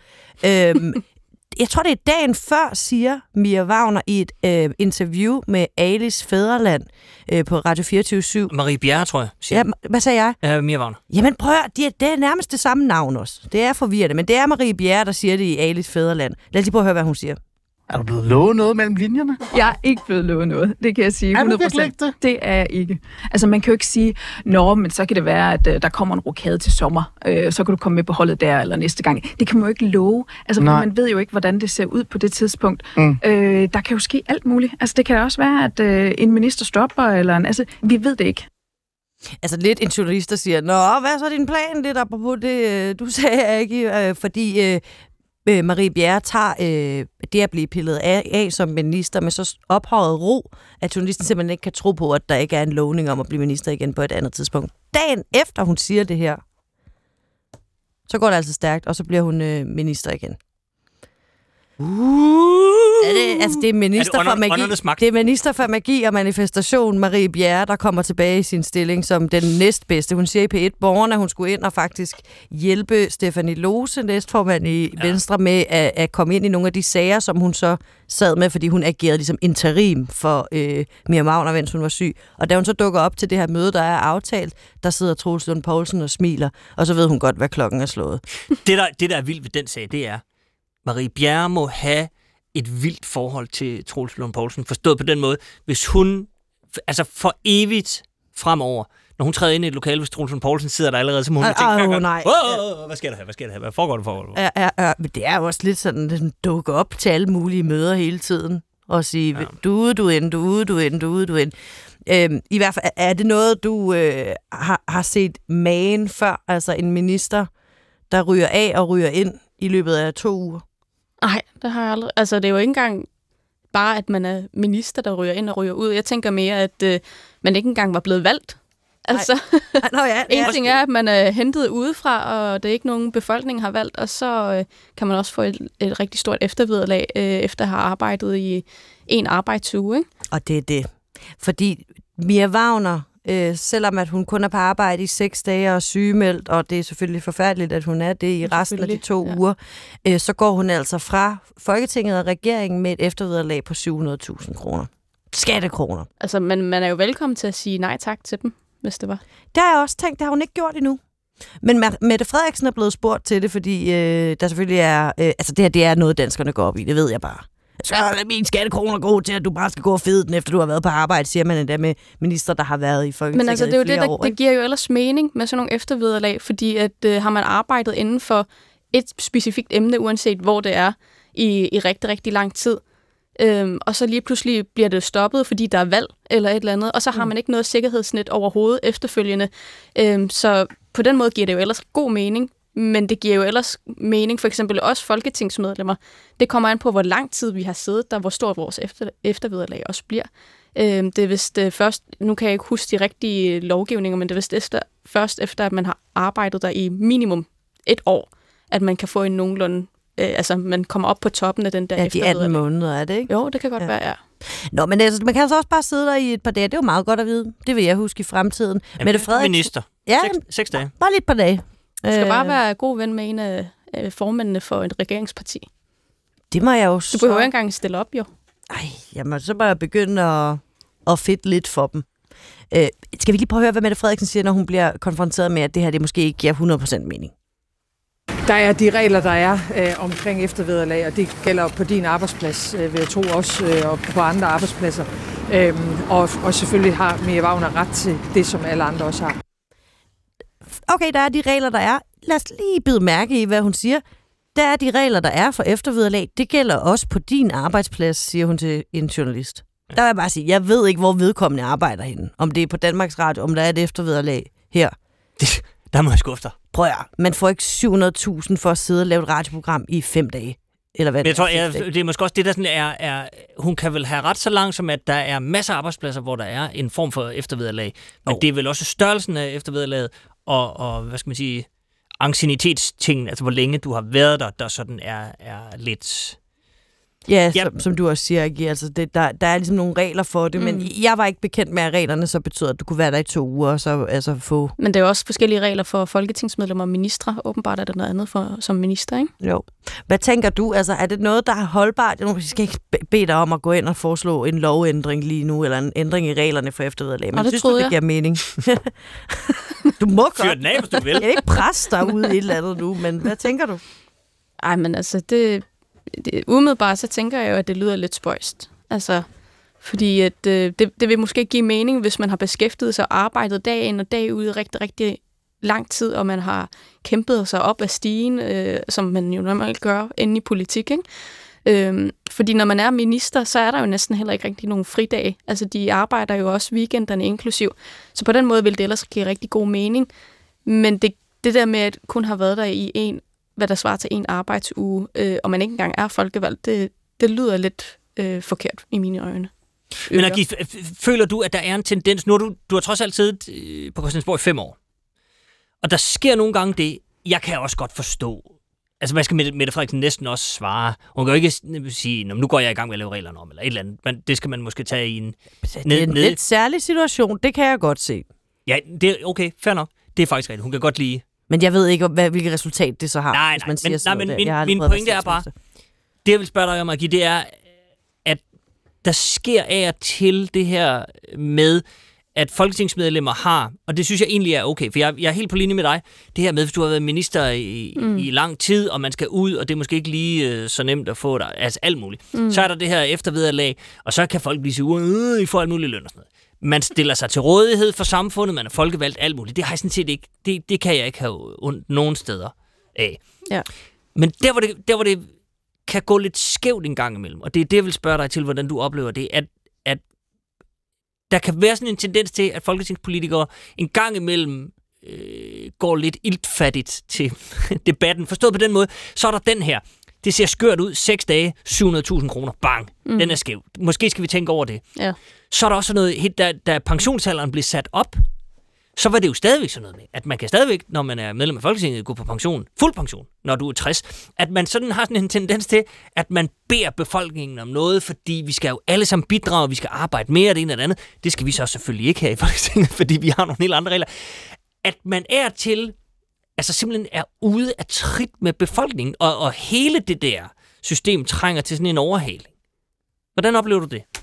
Jeg tror, det er dagen før, siger Mia Wagner i et interview med Alice Fædreland på Radio 24/7. Marie Bjerre, tror jeg. Ja, hvad sagde jeg? Mia Wagner. Jamen prøv at, det er nærmest det samme navn også. Det er forvirrende, men det er Marie Bjerre, der siger det i Alice Fædreland. Lad os lige prøve at høre, hvad hun siger. Er du blevet lovet noget mellem linjerne? Jeg er ikke blevet lovet noget, det kan jeg sige 100%. Er du virkelig ikke det? Det er jeg ikke. Altså man kan jo ikke sige, men så kan det være, at der kommer en rokade til sommer, så kan du komme med på holdet der eller næste gang. Det kan man jo ikke love. Altså man ved jo ikke, hvordan det ser ud på det tidspunkt. Der kan jo ske alt muligt. Altså det kan også være, at en minister stopper, eller vi ved det ikke. Altså lidt en journalist, der siger, nå, hvad er så din plan? Det der på det, du sagde ikke, fordi Marie Bjerre tager det at blive pillet af som minister med så ophøjet ro, at journalisten simpelthen ikke kan tro på, at der ikke er en lovning om at blive minister igen på et andet tidspunkt. Dagen efter hun siger det her, så går det altså stærkt, og så bliver hun minister igen. Det er minister for magi. Det er minister for magi og manifestation, Marie Bjerre, der kommer tilbage i sin stilling som den næstbedste. Hun siger i P1 Borgerne, at hun skulle ind og faktisk hjælpe Stephanie Lose, næstformand i Venstre, med at komme ind i nogle af de sager, som hun så sad med, fordi hun agerede ligesom interim for Mia Wagner, mens hun var syg. Og da hun så dukker op til det her møde, der er aftalt, der sidder Troels Lund Poulsen og smiler, og så ved hun godt, hvad klokken er slået. Det, der er vildt ved den sag, det er, Marie Bjerre må have et vildt forhold til Troels Lund Poulsen, forstået på den måde, hvis hun, altså for evigt fremover, når hun træder ind i et lokale, hvis Troels Lund Poulsen sidder der allerede, så må hun tænke, hvad sker der her? Hvad foregår der? Men det er jo også lidt sådan, at dukke op til alle mulige møder hele tiden, og sige, du ind. I hvert fald, er det noget, du har set magen før, altså en minister, der ryger af og ryger ind i løbet af 2 uger? Nej, det har jeg aldrig. Altså, det er jo ikke engang bare, at man er minister, der ryger ind og ryger ud. Jeg tænker mere, at man ikke engang var blevet valgt. Altså, en ting er, at man er hentet udefra, og det er ikke nogen befolkning har valgt, og så kan man også få et rigtig stort eftervederlag, efter at have arbejdet i en arbejdsuge. Ikke? Og det er det. Fordi Mia Wagner, selvom at hun kun er på arbejde i 6 dage og er sygemeldt, og det er selvfølgelig forfærdeligt, at hun er det i resten af de 2 uger, så går hun altså fra Folketinget og regeringen med et eftervederlag på 700.000 kroner. Skattekroner. Altså, man er jo velkommen til at sige nej tak til dem, hvis det var. Det har jeg også tænkt, det har hun ikke gjort endnu. Men Mette Frederiksen er blevet spurgt til det, fordi der selvfølgelig er... altså, det her det er noget, danskerne går op i, det ved jeg bare. Så er mine skattekroner gode til, at du bare skal gå og fede den, efter du har været på arbejde, siger man endda med minister, der har været i Folketinget. Men altså, det er jo det, det giver jo ellers mening med sådan nogle eftervederlag, fordi at har man arbejdet inden for et specifikt emne, uanset hvor det er, i rigtig, rigtig lang tid, og så lige pludselig bliver det stoppet, fordi der er valg eller et eller andet, og så har man ikke noget sikkerhedsnet overhovedet efterfølgende. Så på den måde giver det jo ellers god mening. Men det giver jo ellers mening, for eksempel også folketingsmedlemmer. Det kommer an på, hvor lang tid vi har siddet der, hvor stort vores eftervederlag også bliver. Det er vist først, nu kan jeg ikke huske de rigtige lovgivninger, men det er vist først efter, at man har arbejdet der i minimum 1 år, at man kan få en nogenlunde, altså man kommer op på toppen af den der eftervederlag. Ja, de 18 måneder er det, ikke? Jo, det kan godt være, ja. Nå, men altså, man kan altså også bare sidde der i et par dage. Det er jo meget godt at vide. Det vil jeg huske i fremtiden. Jamen, Mette Frederiksen. Minister. Ja, 6 dage. Bare lige et par dage. Du skal bare være god ven med en af formændene for et regeringsparti. Det må jeg jo så... Du behøver ikke engang stille op, jo. Jamen, så bare begynde at fedte lidt for dem. Skal vi lige prøve at høre, hvad Mette Frederiksen siger, når hun bliver konfronteret med, at det her det måske ikke giver 100% mening? Der er de regler, der er omkring eftervederlag, og det gælder på din arbejdsplads, vil jeg tro også, og på andre arbejdspladser. Og selvfølgelig har Mia Wagner ret til det, som alle andre også har. Okay, der er de regler, der er. Lad os lige bide mærke i, hvad hun siger. Der er de regler, der er for eftervederlag. Det gælder også på din arbejdsplads, siger hun til en journalist. Der vil jeg bare sige, jeg ved ikke, hvor vedkommende arbejder henne. Om det er på Danmarks Radio, om der er et eftervederlag her. Der må jeg skuffe dig. Prøv at man får ikke 700.000 for at sidde og lave et radioprogram i 5 dage. Eller hvad? Men jeg tror, det er måske også det, der sådan er... Hun kan vel have ret så langt, som at der er masser af arbejdspladser, hvor der er en form for eftervederlag. Men det er vel også størrelsen af eftervederlaget, og hvad skal man sige, anciennitetsting, altså hvor længe du har været der sådan er lidt... Ja, som du også siger, Agi, altså der er ligesom nogle regler for det, men jeg var ikke bekendt med, at reglerne så betyder, at du kunne være der i 2 uger, og så altså få... Men der er også forskellige regler for folketingsmedlemmer og ministre. Åbenbart er der noget andet som minister, ikke? Jo. Hvad tænker du? Altså, er det noget, der er holdbart? Jeg skal ikke bede dig om at gå ind og foreslå en lovændring lige nu, eller en ændring i reglerne for eftervederlag, men synes du, det giver mening? Du må godt. Fyr den af, hvis du vil. Jeg vil ikke presse dig ud i et eller andet nu, men hvad tænker du? Ej, men altså, det umiddelbart, så tænker jeg jo, at det lyder lidt spøjst. Altså, fordi at, det vil måske give mening, hvis man har beskæftiget sig og arbejdet dag ind og dag ud i rigtig, rigtig lang tid, og man har kæmpet sig op ad stigen, som man jo normalt gør inde i politik, ikke? Fordi når man er minister, så er der jo næsten heller ikke rigtig nogen fridage. Altså, de arbejder jo også weekenderne inklusiv. Så på den måde vil det ellers give rigtig god mening. Men det der med at kun have været der i hvad der svarer til en arbejdsuge, og man ikke engang er folkevalgt, det lyder lidt forkert i mine øjne. Men Agif, føler du, at der er en tendens? Nu du har trods alt siddet på Christiansborg i 5 år, og der sker nogle gange det, jeg kan også godt forstå. Altså, hvad skal Mette Frederiksen næsten også svare? Hun kan jo ikke sige, nu går jeg i gang med at lave reglerne om, eller et eller andet. Men det skal man måske tage i en... Det er en lidt særlig situation, det kan jeg godt se. Ja, det er okay, fair nok. Det er faktisk rigtigt. Hun kan godt lide... Men jeg ved ikke, hvilket resultat det så har, hvis man siger sådan noget. Min pointe er bare, det jeg vil spørge dig om, Agif, det er, at der sker af og til det her med, at folketingsmedlemmer har, og det synes jeg egentlig er okay, for jeg er helt på linje med dig, det her med, hvis du har været minister i lang tid, og man skal ud, og det er måske ikke lige så nemt at få dig, altså alt muligt. Så er der det her eftervederlag, og så kan folk blive sure, I får alt muligt løn og sådan noget. Man stiller sig til rådighed for samfundet, man er folkevalgt, alt muligt. Det har jeg sådan set ikke, det kan jeg ikke have ondt nogen steder af. Ja. Men der hvor det kan gå lidt skævt en gang imellem, og det er det, jeg vil spørge dig til, hvordan du oplever det, at der kan være sådan en tendens til, at folketingspolitikere en gang imellem går lidt iltfattigt til debatten. Forstået på den måde, så er der den her. Det ser skørt ud. 6 dage, 700.000 kroner. Bang. Den er skæv. Måske skal vi tænke over det. Ja. Så er der også noget, da pensionsalderen blev sat op, så var det jo stadigvæk sådan noget med, at man kan stadigvæk, når man er medlem af Folketinget, gå på pension, fuld pension, når du er 60. At man sådan har sådan en tendens til, at man beder befolkningen om noget, fordi vi skal jo alle sammen bidrage, vi skal arbejde mere af det ene og det andet. Det skal vi så selvfølgelig ikke have i Folketinget, fordi vi har nogle helt andre regler. At man er til, altså simpelthen er ude af trit med befolkningen, og hele det der system trænger til sådan en overhaling. Hvordan oplever du det?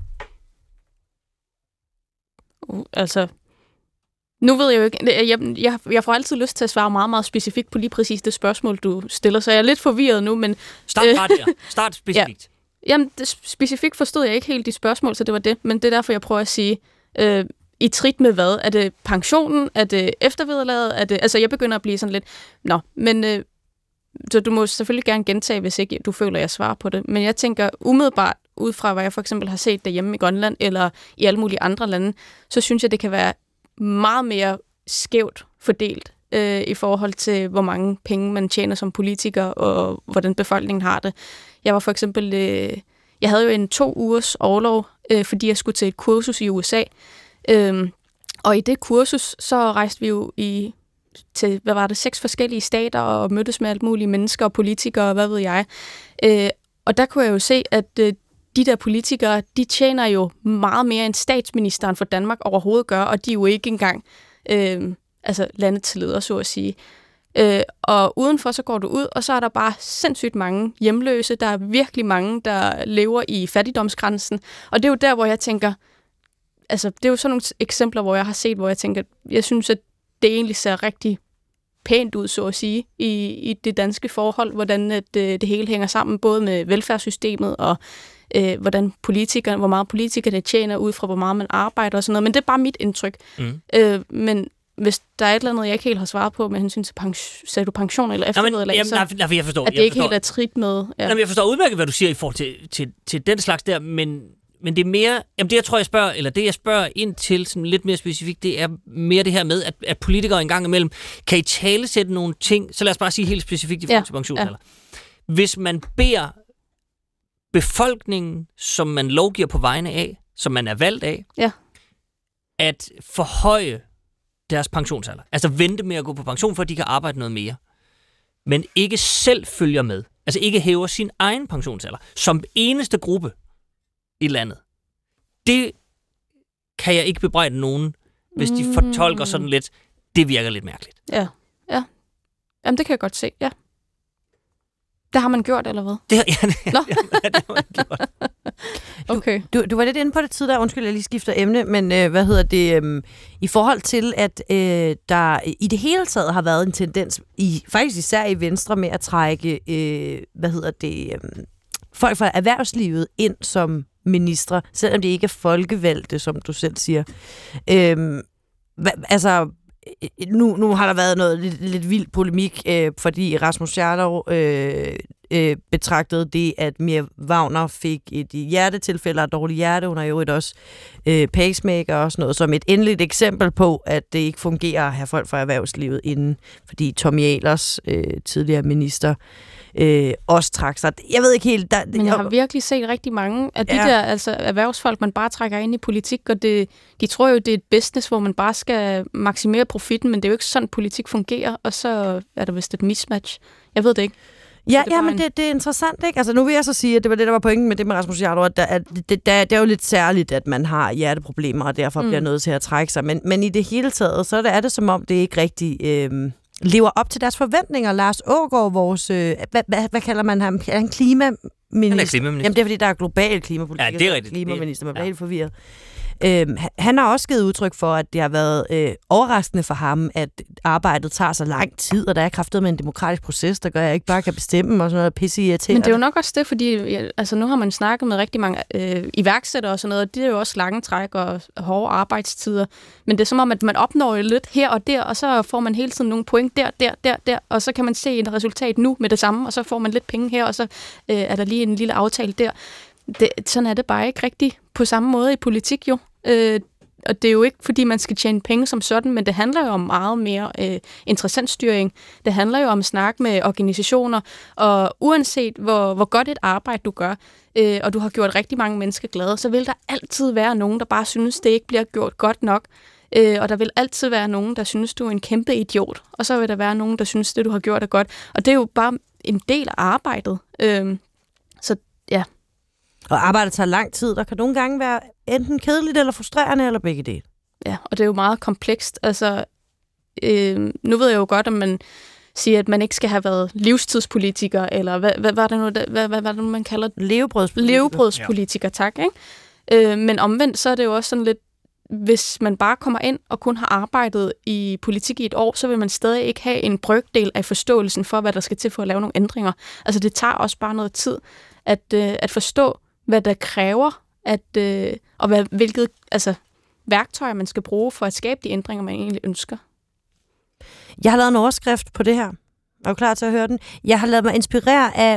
Altså... Nu ved jeg jo ikke, jeg får altid lyst til at svare meget, meget specifikt på lige præcis det spørgsmål, du stiller, så jeg er lidt forvirret nu, men... Start bare der. Start specifikt. Ja. Jamen, specifikt forstod jeg ikke helt de spørgsmål, så det var det, men det er derfor, jeg prøver at sige, i trit med hvad? Er det pensionen? Er det eftervederlaget? Er det, altså, jeg begynder at blive sådan lidt... Nå, men så du må selvfølgelig gerne gentage, hvis ikke du føler, jeg svarer på det, men jeg tænker umiddelbart, ud fra hvad jeg for eksempel har set derhjemme i Grønland, eller i alle mulige andre lande, så synes jeg, det kan være meget mere skævt fordelt i forhold til, hvor mange penge man tjener som politiker, og hvordan befolkningen har det. Jeg var for eksempel... jeg havde jo en 2 ugers orlov, fordi jeg skulle til et kursus i USA. Og i det kursus, så rejste vi jo til, 6 forskellige stater, og mødtes med alt mulige mennesker og politikere, og hvad ved jeg. Og der kunne jeg jo se, at de der politikere, de tjener jo meget mere end statsministeren for Danmark overhovedet gør, og de er jo ikke engang landet til leder, så at sige. Og udenfor så går du ud, og så er der bare sindssygt mange hjemløse. Der er virkelig mange, der lever i fattigdomsgrænsen. Og det er jo der, hvor jeg tænker, altså det er jo sådan nogle eksempler, hvor jeg har set, hvor jeg tænker, jeg synes, at det egentlig ser rigtig pænt ud, så at sige, i det danske forhold, hvordan det hele hænger sammen, både med velfærdssystemet og hvor meget politikerne tjener ud fra, hvor meget man arbejder og sådan noget. Men det er bare mit indtryk. Men hvis der er et eller andet, jeg ikke helt har svaret på med hensyn til sagde du pension eller eftervederlag, så jeg forstår, at det ikke helt er trit med... Ja. Jeg forstår udmærket, hvad du siger i forhold til den slags der, men det er mere... Jamen det, jeg spørger ind til sådan lidt mere specifikt, det er mere det her med, at politikere en gang imellem kan i tale sætte nogle ting, så lad os bare sige helt specifikt i forhold til pensionsalder. Ja. Hvis man beder befolkningen, som man lovgiver på vegne af, som man er valgt af, at forhøje deres pensionsalder. Altså vente med at gå på pension, for at de kan arbejde noget mere. Men ikke selv følger med. Altså ikke hæver sin egen pensionsalder. Som eneste gruppe i landet. Det kan jeg ikke bebrejde nogen, hvis de fortolker sådan lidt, det virker lidt mærkeligt. Ja. Jamen det kan jeg godt se, ja. Det har man gjort, eller hvad? Det har man gjort. Okay. Du var lidt inde på det tidligere, undskyld, jeg lige skifter emne, men i forhold til, at der i det hele taget har været en tendens, faktisk især i Venstre, med at trække, folk fra erhvervslivet ind som ministre, selvom det ikke er folkevalgte, som du selv siger. Nu har der været noget lidt vild polemik, fordi Rasmus Jarlov betragtede det, at Mia Wagner fik et hjertetilfælde og dårligt hjerte, hun har jo også pacemaker og sådan noget, som et endeligt eksempel på, at det ikke fungerer at have folk fra erhvervslivet inden, fordi Tommy Ahlers, tidligere minister, også trak sig. Jeg ved ikke helt... Men jeg har virkelig set rigtig mange af de der altså, erhvervsfolk, man bare trækker ind i politik, og de tror jo, det er et business, hvor man bare skal maksimere profitten, men det er jo ikke sådan, politik fungerer, og så er der vist et mismatch. Jeg ved det ikke. Men det er interessant, ikke? Altså, nu vil jeg så sige, at det var det, der var pointen med det med Rasmus Jarlov, at det er jo lidt særligt, at man har hjerteproblemer, og derfor bliver nødt til at trække sig. Men i det hele taget, så er det som om, det ikke rigtig lever op til deres forventninger. Lars Aagaard, vores... hvad kalder man ham? Er han klimaminister? Han er klimaminister. Jamen, det er, fordi der er global klimapolitik. Ja, det er rigtigt. Klimaminister, man bliver helt forvirret. Han har også givet udtryk for, at det har været overraskende for ham, at arbejdet tager så lang tid, og der er kraftet med en demokratisk proces, der gør, at jeg ikke bare kan bestemme og sådan noget pisse irriterende. Men det er jo nok også det, fordi altså, nu har man snakket med rigtig mange iværksættere og sådan noget, og det er jo også lange træk og hårde arbejdstider. Men det er som om, at man opnår lidt her og der, og så får man hele tiden nogle point der, og så kan man se et resultat nu med det samme, og så får man lidt penge her, og så er der lige en lille aftale der. Sådan er det bare ikke rigtigt på samme måde i politik jo. Og det er jo ikke, fordi man skal tjene penge som sådan, men det handler jo om meget mere interessant styring. Det handler jo om at snakke med organisationer, og uanset hvor godt et arbejde du gør, og du har gjort rigtig mange mennesker glade, så vil der altid være nogen, der bare synes, det ikke bliver gjort godt nok. Og der vil altid være nogen, der synes, du er en kæmpe idiot. Og så vil der være nogen, der synes, det du har gjort er godt. Og det er jo bare en del af arbejdet. Så ja. Og arbejdet tager lang tid. Der kan nogle gange være enten kedeligt eller frustrerende, eller begge dele. Ja, og det er jo meget komplekst. Altså, nu ved jeg jo godt, om man siger, at man ikke skal have været livstidspolitiker, eller hvad var det nu, man kalder det? Levebrødspolitiker, tak. Ikke? Men omvendt, så er det jo også sådan lidt, hvis man bare kommer ind og kun har arbejdet i politik i et år, så vil man stadig ikke have en brøkdel af forståelsen for, hvad der skal til for at lave nogle ændringer. Altså, det tager også bare noget tid at forstå, hvad der kræver, og hvilket værktøjer man skal bruge for at skabe de ændringer, man egentlig ønsker. Jeg har lavet en overskrift på det her. Er du klar til at høre den? Jeg har ladet mig inspirere af,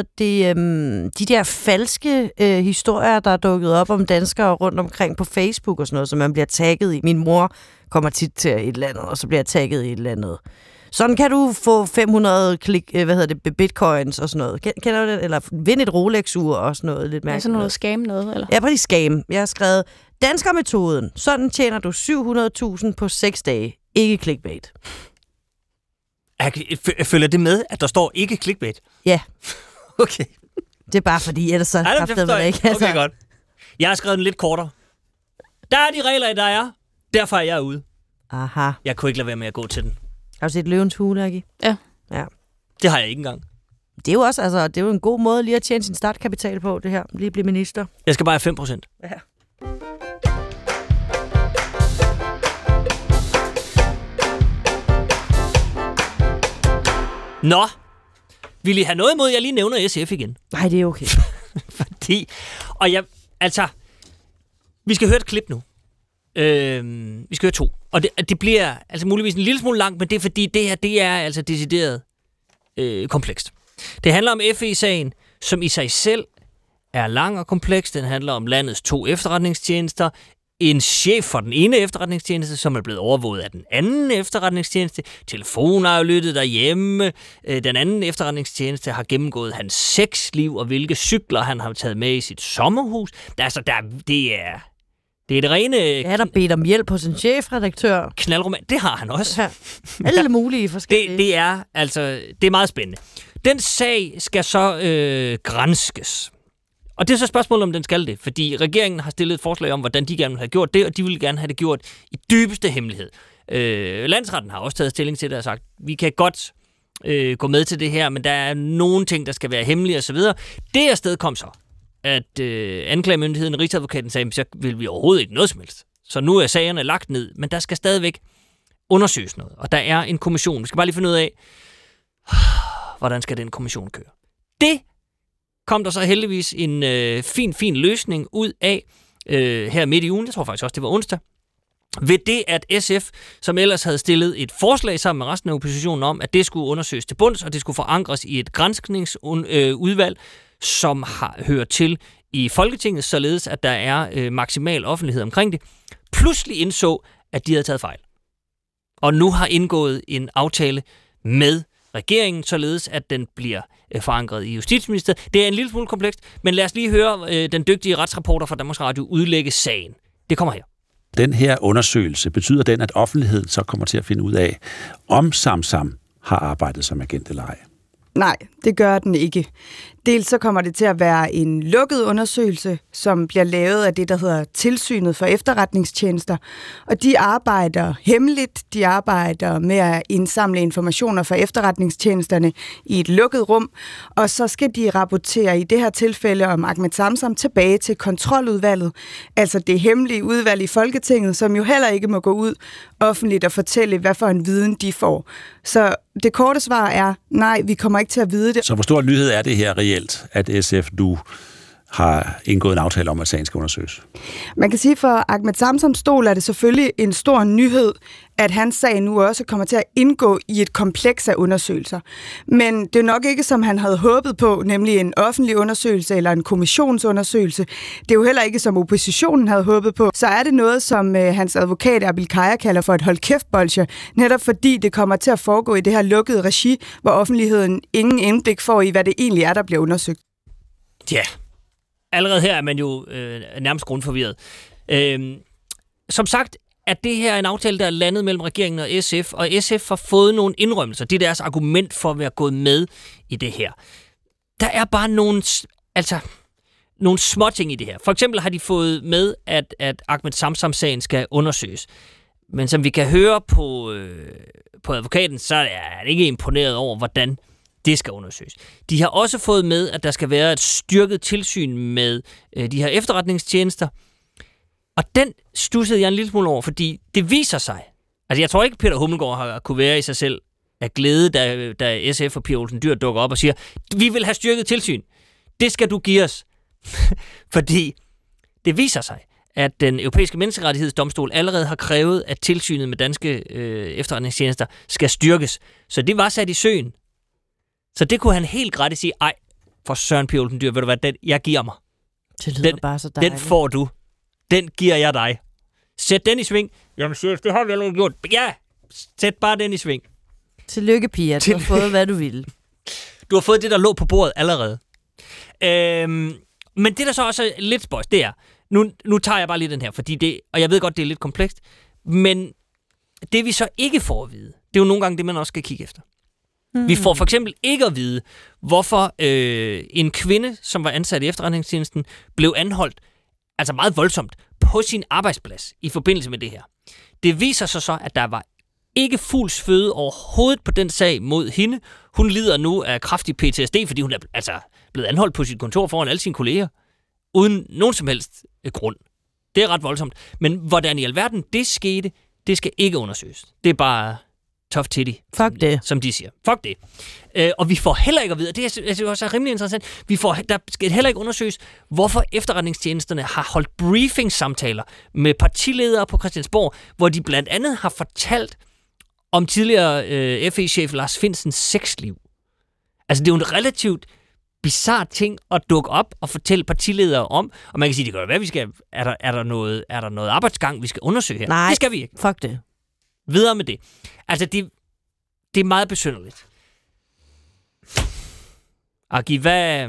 de der falske historier, der er dukket op om danskere rundt omkring på Facebook og sådan noget, som man bliver tagget i. Min mor kommer tit til et eller andet, og så bliver jeg tagget i et eller andet. Sådan kan du få 500 bitcoins og sådan noget. Kender du det? Eller vinde et Rolex-ur og sådan noget. Lidt mærkeligt. Sådan noget scam noget, eller? Ja, præcis scam. Jeg har skrevet, danskermetoden. Sådan tjener du 700.000 på 6 dage. Ikke clickbait. Følger det med, at der står ikke clickbait? Ja. Okay. Det er bare fordi, ellers så kræfter man ikke. Altså. Okay, godt. Jeg har skrevet den lidt kortere. Der er de regler, der er. Derfor er jeg ude. Aha. Jeg kunne ikke lade være med at gå til den. Har du set Løvens Hule, Aki? Ja. Det har jeg ikke engang. Det er jo også, det er jo en god måde lige at tjene sin startkapital på, det her. Lige blive minister. Jeg skal bare have 5%. Ja. Nå, vil I have noget imod, jeg lige nævner SF igen? Nej, det er okay. Fordi, vi skal høre et klip nu. Vi skal høre 2. Og det bliver altså muligvis en lille smule langt, men det er fordi, det er altså decideret komplekst. Det handler om FE-sagen, som i sig selv er lang og kompleks. Den handler om landets 2 efterretningstjenester, en chef for den ene efterretningstjeneste, som er blevet overvåget af den anden efterretningstjeneste. Telefoner er lyttet derhjemme. Den anden efterretningstjeneste har gennemgået hans sexliv, og hvilke cykler han har taget med i sit sommerhus. Det er det rene... Ja, der bedt om hjælp hos en chefredaktør. Knaldroman, det har han også. Ja. Alle mulige forskellige. Det er meget spændende. Den sag skal så granskes. Og det er så spørgsmålet, om den skal det, fordi regeringen har stillet et forslag om, hvordan de gerne vil have gjort det, og de vil gerne have det gjort i dybeste hemmelighed. Landsretten har også taget stilling til det og sagt, vi kan godt gå med til det her, men der er nogle ting, der skal være hemmelige osv. Det afsted kom så, at anklagemyndigheden, Rigsadvokaten sagde, så vil vi overhovedet ikke noget som helst. Så nu er sagerne lagt ned, men der skal stadigvæk undersøges noget, og der er en kommission. Vi skal bare lige finde ud af, hvordan skal den kommission køre. Det kom der så heldigvis en fin løsning ud af her midt i ugen. Jeg tror faktisk også, det var onsdag. ved det, at SF, som ellers havde stillet et forslag sammen med resten af oppositionen om, at det skulle undersøges til bunds, og det skulle forankres i et granskningsudvalg, som hører til i Folketinget, således at der er maksimal offentlighed omkring det, pludselig indså, at de havde taget fejl. Og nu har indgået en aftale med regeringen, således at den bliver forankret i Justitsministeriet. Det er en lille smule komplekst, men lad os lige høre den dygtige retsreporter fra Danmarks Radio udlægge sagen. Det kommer her. Den her undersøgelse, betyder den, at offentligheden så kommer til at finde ud af, om Samsam har arbejdet som agent eller ej? Nej, det gør den ikke. Dels så kommer det til at være en lukket undersøgelse, som bliver lavet af det, der hedder Tilsynet for Efterretningstjenester. Og de arbejder hemmeligt, de arbejder med at indsamle informationer fra efterretningstjenesterne i et lukket rum, og så skal de rapportere i det her tilfælde om Ahmed Samsam tilbage til kontroludvalget, altså det hemmelige udvalg i Folketinget, som jo heller ikke må gå ud offentligt og fortælle, hvad for en viden de får. Så det korte svar er, nej, vi kommer ikke til at vide det. Så hvor stor nyhed er det her reelt, at SF nu har indgået en aftale om, at sagen skal undersøges? Man kan sige, for Ahmed Samsams stol er det selvfølgelig en stor nyhed, at hans sag nu også kommer til at indgå i et kompleks af undersøgelser. Men det er nok ikke, som han havde håbet på, nemlig en offentlig undersøgelse eller en kommissionsundersøgelse. Det er jo heller ikke, som oppositionen havde håbet på. Så er det noget, som hans advokat Erbil Kaya kalder for et hold-kæft-bolsje, netop fordi det kommer til at foregå i det her lukkede regi, hvor offentligheden ingen indblik får i, hvad det egentlig er, der bliver undersøgt. Ja, allerede her er man jo nærmest grundforvirret. Som sagt, at det her er en aftale, der er landet mellem regeringen og SF har fået nogle indrømmelser. Det er deres argument for at være gået med i det her. Der er bare nogle småting i det her. For eksempel har de fået med, at Ahmed Samsam-sagen skal undersøges. Men som vi kan høre på advokaten, så er det ikke imponeret over, hvordan det skal undersøges. De har også fået med, at der skal være et styrket tilsyn med de her efterretningstjenester. Og den stussede jeg en lille smule over, fordi det viser sig. Altså jeg tror ikke, Peter Hummelgaard har kunne være i sig selv af glæde, da SF og Pia Olsen Dyhr dukker op og siger, vi vil have styrket tilsyn. Det skal du give os. Fordi det viser sig, at den europæiske menneskerettighedsdomstol allerede har krævet, at tilsynet med danske efterretningstjenester skal styrkes. Så det var sat i søen. Så det kunne han helt gratis sige, ej, for Søren Pia Olsen Dyhr, ved du hvad, den jeg giver mig. Det lyder bare så dejligt. Den får du. Den giver jeg dig. Sæt den i sving. Jamen, det har vi allerede gjort. Ja, sæt bare den i sving. Tillykke, Pia. Du har fået, hvad du ville. Du har fået det, der lå på bordet allerede. Men det, der så også er lidt spøjs, det er, nu tager jeg bare lige den her, fordi det, og jeg ved godt, det er lidt komplekst, men det vi så ikke får at vide, det er jo nogle gange det, man også skal kigge efter. Vi får for eksempel ikke at vide, hvorfor en kvinde, som var ansat i efterretningstjenesten, blev anholdt, altså meget voldsomt, på sin arbejdsplads i forbindelse med det her. Det viser sig så, at der var ikke fulds føde overhovedet på den sag mod hende. Hun lider nu af kraftig PTSD, fordi hun er blevet anholdt på sit kontor foran alle sine kolleger, uden nogen som helst grund. Det er ret voldsomt. Men hvordan i alverden det skete, det skal ikke undersøges. Det er bare tough titty, som de siger. Fuck det. Og vi får heller ikke at vide, det er også rimelig interessant, der skal heller ikke undersøges, hvorfor efterretningstjenesterne har holdt briefing-samtaler med partiledere på Christiansborg, hvor de blandt andet har fortalt om tidligere FE-chef Lars Findsens sexliv. Altså, det er jo en relativt bizarre ting at dukke op og fortælle partiledere om, og man kan sige, det kan jo være, vi skal, er der noget arbejdsgang, vi skal undersøge her? Nej, det skal vi ikke. Fuck det. Videre med det. Altså, det er meget besynderligt. Agi, hvad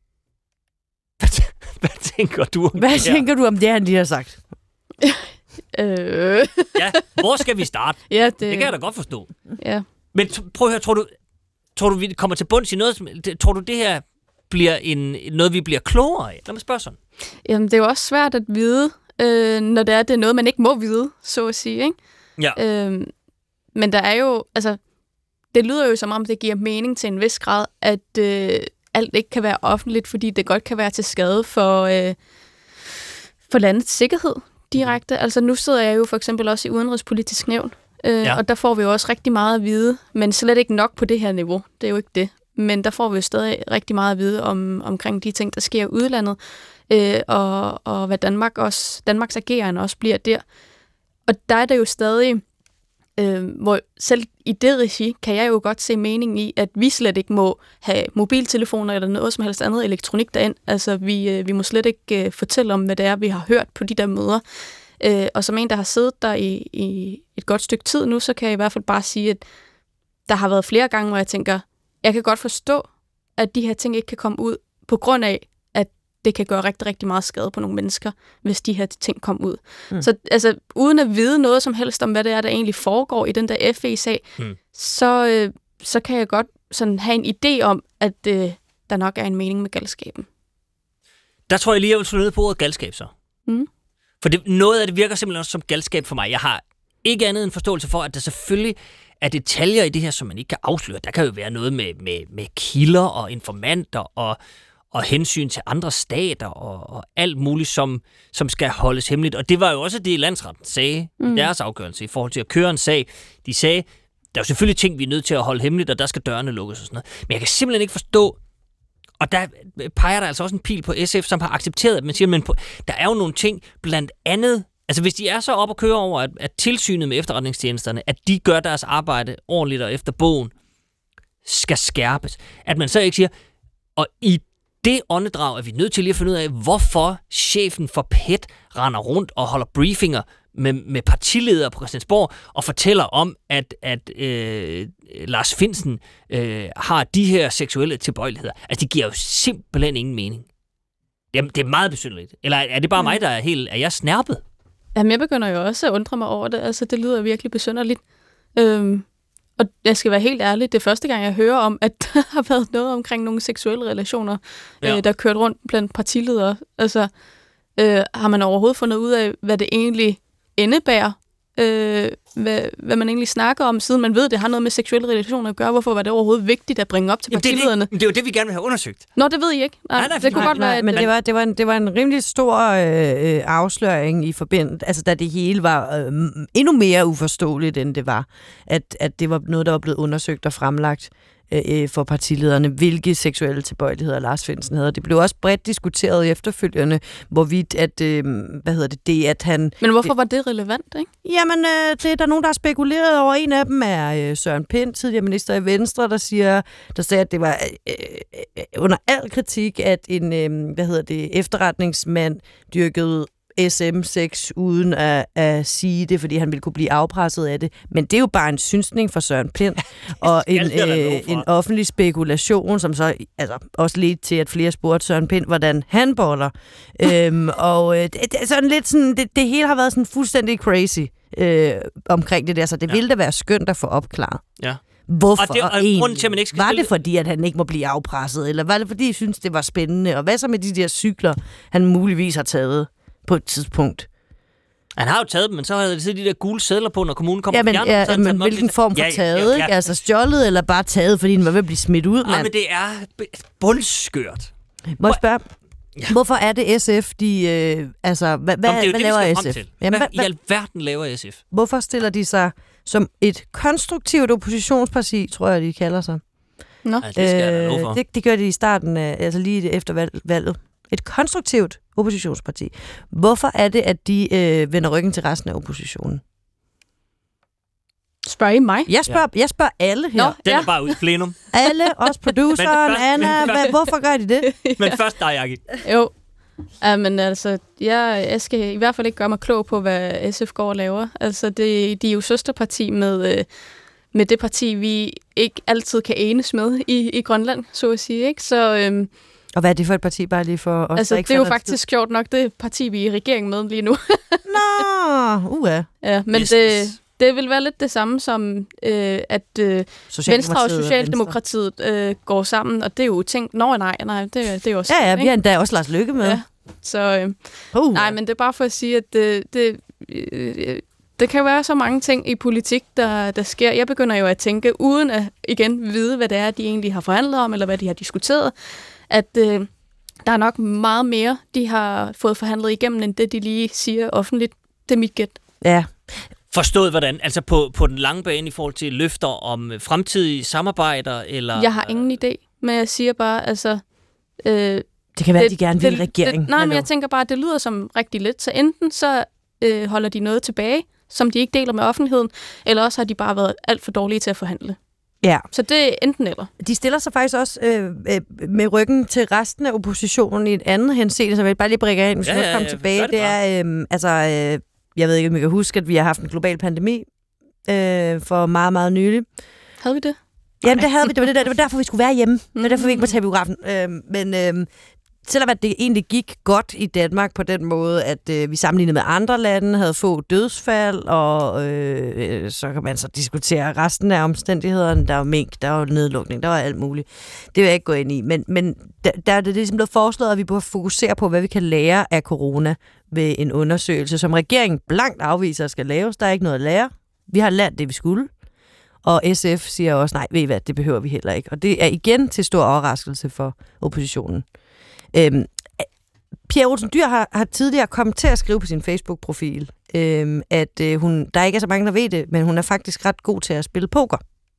tænker du om det her? Hvad tænker du om det, han lige har sagt? Ja, hvor skal vi starte? Ja, det kan jeg da godt forstå. Ja. Men prøv at høre, tror du vi kommer til bunds i noget? Tror du, det her bliver noget, vi bliver klogere af? Lad mig spørge sådan. Jamen, det er jo også svært at vide, når det er noget, man ikke må vide, så at sige, ikke? Ja. Men der er jo, altså, det lyder jo som om, det giver mening til en vis grad, at alt ikke kan være offentligt, fordi det godt kan være til skade for landets sikkerhed direkte. Altså nu sidder jeg jo for eksempel også i Udenrigspolitisk Nævn, og der får vi jo også rigtig meget at vide, men slet ikke nok på det her niveau. Det er jo ikke det. Men der får vi jo stadig rigtig meget at vide omkring de ting, der sker i udlandet, og hvad Danmarks ageren også bliver der. Og der er det jo stadig, hvor selv i det regi, kan jeg jo godt se meningen i, at vi slet ikke må have mobiltelefoner eller noget som helst andet elektronik derind. Altså, vi må slet ikke fortælle om, hvad det er, vi har hørt på de der møder. Og som en, der har siddet der i et godt stykke tid nu, så kan jeg i hvert fald bare sige, at der har været flere gange, hvor jeg tænker, jeg kan godt forstå, at de her ting ikke kan komme ud, på grund af, at det kan gøre rigtig, rigtig meget skade på nogle mennesker, hvis de her ting kommer ud. Så altså, uden at vide noget som helst om, hvad det er, der egentlig foregår i den der FE-sag, så kan jeg godt sådan have en idé om, at der nok er en mening med galskaben. Der tror jeg lige, jeg vil slå ned på ordet galskab så. For noget af det virker simpelthen også som galskab for mig. Jeg har ikke andet end forståelse for, at der selvfølgelig er detaljer i det her, som man ikke kan afsløre. Der kan jo være noget med kilder og informanter og hensyn til andre stater og alt muligt, som skal holdes hemmeligt. Og det var jo også det, landsretten sagde i deres afgørelse i forhold til at køre en sag. De sagde, der er jo selvfølgelig ting, vi er nødt til at holde hemmeligt, og der skal dørene lukkes og sådan noget. Men jeg kan simpelthen ikke forstå, og der peger der altså også en pil på SF, som har accepteret, at man siger, men der er jo nogle ting, blandt andet, altså hvis de er så op at køre over, at tilsynet med efterretningstjenesterne, at de gør deres arbejde ordentligt og efter bogen, skal skærpes. At man så ikke siger, og i det åndedrag er vi nødt til lige at finde ud af, hvorfor chefen for PET render rundt og holder briefinger med partiledere på Christiansborg og fortæller om, at Lars Findsen har de her seksuelle tilbøjeligheder. Altså, det giver jo simpelthen ingen mening. Det er meget besynderligt. Eller er det bare mig, der er jeg snærpet? Jamen, jeg begynder jo også at undre mig over det. Altså, det lyder virkelig besynderligt. Og jeg skal være helt ærlig, det er første gang, jeg hører om, at der har været noget omkring nogle seksuelle relationer, der kørt rundt blandt partiledere. Altså, har man overhovedet fundet ud af, hvad det egentlig indebærer? Hvad man egentlig snakker om, siden man ved, det har noget med seksuelle relationer at gøre. Hvorfor var det overhovedet vigtigt at bringe op til partilederne? Det er jo det, vi gerne vil have undersøgt. Nå, det ved I ikke. Nej, det kunne godt være. Men det var en rimelig stor afsløring i forbindelse, altså da det hele var endnu mere uforståeligt, end det var. At det var noget, der var blevet undersøgt og fremlagt for partilederne, hvilke seksuelle tilbøjeligheder Lars Findsen havde. Det blev også bredt diskuteret efterfølgende, hvorvidt at, at han... Men hvorfor var det relevant, ikke? Jamen, det er der nogen, der har spekuleret over. En af dem er Søren Pind, tidligere minister i Venstre, der sagde, at det var under al kritik, at en, efterretningsmand dyrkede SM6 uden at sige det, fordi han ville kunne blive afpresset af det. Men det er jo bare en synsning for Søren Pind, og en offentlig spekulation, som så også ledte til, at flere spurgte Søren Pind, hvordan han boller. Sådan lidt sådan, det hele har været sådan fuldstændig crazy omkring det der, så det ville da være skønt at få opklaret. Ja. Hvorfor grunden til, at man ikke skal var det fordi, at han ikke må blive afpresset, eller var det fordi, jeg synes, det var spændende? Og hvad så med de der cykler, han muligvis har taget på et tidspunkt? Han har jo taget dem, men så har der siddet de der gule sedler på, når kommunen kommer og fjerner dem. Men hvilken form for taget, ikke? Altså stjålet eller bare taget, fordi den var ved at blive smidt ud, mand? Men det er bundskørt. Må jeg spørge, hvorfor er det SF, hvad laver SF? Hvad i alverden laver SF? Hvorfor stiller de sig som et konstruktivt oppositionsparti, tror jeg, de kalder sig? Nå. Det skal jeg da love for. Det gør de i starten, altså lige efter valget. Et konstruktivt oppositionsparti. Hvorfor er det, at de vender ryggen til resten af oppositionen? Spørger I mig? Jeg spørger alle her. Den er bare ud i plenum. Alle, også produceren, Anna. Hvorfor gør de det? Men først dig, Jackie. Jo. Men altså, jeg skal i hvert fald ikke gøre mig klog på, hvad SF går og laver. Altså, de er jo søsterparti med det parti, vi ikke altid kan enes med i Grønland, så at sige. Ikke? Så... Og hvad er det for et parti, bare lige for os? Altså, det er jo faktisk sjovt nok det parti, vi er i regering med lige nu. Ja, men det vil være lidt det samme som, at Venstre og Socialdemokratiet går sammen, og det er jo ting... nej, det er jo også... Ja, vi har endda også Lars Løkke med. Ja, så... Nej, men det er bare for at sige, at det kan være så mange ting i politik, der sker. Jeg begynder jo at tænke, uden at igen vide, hvad det er, de egentlig har forhandlet om, eller hvad de har diskuteret, at der er nok meget mere, de har fået forhandlet igennem, end det, de lige siger offentligt. Det er mit gæt. Ja. Forstået hvordan? Altså på den lange bane i forhold til løfter om fremtidige samarbejder? Eller? Jeg har ingen idé, men jeg siger bare, altså... det kan være, at de gerne vil regering. Men jeg tænker bare, at det lyder som rigtig lidt. Så enten så holder de noget tilbage, som de ikke deler med offentligheden, eller også har de bare været alt for dårlige til at forhandle. Ja. Så det er enten eller. De stiller sig faktisk også med ryggen til resten af oppositionen i et andet henseende, så jeg vil bare lige bringe ind, hvis jeg kommer tilbage. Det er, jeg ved ikke, om I kan huske, at vi har haft en global pandemi for meget, meget nylig. Havde vi det? Jamen, det havde vi. Det var derfor, vi skulle være hjemme. Det var derfor, vi ikke må tage biografen. Men selvom at det egentlig gik godt i Danmark på den måde, at vi sammenlignet med andre lande havde få dødsfald, og så kan man så diskutere resten af omstændighederne. Der var mink, der var nedlukning, der var alt muligt. Det vil jeg ikke gå ind i. Men der er det ligesom blevet foreslået, at vi burde fokusere på, hvad vi kan lære af corona ved en undersøgelse, som regeringen blankt afviser skal laves. Der er ikke noget at lære. Vi har lært det, vi skulle. Og SF siger også, nej, ved I hvad, det behøver vi heller ikke. Og det er igen til stor overraskelse for oppositionen. Pia Olsen Dyhr har tidligere kommet til at skrive på sin Facebook-profil, at der ikke er så mange, der ved det, men hun er faktisk ret god til at spille poker.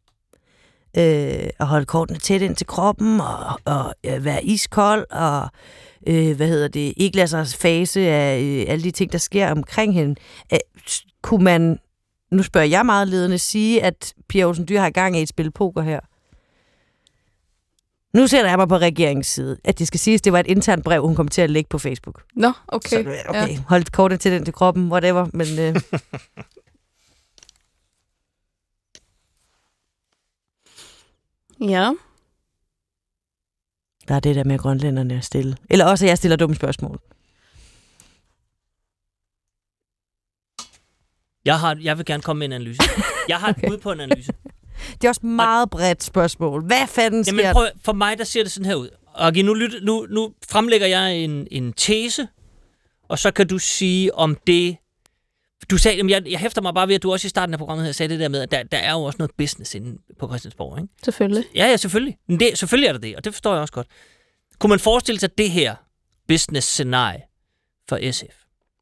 At holde kortene tæt ind til kroppen, og være iskold, og ikke lade sig fase af alle de ting, der sker omkring hende. Kunne man, nu spørger jeg meget ledende, sige, at Pia Olsen Dyhr har gang i et spil poker her? Nu sætter jeg mig på regeringens side, at det skal siges, det var et internt brev, hun kom til at lægge på Facebook. Nå, okay. Så, okay, hold kortet til den til kroppen, whatever, men... Ja. Der er det der med grønlænderne at stille. Eller også, at jeg stiller dumme spørgsmål. Jeg vil gerne komme med en analyse. Jeg har et bud på en analyse. Det er også meget bredt spørgsmål. Hvad fanden sker der? Prøv, for mig, der ser det sådan her ud. Og nu fremlægger jeg en tese, og så kan du sige om det... Du sagde, jeg hæfter mig bare ved, at du også i starten af programmet her sagde det der med, at der er jo også noget business inde på Christiansborg, ikke? Selvfølgelig. Ja, selvfølgelig. Men selvfølgelig er der det, og det forstår jeg også godt. Kunne man forestille sig det her business-scenarie for SF?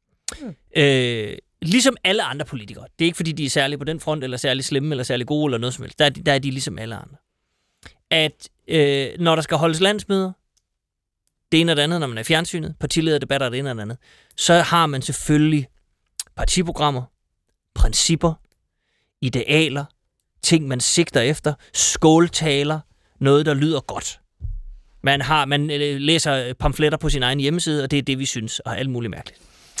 Ligesom alle andre politikere. Det er ikke, fordi de er særlige på den front, eller særlig slemme, eller særlig gode, eller noget som helst. Der er de ligesom alle andre. At når der skal holdes landsmøder, det ene og det andet, når man er i fjernsynet, partilederdebatter, det ene og det andet, så har man selvfølgelig partiprogrammer, principper, idealer, ting, man sigter efter, skåltaler, noget, der lyder godt. Man læser pamfletter på sin egen hjemmeside, og det er det, vi synes, og alt muligt mærkeligt.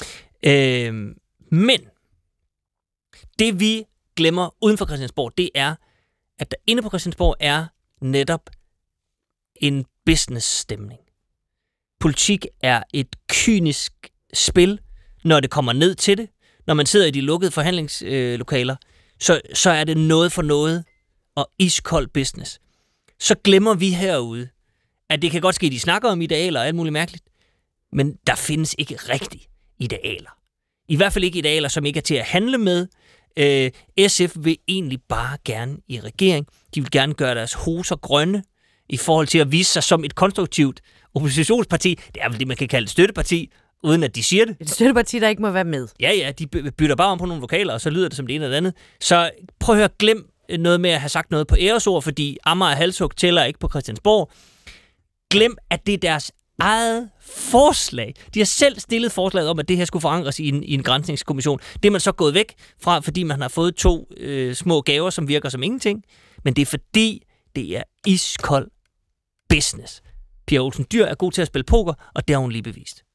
Men det, vi glemmer uden for Christiansborg, det er, at der inde på Christiansborg er netop en business-stemning. Politik er et kynisk spil, når det kommer ned til det. Når man sidder i de lukkede forhandlingslokaler, så er det noget for noget og iskold business. Så glemmer vi herude, at det kan godt ske, at de snakker om idealer og alt muligt mærkeligt, men der findes ikke rigtige idealer. I hvert fald ikke idealer, som ikke er til at handle med. SF vil egentlig bare gerne i regering. De vil gerne gøre deres hoser grønne i forhold til at vise sig som et konstruktivt oppositionsparti. Det er vel det, man kan kalde et støtteparti, uden at de siger det. Et støtteparti, der ikke må være med. Ja, de bytter bare om på nogle vokaler, og så lyder det som det ene eller andet. Så prøv at høre, glem noget med at have sagt noget på æresord, fordi Amager Halshug tæller ikke på Christiansborg. Glem, at det er deres eget forslag. De har selv stillet forslaget om, at det her skulle forankres i en granskningskommission. Det er man så gået væk fra, fordi man har fået 2 små gaver, som virker som ingenting. Men det er fordi, det er iskold business. Pia Olsen Dyhr er god til at spille poker, og det har hun lige bevist.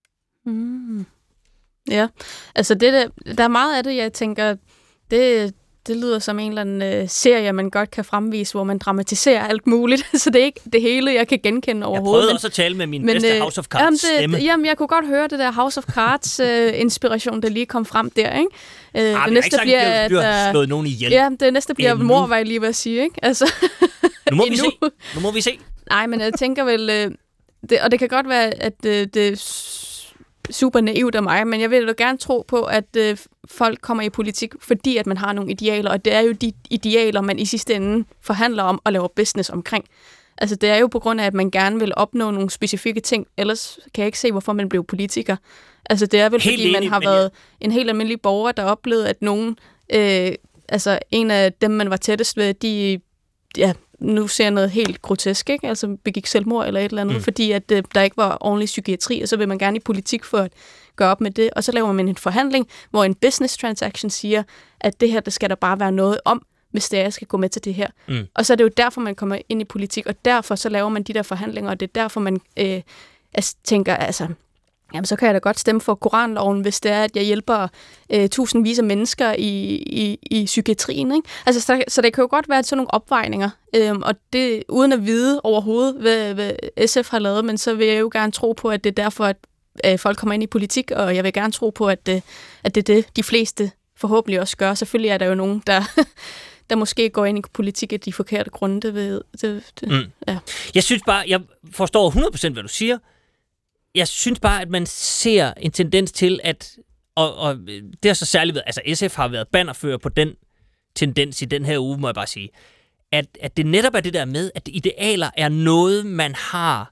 Ja, altså der er meget af det, jeg tænker, det lyder som en eller anden serie, man godt kan fremvise, hvor man dramatiserer alt muligt. Så det er ikke det hele, jeg kan genkende overhovedet. Jeg prøvede også at tale med min bedste House of Cards stemme. Jamen, jeg kunne godt høre det der House of Cards inspiration, der lige kom frem der, ikke? Det næste bliver, at du har slået nogen ihjel. Ja, det næste bliver mor, var jeg lige ved at sige, ikke? Altså, Nu må vi se. Nej, men jeg tænker vel, og det kan godt være, at det er super naivt af mig, men jeg vil jo gerne tro på, at folk kommer i politik, fordi at man har nogle idealer, og det er jo de idealer, man i sidste ende forhandler om og laver business omkring. Altså det er jo på grund af, at man gerne vil opnå nogle specifikke ting, ellers kan jeg ikke se, hvorfor man blev politiker. Altså det er vel, fordi man har været en helt almindelig borger, der oplevede, at nogen, altså en af dem, man var tættest ved, de nu ser jeg noget helt grotesk, ikke? Altså begik selvmord eller et eller andet, fordi at der ikke var ordentlig psykiatri, og så vil man gerne i politik for at gøre op med det, og så laver man en forhandling, hvor en business transaction siger, at det her, der skal der bare være noget om, hvis det er, jeg skal gå med til det her. Og så er det jo derfor, man kommer ind i politik, og derfor så laver man de der forhandlinger, og det er derfor, man tænker, altså, jamen, så kan jeg da godt stemme for koranloven, hvis det er, at jeg hjælper tusindvis af mennesker i psykiatrien. Ikke? Altså, så det kan jo godt være sådan nogle opvejninger, og det uden at vide overhovedet, hvad SF har lavet, men så vil jeg jo gerne tro på, at det er derfor, at folk kommer ind i politik, og jeg vil gerne tro på, at det er det, de fleste forhåbentlig også gør. Selvfølgelig er der jo nogen, der måske går ind i politik af de forkerte grunde. Ja. Jeg synes bare, jeg forstår 100% hvad du siger. Jeg synes bare, at man ser en tendens til, at og det er så særligt ved, altså SF har været bannerfører på den tendens i den her uge, må jeg bare sige, at det netop er det der med, at idealer er noget, man har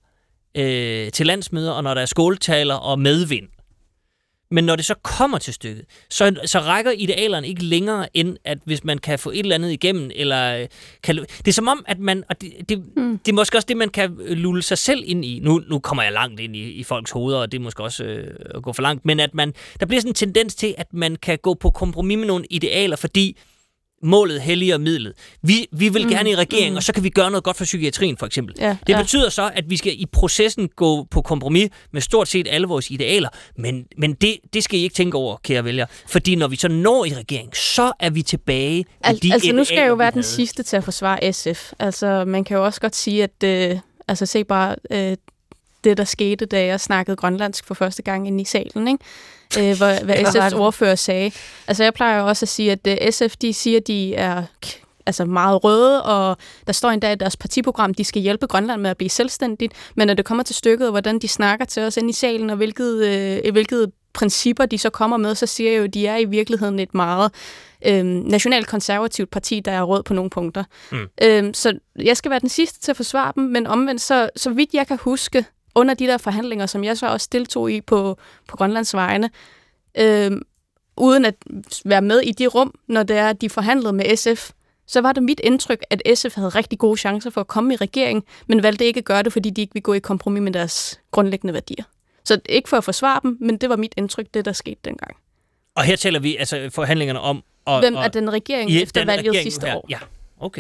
til landsmøder, og når der er skåltaler og medvind. Men når det så kommer til stykket, så rækker idealerne ikke længere end, at hvis man kan få et eller andet igennem, eller kan, det er som om, at man, og det er måske også det, man kan lulle sig selv ind i. Nu kommer jeg langt ind i folks hoveder, og det er måske også at gå for langt, men at der bliver sådan en tendens til, at man kan gå på kompromis med nogle idealer, fordi målet helliger midlet. Vi vil gerne i regering, og så kan vi gøre noget godt for psykiatrien, for eksempel. Ja, det betyder så, at vi skal i processen gå på kompromis med stort set alle vores idealer, men det skal I ikke tænke over, kære vælgere. Fordi når vi så når i regering, så er vi tilbage i de idealer, nu skal jeg jo være den sidste til at forsvare SF. Altså, man kan jo også godt sige, at se bare det, der skete, da jeg snakkede grønlandsk for første gang inde i salen, ikke? Hvad SF's ordfører sagde. Altså, jeg plejer jo også at sige, at SF, de siger, at de er meget røde, og der står endda i deres partiprogram, de skal hjælpe Grønland med at blive selvstændigt, men når det kommer til stykket, og hvordan de snakker til os inde i salen, og hvilke principper de så kommer med, så siger jeg jo, at de er i virkeligheden et meget nationalt konservativt parti, der er rød på nogle punkter. Så jeg skal være den sidste til at forsvare dem, men omvendt, så vidt jeg kan huske, under de der forhandlinger, som jeg så også deltog i på Grønlands vegne, uden at være med i de rum, når det er, de forhandlede med SF, så var det mit indtryk, at SF havde rigtig gode chancer for at komme i regering, men valgte ikke at gøre det, fordi de ikke ville gå i kompromis med deres grundlæggende værdier. Så ikke for at forsvare dem, men det var mit indtryk, det der skete dengang. Og her taler vi altså forhandlingerne om... Hvem er den regering efter valget sidste år? Ja, okay.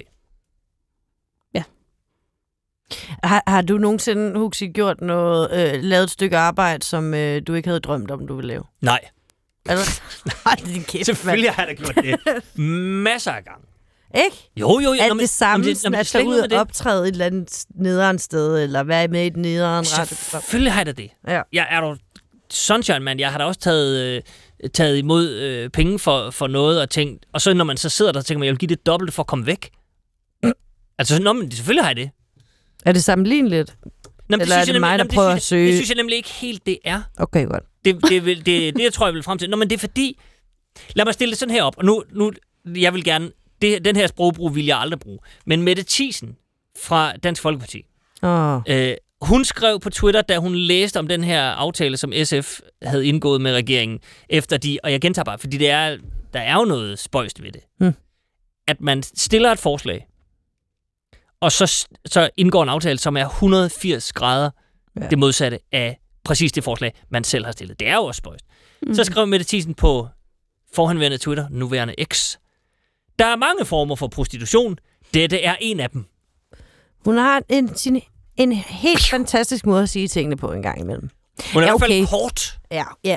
Har du nogensinde, Huxi, gjort noget, lavet et stykke arbejde, som du ikke havde drømt om, du ville lave? Nej. Altså, din kæft, selvfølgelig har jeg da gjort det. Masser af gange. Ikke? Jo. Er det samme, som at tage ud og optræde et eller andet nederen sted, eller være med i et nederen ret? Selvfølgelig har jeg da det. Ja. Jeg er jo sunshine, man. Jeg har da også taget imod penge for noget og tænkt, og så når man så sidder der og tænker, jeg vil give det dobbelte for at komme væk. Altså, men selvfølgelig har jeg det. Er det sammenligneligt? Eller er det mig, der prøver at søge? Det synes jeg nemlig ikke helt, det er. Okay, godt. Det jeg tror jeg vil frem til. Men det er fordi... Lad mig stille det sådan her op. Og nu jeg vil gerne... Den her sprogbrug vil jeg aldrig bruge. Men Mette Thiesen fra Dansk Folkeparti. Hun skrev på Twitter, da hun læste om den her aftale, som SF havde indgået med regeringen, efter og jeg gentager bare, fordi der er jo noget spøjst ved det. At man stiller et forslag, og så indgår en aftale, som er 180 grader det modsatte af præcis det forslag, man selv har stillet. Det er jo også spøjst. Så skrev Mette Thiesen på forhenværende Twitter, nuværende X. Der er mange former for prostitution. Dette er en af dem. Hun har en helt fantastisk måde at sige tingene på en gang imellem. Hun er i hvert fald kort. Ja,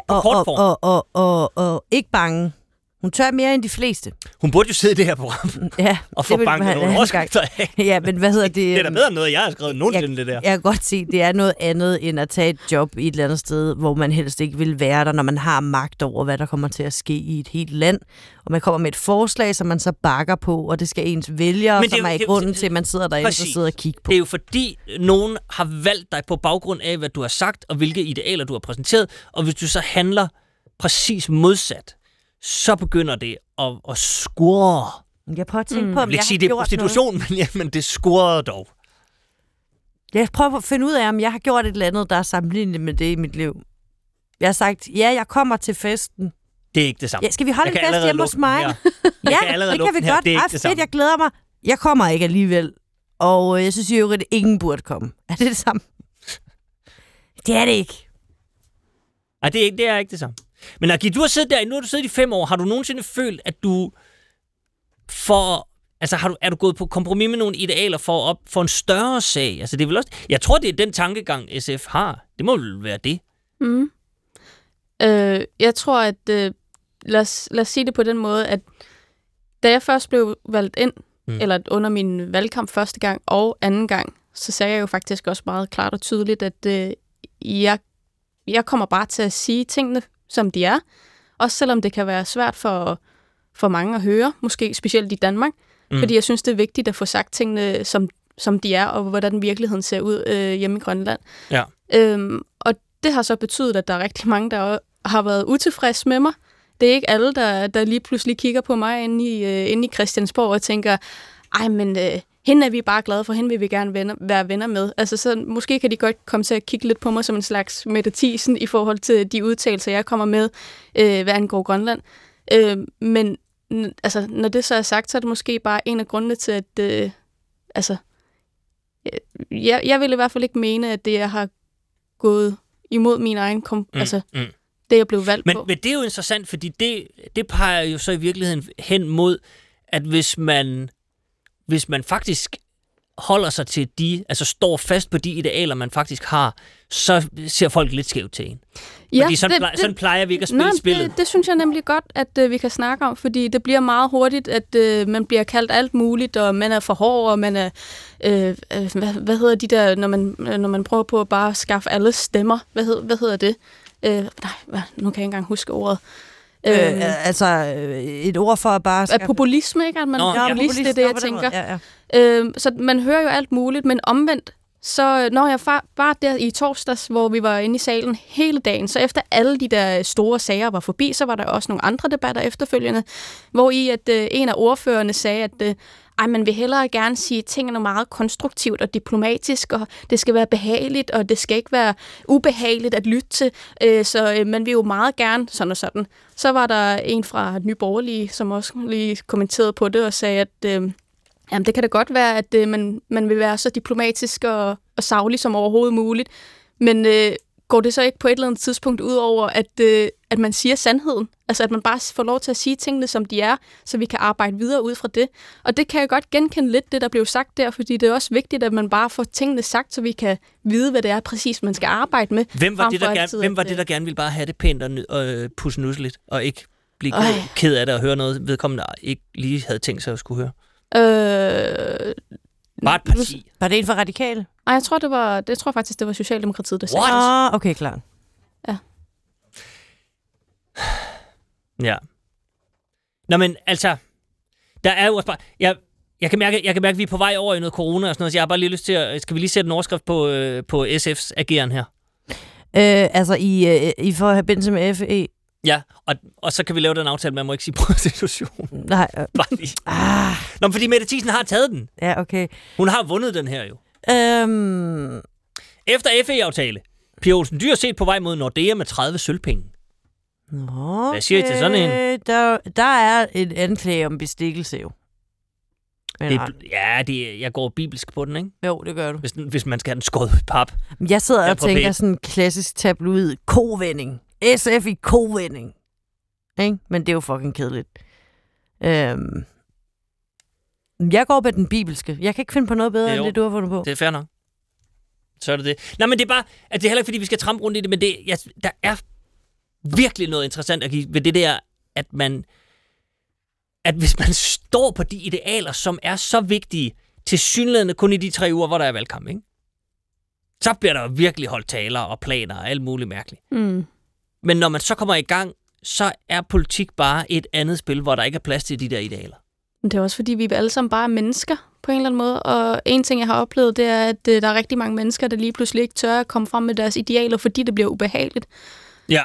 og ikke bange. Hun tør mere end de fleste. Hun burde jo sidde i det her program og få banket nogle overskrifter af. Ja, men hvad hedder det? Det er da bedre end noget, jeg har skrevet nogensinde det der. Jeg kan godt se, det er noget andet end at tage et job i et eller andet sted, hvor man helst ikke vil være der, når man har magt over, hvad der kommer til at ske i et helt land. Og man kommer med et forslag, som man så bakker på, og det skal ens vælgere, som er i grunden til, at man sidder derinde og sidder og kigger på. Det er jo fordi, nogen har valgt dig på baggrund af, hvad du har sagt, og hvilke idealer du har præsenteret. Og hvis du så handler præcis modsat, så begynder det at skurre. Jeg prøver at tænke på, jeg vil ikke sige, det er prostitution, men det skurrer dog. Jeg prøver at finde ud af, om jeg har gjort et eller andet, der er sammenlignet med det i mit liv. Jeg har sagt, jeg kommer til festen. Det er ikke det samme. Ja, skal vi holde en fest hjemme hos mig? Ja, det kan vi godt. Fedt, jeg glæder mig. Jeg kommer ikke alligevel. Og jeg synes jo, at ingen burde komme. Er det det samme? Det er det ikke. Nej, det er ikke det samme. Men Nagi, nu har du siddet i 5 år. Har du nogensinde følt, at du er du gået på kompromis med nogle idealer for en større sag? Altså, det er vel også... Jeg tror, det er den tankegang, SF har. Det må vel være det. Mm. Jeg tror, at... Lad os sige det på den måde, at da jeg først blev valgt ind, eller under min valgkamp første gang og anden gang, så sagde jeg jo faktisk også meget klart og tydeligt, at jeg kommer bare til at sige tingene, som de er. Også selvom det kan være svært for mange at høre, måske specielt i Danmark. Fordi jeg synes, det er vigtigt at få sagt tingene, som de er, og hvordan virkeligheden ser ud hjemme i Grønland. Ja. Og det har så betydet, at der er rigtig mange, der har været utilfredse med mig. Det er ikke alle, der lige pludselig kigger på mig inde i Christiansborg og tænker, ej, men hende er vi bare glade for, hende vil vi gerne være venner med. Altså, så måske kan de godt komme til at kigge lidt på mig som en slags Mette Thiesen i forhold til de udtalelser, jeg kommer med, hvad angår Grønland. Men altså, når det så er sagt, så er det måske bare en af grundene til, at jeg vil i hvert fald ikke mene, at det, jeg har gået imod min egen det, jeg blev valgt på. Men det er jo interessant, fordi det peger jo så i virkeligheden hen mod, at hvis man faktisk holder sig til står fast på de idealer, man faktisk har, så ser folk lidt skævt til en. Ja, fordi sådan plejer vi ikke at spille spillet. Det synes jeg nemlig godt, at vi kan snakke om, fordi det bliver meget hurtigt, at man bliver kaldt alt muligt, og man er for hård, og man er, hvad hedder de der, når man prøver på at bare skaffe alle stemmer, hvad hedder det? Nu kan jeg ikke engang huske ordet. Et ord for at bare... Populisme, ikke? At man populist, det er det, jeg tænker. Så man hører jo alt muligt, men omvendt, så når jeg var der i torsdags, hvor vi var inde i salen hele dagen, så efter alle de der store sager var forbi, så var der også nogle andre debatter efterfølgende, hvor i at en af ordførerne sagde, at man vil hellere gerne sige tingene meget konstruktivt og diplomatisk, og det skal være behageligt, og det skal ikke være ubehageligt at lytte til, så man vil jo meget gerne sådan og sådan. Så var der en fra Nye Borgerlige, som også lige kommenterede på det og sagde, at det kan da godt være, at man vil være så diplomatisk og saglig som overhovedet muligt, men går det så ikke på et eller andet tidspunkt ud over, at man siger sandheden? Altså, at man bare får lov til at sige tingene, som de er, så vi kan arbejde videre ud fra det. Og det kan jeg godt genkende lidt, det der blev sagt der, fordi det er også vigtigt, at man bare får tingene sagt, så vi kan vide, hvad det er præcis, man skal arbejde med. Hvem var det, der gerne ville bare have det pænt og pussenusseligt, og ikke blive ked af det og høre noget, vedkommende ikke lige havde tænkt sig at skulle høre? Bare et parti. Var det en for Radikale? Nej, jeg tror faktisk, det var Socialdemokratiet, der sagde det. Okay, klart. Ja. Ja. Nå, men altså, der er jo også bare... Jeg kan mærke, at vi er på vej over i noget corona og sådan noget, så jeg har bare lige lyst til at... Skal vi lige sætte en overskrift på SF's ageren her? I forbindelse med FE? Ja, og så kan vi lave den aftale, man må ikke sige prostitution. Nej. Bare lige. Nå, fordi Mette Thiesen har taget den. Ja, okay. Hun har vundet den her jo. Efter FE-aftale. Pia Olsen Dyhr set på vej mod Nordea med 30 sølvpenge. Okay. Hvad siger I til sådan en? Der er et anklage om bestikkelse jo. Jeg går bibelsk på den, ikke? Jo, det gør du. Hvis man skal have den skåret ud i pap. Jeg sidder og tænker sådan en klassisk tabloid kovending. SF i kovending. Ikke? Men det er jo fucking kedeligt. Jeg går med den bibelske. Jeg kan ikke finde på noget bedre, end det, du har fundet på. Det er fair nok. Så er det. Nej, men det er bare, at det er heller ikke, fordi vi skal trampe rundt i det, men der er virkelig noget interessant at give ved det der, at hvis man står på de idealer, som er så vigtige, tilsyneladende kun i de 3 uger, hvor der er valgkamp, ikke? Så bliver der virkelig holdt taler og planer og alt muligt mærkeligt. Mm. Men når man så kommer i gang, så er politik bare et andet spil, hvor der ikke er plads til de der idealer. Det er også fordi, vi alle sammen bare er mennesker på en eller anden måde. Og en ting, jeg har oplevet, det er, at der er rigtig mange mennesker, der lige pludselig ikke tør at komme frem med deres idealer, fordi det bliver ubehageligt. Ja.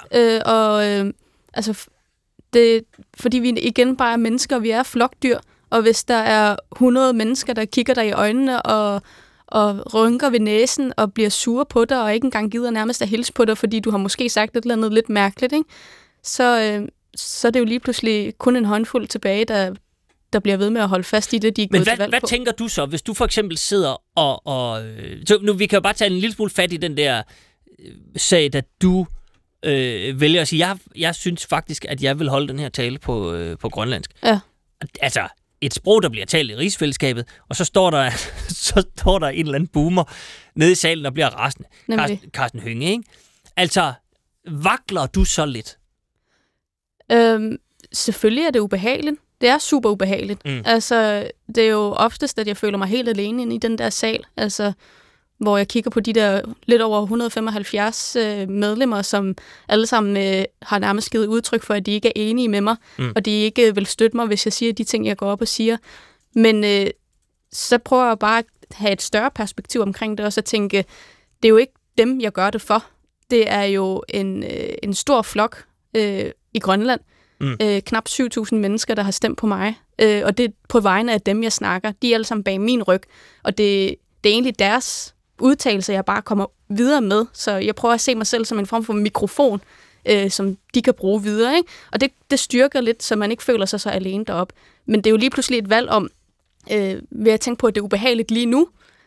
Fordi vi igen bare er mennesker, og vi er flokdyr. Og hvis der er 100 mennesker, der kigger dig i øjnene og rynker ved næsen og bliver sure på dig, og ikke engang gider nærmest at hilse på dig, fordi du har måske sagt et eller andet lidt mærkeligt, ikke? Så er det jo lige pludselig kun en håndfuld tilbage, der bliver ved med at holde fast i det, de er gået til valg på. Hvad tænker du så, hvis du for eksempel sidder så nu, vi kan jo bare tage en lille smule fat i den der sag, da du vælger at sige, jeg synes faktisk, at jeg vil holde den her tale på grønlandsk. Ja. Altså, et sprog, der bliver talt i rigsfællesskabet, og så står der en eller anden boomer nede i salen og bliver rasende. Carsten Hønge, ikke? Altså, vakler du så lidt? Selvfølgelig er det ubehageligt. Det er super ubehageligt. Altså, det er jo oftest, at jeg føler mig helt alene inde i den der sal. Altså, hvor jeg kigger på de der lidt over 175 medlemmer, som alle sammen har nærmest givet udtryk for, at de ikke er enige med mig, og de ikke vil støtte mig, hvis jeg siger de ting, jeg går op og siger. Men så prøver jeg bare at have et større perspektiv omkring det, og så tænke, det er jo ikke dem, jeg gør det for. Det er jo en stor flok i Grønland. Knap 7.000 mennesker, der har stemt på mig. Og det er på vegne af dem, jeg snakker. De er alle sammen bag min ryg. Og det er egentlig deres udtalelser, jeg bare kommer videre med. Så jeg prøver at se mig selv som en form for mikrofon, som de kan bruge videre. Ikke? Og det styrker lidt, så man ikke føler sig så alene deroppe. Men det er jo lige pludselig et valg om, vil jeg tænke på, at det er ubehageligt lige nu?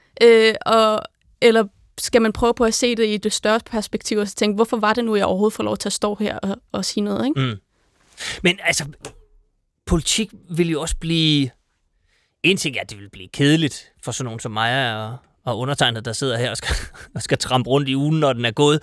Eller skal man prøve på at se det i det større perspektiv, og så tænke, hvorfor var det nu, jeg overhovedet får lov til at stå her og sige noget? Ikke? Men altså, politik vil jo også blive... En ting er, at det vil blive kedeligt for sådan nogen som mig og undertegnet, der sidder her og skal trampe rundt i ugen, når den er gået.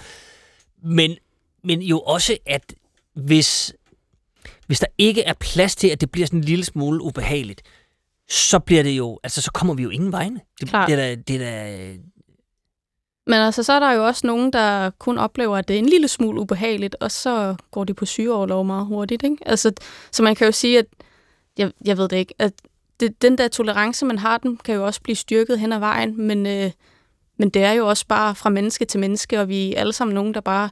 Men jo også, at hvis der ikke er plads til, at det bliver sådan en lille smule ubehageligt, så bliver det jo... Altså, så kommer vi jo ingen vegne. Det er da... Men altså, så er der jo også nogen, der kun oplever, at det er en lille smule ubehageligt, og så går de på sygeoverlov meget hurtigt, ikke? Altså, så man kan jo sige, at jeg ved det ikke, at den der tolerance, man har, den kan jo også blive styrket hen ad vejen, men det er jo også bare fra menneske til menneske, og vi er alle sammen nogen, der bare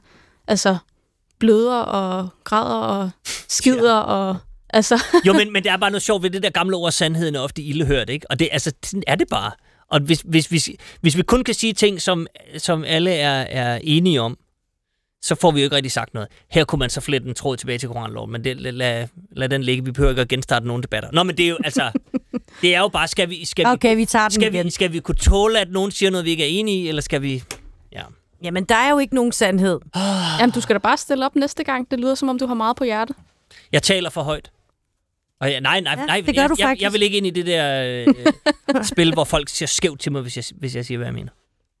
bløder og græder og skider og... Altså. Jo, men det er bare noget sjovt ved det der gamle ord, sandheden er ofte ildehørt, ikke? Og det, altså, sådan er det bare. Og hvis vi kun kan sige ting, som alle er enige om, så får vi jo ikke rigtig sagt noget. Her kunne man så flette en tråd tilbage til koranloven, men lad den ligge. Vi behøver ikke at genstarte nogen debatter. Nå, men det er jo altså... Det er jo bare, skal vi kunne tåle, at nogen siger noget, vi ikke er enige i, eller skal vi... Ja. Jamen, der er jo ikke nogen sandhed. Jamen, du skal da bare stille op næste gang. Det lyder, som om du har meget på hjertet. Jeg taler for højt. Og nej, det gør du faktisk. Jeg vil ikke ind i det der spil, hvor folk ser skævt til mig, hvis jeg siger, hvad jeg mener.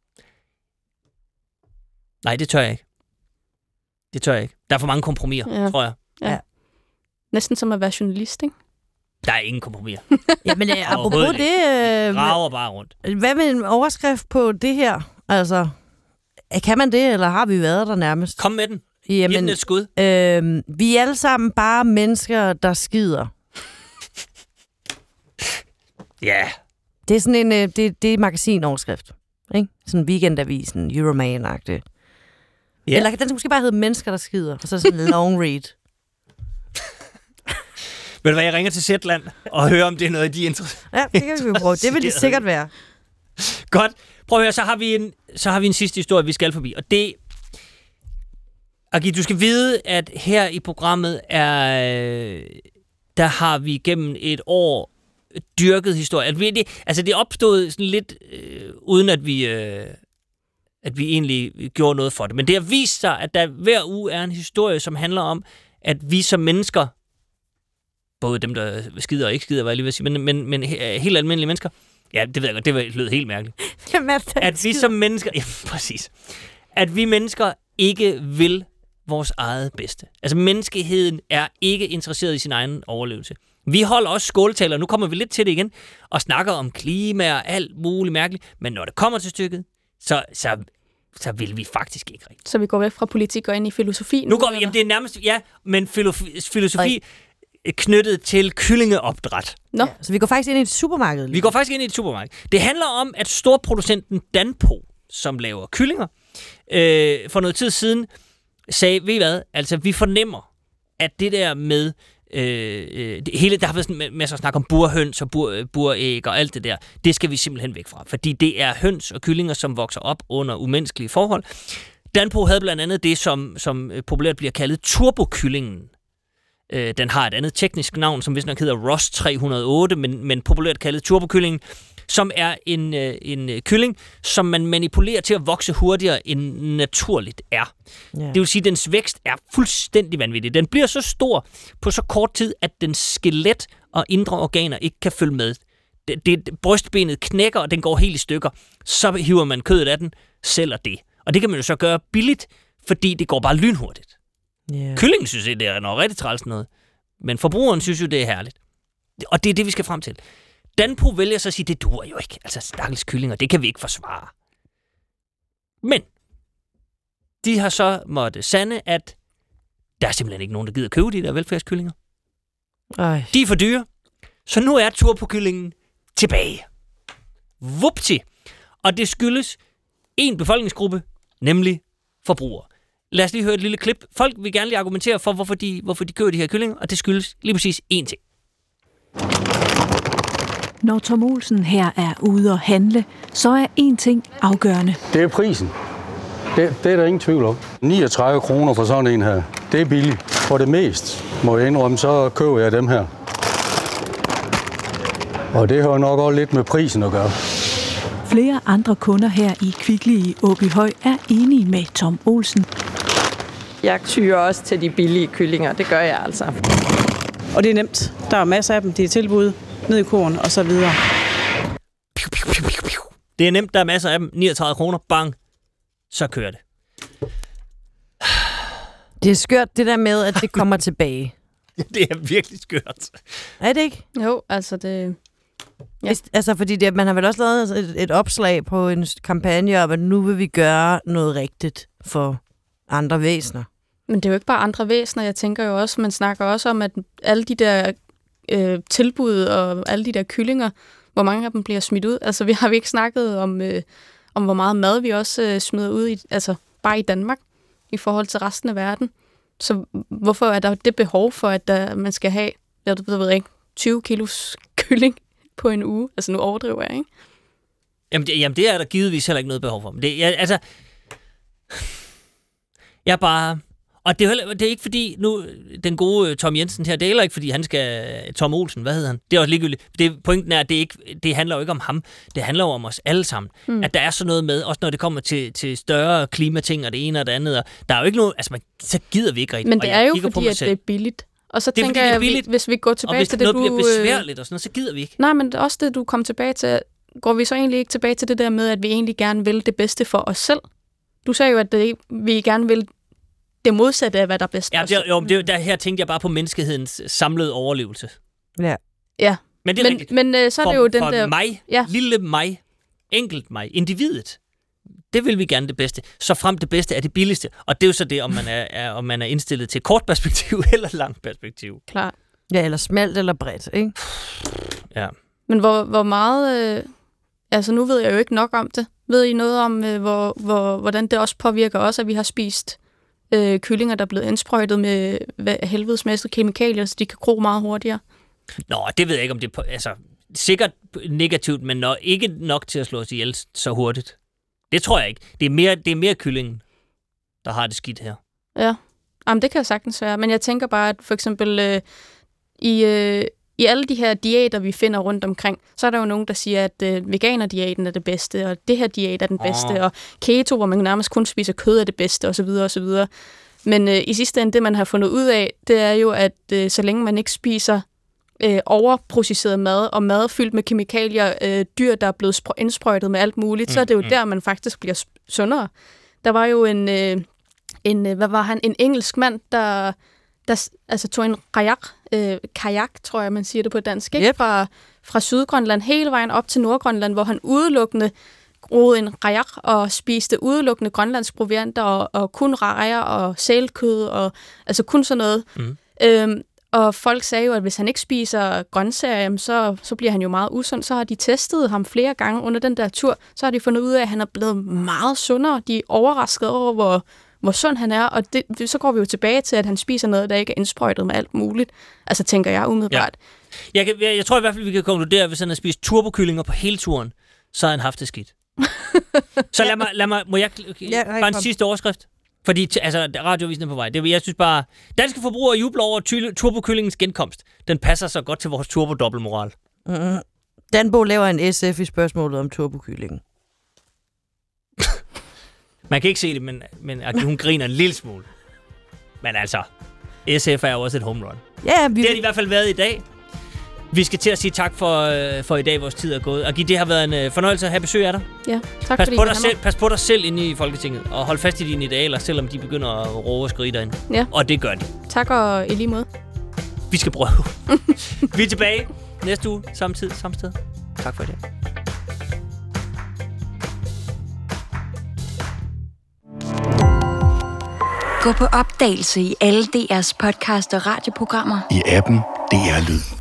Nej, det tør jeg ikke. Der er for mange kompromiser, tror jeg. Ja. Næsten som at være journalist, ikke? Der er ingen kompromiser. Jamen, apropos det... Rager bare rundt. Hvad med en overskrift på det her? Altså, kan man det, eller har vi været der nærmest? Kom med den. Jamen, giv den et skud. Vi er alle sammen bare mennesker, der skider. Ja. Det er sådan en det er magasinoverskrift, ikke? Sådan Weekendavisen, Euroman-agtigt. Yeah. Eller den skal måske bare hedde Mennesker, der skider, og så sådan en long read. Ved du hvad, jeg ringer til Zetland og hører, om det er noget, de er interesseret. Ja, det kan vi jo prøve. Det vil det sikkert være. Godt. Prøv at høre, så har vi en sidste historie, vi skal forbi. Og det... Agi, du skal vide, at her i programmet der har vi gennem et år dyrket historie. Det er opstået sådan lidt, uden at vi egentlig gjorde noget for det. Men det har vist sig, at der hver uge er en historie, som handler om, at vi som mennesker, både dem, der skider og ikke skider, var jeg lige ved at sige, men helt almindelige mennesker, ja, det ved jeg godt, det lød helt mærkeligt. At vi som mennesker, ja, præcis, at vi mennesker ikke vil vores eget bedste. Altså, menneskeheden er ikke interesseret i sin egen overlevelse. Vi holder også skåltaler, nu kommer vi lidt til det igen, og snakker om klima og alt muligt mærkeligt, men når det kommer til stykket, så vil vi faktisk ikke rigtigt. Så vi går væk fra politik og ind i filosofi? Nu går vi, jamen det er nærmest, ja, men filosofi knyttet til kyllingeopdræt. Ja, så vi går faktisk ind i et supermarked. Vi går faktisk ind i et supermarked. Det handler om, at storproducenten Danpo, som laver kyllinger, for noget tid siden sagde, ved I hvad, altså vi fornemmer, at det der med der har været sådan masser af snak om burhøns og buræg og alt det der, det skal vi simpelthen væk fra, fordi det er høns og kyllinger, som vokser op under umenneskelige forhold. Danpo havde blandt andet det, som populært bliver kaldet turbokyllingen. Den har et andet teknisk navn, som vist nok hedder Ross 308, men populært kaldet turbokyllingen, som er en kylling, som man manipulerer til at vokse hurtigere end naturligt er. Yeah. Det vil sige, at dens vækst er fuldstændig vanvittig. Den bliver så stor på så kort tid, at dens skelet og indre organer ikke kan følge med. Brystbenet knækker, og den går helt i stykker. Så hiver man kødet af den, sælger det. Og det kan man jo så gøre billigt, fordi det går bare lynhurtigt. Yeah. Kyllingen synes, det er noget rigtig træls noget. Men forbrugeren synes jo, det er herligt. Og det er det, vi skal frem til. Danpo vælger så at sige, det duer jo ikke. Altså, stakkels kyllinger, det kan vi ikke forsvare. Men de har så måtte sande, at der er simpelthen ikke nogen, der gider købe de der velfærdskyllinger. Ej. De er for dyre. Så nu er turbokyllingen tilbage. Vupti! Og det skyldes en befolkningsgruppe, nemlig forbrugere. Lad os lige høre et lille klip. Folk vil gerne lige argumentere for, hvorfor de køber de her kyllinger, og det skyldes lige præcis én ting. Når Tom Olsen her er ude at handle, så er én ting afgørende. Det er prisen. Det er der ingen tvivl om. 39 kroner for sådan en her. Det er billigt. For det mest, må jeg indrømme, så køber jeg dem her. Og det har nok også lidt med prisen at gøre. Flere andre kunder her i Kvickly i Åbyhøj er enige med Tom Olsen. Jeg tyrer også til de billige kyllinger, det gør jeg altså. Og det er nemt. Der er masser af dem, de er tilbud, ned i korn og så videre. Det er nemt, der er masser af dem. 39 kroner, bang, så kører det. Det er skørt, det der med, at det kommer tilbage. Det er virkelig skørt. Er det ikke? Jo, altså det... Ja. Altså, fordi man har vel også lavet et opslag på en kampagne om, at nu vil vi gøre noget rigtigt for andre væsener. Men det er jo ikke bare andre væsener. Jeg tænker jo også, man snakker også om, at alle de der tilbud og alle de der kyllinger, hvor mange af dem bliver smidt ud. Altså, vi har ikke snakket om hvor meget mad vi også smider ud, altså bare i Danmark, i forhold til resten af verden. Så hvorfor er der det behov for, at man skal have, jeg ved ikke, 20 kilos kylling på en uge? Altså, nu overdriver jeg, ikke? Jamen, det er der givetvis heller ikke noget behov for. Men jeg bare... Og det er ikke fordi, nu den gode Tom Jensen her, det er heller ikke fordi, han skal... Tom Olsen, hvad hedder han? Det er også ligegyldigt. Pointen er, at det handler jo ikke om ham. Det handler jo om os alle sammen. At der er sådan noget med, også når det kommer til større klimating og det ene og det andet. Og der er jo ikke noget... Altså, så gider vi ikke rigtigt. Men det er jo fordi, at det er billigt. Og så tænker jeg, hvis vi går tilbage til det, og hvis noget bliver besværligt og sådan noget, så gider vi ikke. Nej, men også det, du kom tilbage til... Går vi så egentlig ikke tilbage til det der med, at vi egentlig gerne vil det bedste for os selv? Du sagde jo, at vi gerne vil det modsatte af, hvad der er bedst. Ja, her tænkte jeg bare på menneskehedens samlede overlevelse. Ja. Men det er rigtigt. Men så er det jo den der... mig, lille mig, enkelt mig, individet. Det vil vi gerne det bedste. Så frem det bedste er det billigste. Og det er jo så det, om man er indstillet til kort perspektiv eller langt perspektiv. Klart. Ja, eller smalt eller bredt, ikke? Ja. Men hvor meget... altså, nu ved jeg jo ikke nok om det. Ved I noget om, hvordan det også påvirker os, at vi har spist kyllinger, der er blevet indsprøjtet med helvedesmæssige kemikalier, så de kan gro meget hurtigere? Nå, det ved jeg ikke, om det er sikkert negativt, men ikke nok til at slå os ihjel så hurtigt. Det tror jeg ikke. Det er mere kyllingen, der har det skidt her. Ja, jamen, det kan sagtens være. Men jeg tænker bare, at for eksempel i alle de her diæter, vi finder rundt omkring, så er der jo nogen, der siger, at veganerdiæten er det bedste, og det her diæt er den bedste, og keto, hvor man nærmest kun spiser kød, er det bedste, osv. osv. Men i sidste ende, det man har fundet ud af, det er jo, at så længe man ikke spiser overprocesseret mad, og mad fyldt med kemikalier, dyr, der er blevet indsprøjtet med alt muligt, så er det jo der, man faktisk bliver sundere. Der var jo en engelsk mand, der altså tog en kajak, tror jeg, man siger det på dansk, ikke? Yep. Fra Sydgrønland hele vejen op til Nordgrønland, hvor han udelukkende groede en kajak og spiste udelukkende grønlandsk provianter og kun rejer og sælkød og altså kun sådan noget. Og folk sagde jo, at hvis han ikke spiser grøntsager, så bliver han jo meget usund. Så har de testet ham flere gange under den der tur, så har de fundet ud af, at han er blevet meget sundere. De er overrasket over, hvor sund han er, og så går vi jo tilbage til, at han spiser noget, der ikke er indsprøjtet med alt muligt. Altså, tænker jeg umiddelbart. Ja. Jeg tror i hvert fald, vi kan konkludere, at hvis han har spist turbokyllinger på hele turen, så har han haft det skidt. Så lad mig må jeg bare en sidste overskrift? Fordi radiovisen er på vej. Jeg synes bare, danske forbrugere jubler over turbokyllingens genkomst. Den passer så godt til vores turbo-dobbeltmoral. Danbo laver en SF i spørgsmålet om turbokyllingen. Man kan ikke se det, men hun griner en lille smule. Men altså, SF er jo også et home run. Ja, det har de i hvert fald været i dag. Vi skal til at sige tak for i dag, vores tid er gået. Og Gitte, det har været en fornøjelse at have besøg af dig. Ja, tak fordi Pas på dig selv inde i Folketinget, og hold fast i dine idealer, selvom de begynder at råbe og skrige derinde. Ja. Og det gør de. Tak og i lige måde. Vi skal prøve. Vi er tilbage næste uge, samme tid, samme sted. Tak for i dag. Gå på opdagelse i alle DR's podcast og radioprogrammer. I appen DR Lyd.